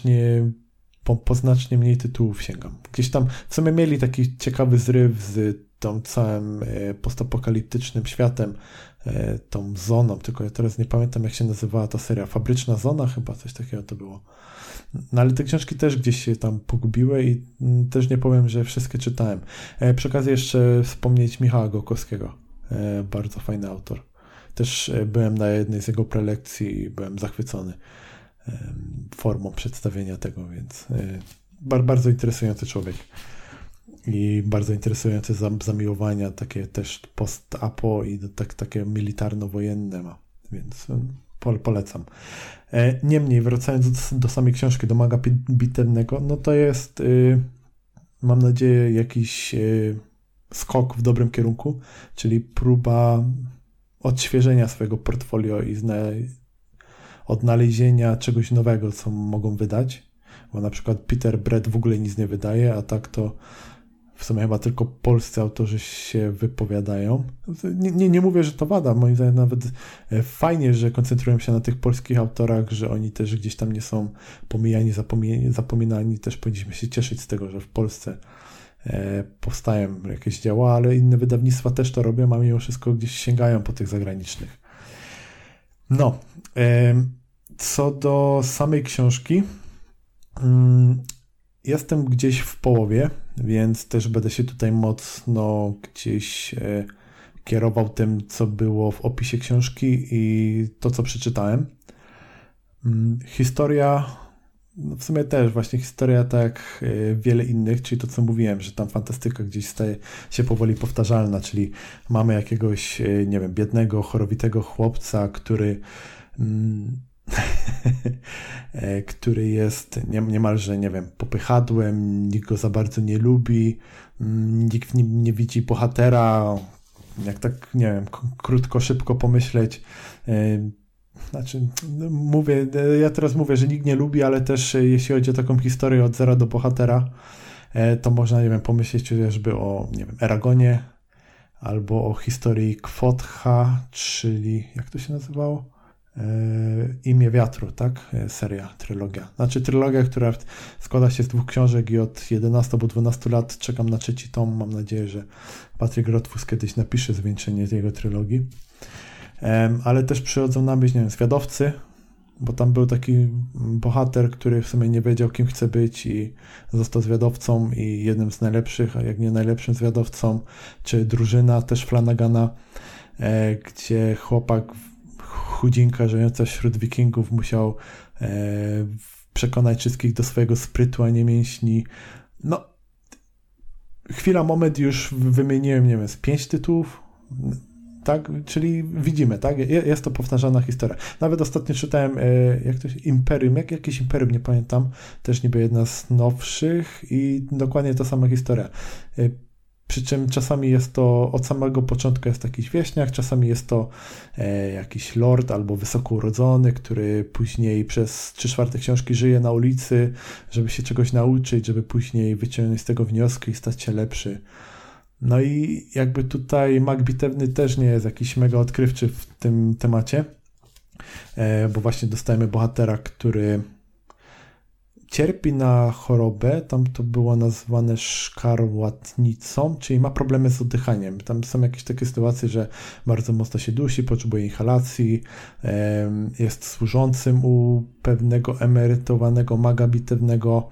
po znacznie mniej tytułów sięgam. Gdzieś tam w sumie mieli taki ciekawy zryw z tą całym postapokaliptycznym światem, tą zoną, tylko ja teraz nie pamiętam, jak się nazywała ta seria. Fabryczna Zona chyba, coś takiego to było. No ale te książki też gdzieś się tam pogubiły i też nie powiem, że wszystkie czytałem. Przy okazji jeszcze wspomnieć Michała Gołkowskiego. Bardzo fajny autor. Też byłem na jednej z jego prelekcji i byłem zachwycony formą przedstawienia tego, więc bardzo interesujący człowiek i bardzo interesujące zamiłowania, takie też post-apo i takie militarno-wojenne ma, więc polecam. Niemniej, wracając do samej książki, do maga bitewnego, no to jest, mam nadzieję, jakiś skok w dobrym kierunku, czyli próba odświeżenia swojego portfolio i odnalezienia czegoś nowego, co mogą wydać, bo na przykład Peter Brett w ogóle nic nie wydaje, a tak to w sumie chyba tylko polscy autorzy się wypowiadają. Nie mówię, że to wada, moim zdaniem nawet fajnie, że koncentrują się na tych polskich autorach, że oni też gdzieś tam nie są pomijani, zapominani, też powinniśmy się cieszyć z tego, że w Polsce powstają jakieś dzieła, ale inne wydawnictwa też to robią, a mimo wszystko gdzieś sięgają po tych zagranicznych. No, co do samej książki, jestem gdzieś w połowie, więc też będę się tutaj mocno gdzieś kierował tym, co było w opisie książki i to, co przeczytałem. Historia, no w sumie też właśnie historia tak jak wiele innych, czyli to, co mówiłem, że tam fantastyka gdzieś staje się powoli powtarzalna, czyli mamy jakiegoś, nie wiem, biednego, chorowitego chłopca, który jest niemalże, nie wiem, popychadłem, nikt go za bardzo nie lubi, nikt w nim nie widzi bohatera, jak tak, nie wiem, krótko, szybko pomyśleć, znaczy, ja teraz mówię, że nikt nie lubi, ale też jeśli chodzi o taką historię od zera do bohatera, to można, nie wiem, pomyśleć chociażby o, nie wiem, Eragonie, albo o historii Kwotha, czyli, jak to się nazywało? Imię Wiatru, tak? Seria, trylogia. Znaczy trylogia, która składa się z 2 książek i od 11 albo 12 lat czekam na 3. tom. Mam nadzieję, że Patryk Rothfuss kiedyś napisze zwieńczenie tej jego trylogii. Ale też przychodzą na myśl, nie wiem, Zwiadowcy, bo tam był taki bohater, który w sumie nie wiedział, kim chce być i został zwiadowcą i jednym z najlepszych, a jak nie najlepszym zwiadowcą, czy Drużyna też Flanagana, gdzie chłopak chudzinka żyjąca wśród wikingów musiał przekonać wszystkich do swojego sprytu, a nie mięśni. No, chwila, moment, już wymieniłem, nie wiem, z 5 tytułów, tak? Czyli widzimy, tak? Jest to powtarzana historia. Nawet ostatnio czytałem Imperium, jakieś Imperium, nie pamiętam, też niby jedna z nowszych i dokładnie ta sama historia. Przy czym czasami jest to od samego początku jest jakiś wieśniak, czasami jest to jakiś lord albo wysoko urodzony, który później przez 3/4 książki żyje na ulicy, żeby się czegoś nauczyć, żeby później wyciągnąć z tego wnioski i stać się lepszy. No i jakby tutaj mag bitewny też nie jest jakiś mega odkrywczy w tym temacie, bo właśnie dostajemy bohatera, który cierpi na chorobę, tam to było nazwane szkarłatnicą, czyli ma problemy z oddychaniem. Tam są jakieś takie sytuacje, że bardzo mocno się dusi, potrzebuje inhalacji, jest służącym u pewnego emerytowanego maga bitewnego,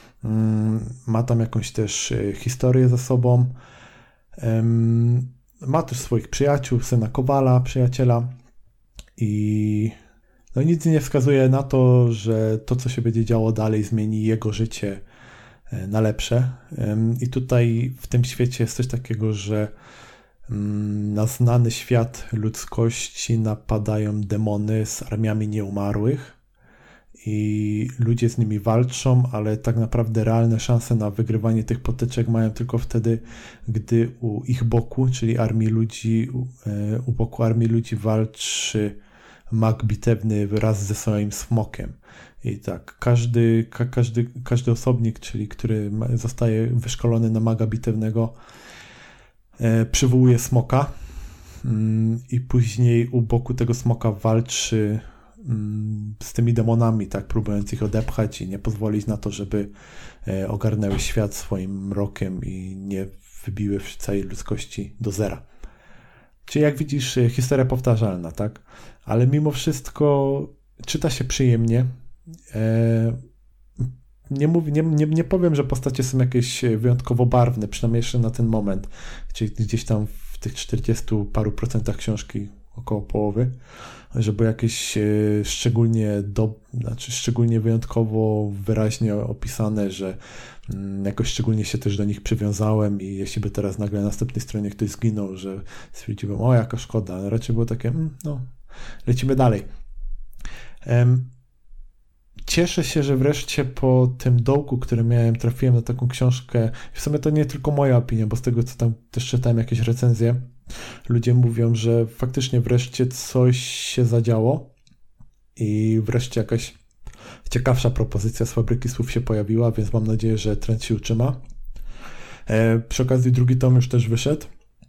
ma tam jakąś też historię za sobą, ma też swoich przyjaciół, syna Kowala, przyjaciela i no nic nie wskazuje na to, że to, co się będzie działo dalej, zmieni jego życie na lepsze. I tutaj w tym świecie jest coś takiego, że na znany świat ludzkości napadają demony z armiami nieumarłych i ludzie z nimi walczą, ale tak naprawdę realne szanse na wygrywanie tych potyczek mają tylko wtedy, gdy u ich boku, czyli u boku armii ludzi walczy mag bitewny wraz ze swoim smokiem. I tak, każdy osobnik, czyli który zostaje wyszkolony na maga bitewnego, przywołuje smoka i później u boku tego smoka walczy z tymi demonami, tak, próbując ich odepchać i nie pozwolić na to, żeby ogarnęły świat swoim mrokiem i nie wybiły całej ludzkości do zera. Czyli jak widzisz, historia powtarzalna, tak? Ale mimo wszystko czyta się przyjemnie. Nie powiem, że postacie są jakieś wyjątkowo barwne, przynajmniej jeszcze na ten moment, czyli gdzieś tam w tych 40 paru procentach książki, około połowy, że były jakieś szczególnie wyjątkowo wyraźnie opisane, że jakoś szczególnie się też do nich przywiązałem i jeśli by teraz nagle na następnej stronie ktoś zginął, że stwierdziłem, o jaka szkoda, ale raczej było takie, no, lecimy dalej. Cieszę się, że wreszcie po tym dołku, który miałem, trafiłem na taką książkę. W sumie to nie tylko moja opinia, bo z tego, co tam też czytałem jakieś recenzje, ludzie mówią, że faktycznie wreszcie coś się zadziało i wreszcie jakaś ciekawsza propozycja z Fabryki Słów się pojawiła, więc mam nadzieję, że trend się utrzyma. Przy okazji drugi tom już też wyszedł.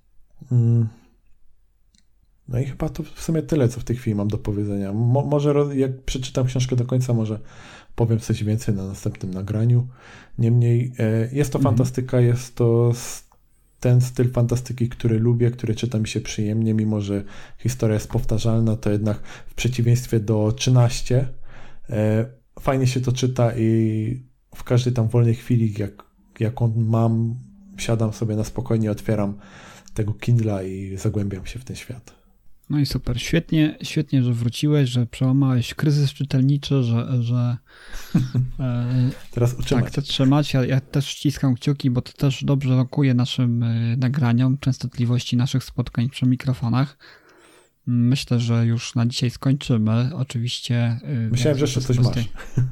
No i chyba to w sumie tyle, co w tej chwili mam do powiedzenia. Może jak przeczytam książkę do końca, może powiem coś więcej na następnym nagraniu. Niemniej jest to fantastyka, jest to ten styl fantastyki, który lubię, który czyta mi się przyjemnie, mimo że historia jest powtarzalna, to jednak w przeciwieństwie do 13 fajnie się to czyta i w każdej tam wolnej chwili, jaką mam, siadam sobie na spokojnie, otwieram tego Kindla i zagłębiam się w ten świat. No i super, świetnie, że wróciłeś, że przełamałeś kryzys czytelniczy, że teraz utrzymać. Tak, to trzymać. Ja też ściskam kciuki, bo to też dobrze rokuje naszym nagraniom, częstotliwości naszych spotkań przy mikrofonach. Myślę, że już na dzisiaj skończymy. Oczywiście... Myślałem, że jeszcze coś masz.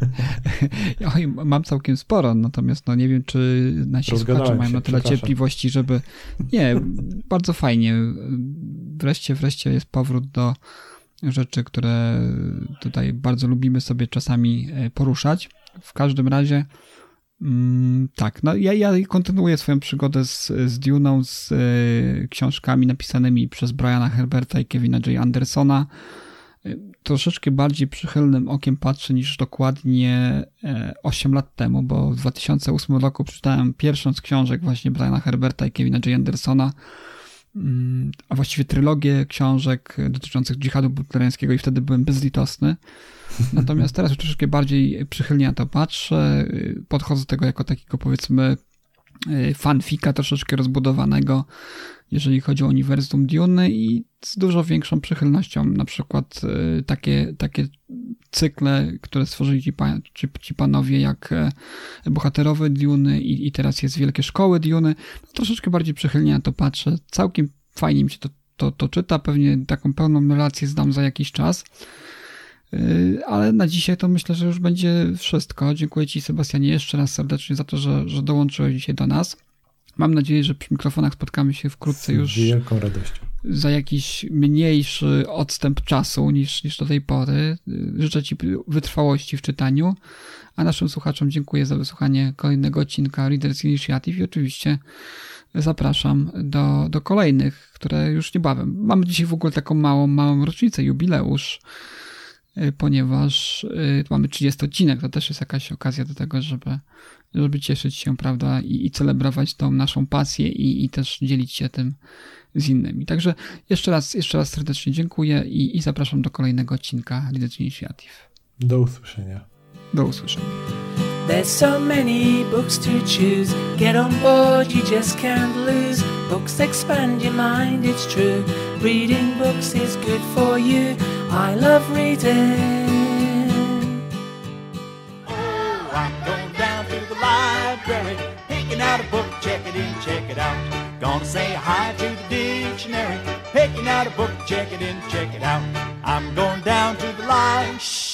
Oj, mam całkiem sporo, natomiast no nie wiem, czy nasi słuchacze mają na tyle cierpliwości, żeby... Nie, bardzo fajnie. Wreszcie jest powrót do rzeczy, które tutaj bardzo lubimy sobie czasami poruszać. W każdym razie tak, no ja kontynuuję swoją przygodę z Dune'ą, z książkami napisanymi przez Briana Herberta i Kevina J. Andersona. Troszeczkę bardziej przychylnym okiem patrzę niż dokładnie 8 lat temu, bo w 2008 roku przeczytałem pierwszą z książek właśnie Briana Herberta i Kevina J. Andersona, a właściwie trylogię książek dotyczących dżihadu butlerańskiego i wtedy byłem bezlitosny. Natomiast teraz już troszeczkę bardziej przychylnie na to patrzę. Podchodzę do tego jako takiego, powiedzmy, fanfika troszeczkę rozbudowanego, jeżeli chodzi o uniwersum Dune i z dużo większą przychylnością na przykład takie cykle, które stworzyli ci panowie jak bohaterowie Dune i teraz jest Wielkie Szkoły Dune. Troszeczkę bardziej przychylnie na to patrzę. Całkiem fajnie mi się to czyta. Pewnie taką pełną relację zdam za jakiś czas. Ale na dzisiaj to myślę, że już będzie wszystko. Dziękuję Ci, Sebastianie, jeszcze raz serdecznie za to, że dołączyłeś dzisiaj do nas. Mam nadzieję, że przy mikrofonach spotkamy się wkrótce już. Z wielką radością. Za jakiś mniejszy odstęp czasu niż do tej pory. Życzę Ci wytrwałości w czytaniu, a naszym słuchaczom dziękuję za wysłuchanie kolejnego odcinka Readers Initiative i oczywiście zapraszam do kolejnych, które już niebawem. Mamy dzisiaj w ogóle taką małą rocznicę, jubileusz, ponieważ mamy 30 odcinek. To też jest jakaś okazja do tego, żeby cieszyć się, prawda, i celebrować tą naszą pasję i też dzielić się tym z innymi. Także jeszcze raz serdecznie dziękuję i zapraszam do kolejnego odcinka Readers Initiative. Do usłyszenia. Do usłyszenia. There's so many books to choose. Get on board, you just can't lose. Books expand your mind, it's true. Reading books is good for you. I love reading. Oh, I'm going down to the library, picking out a book, check it in, check it out. Gonna say hi to the dictionary, picking out a book, check it in, check it out. I'm going down to the library.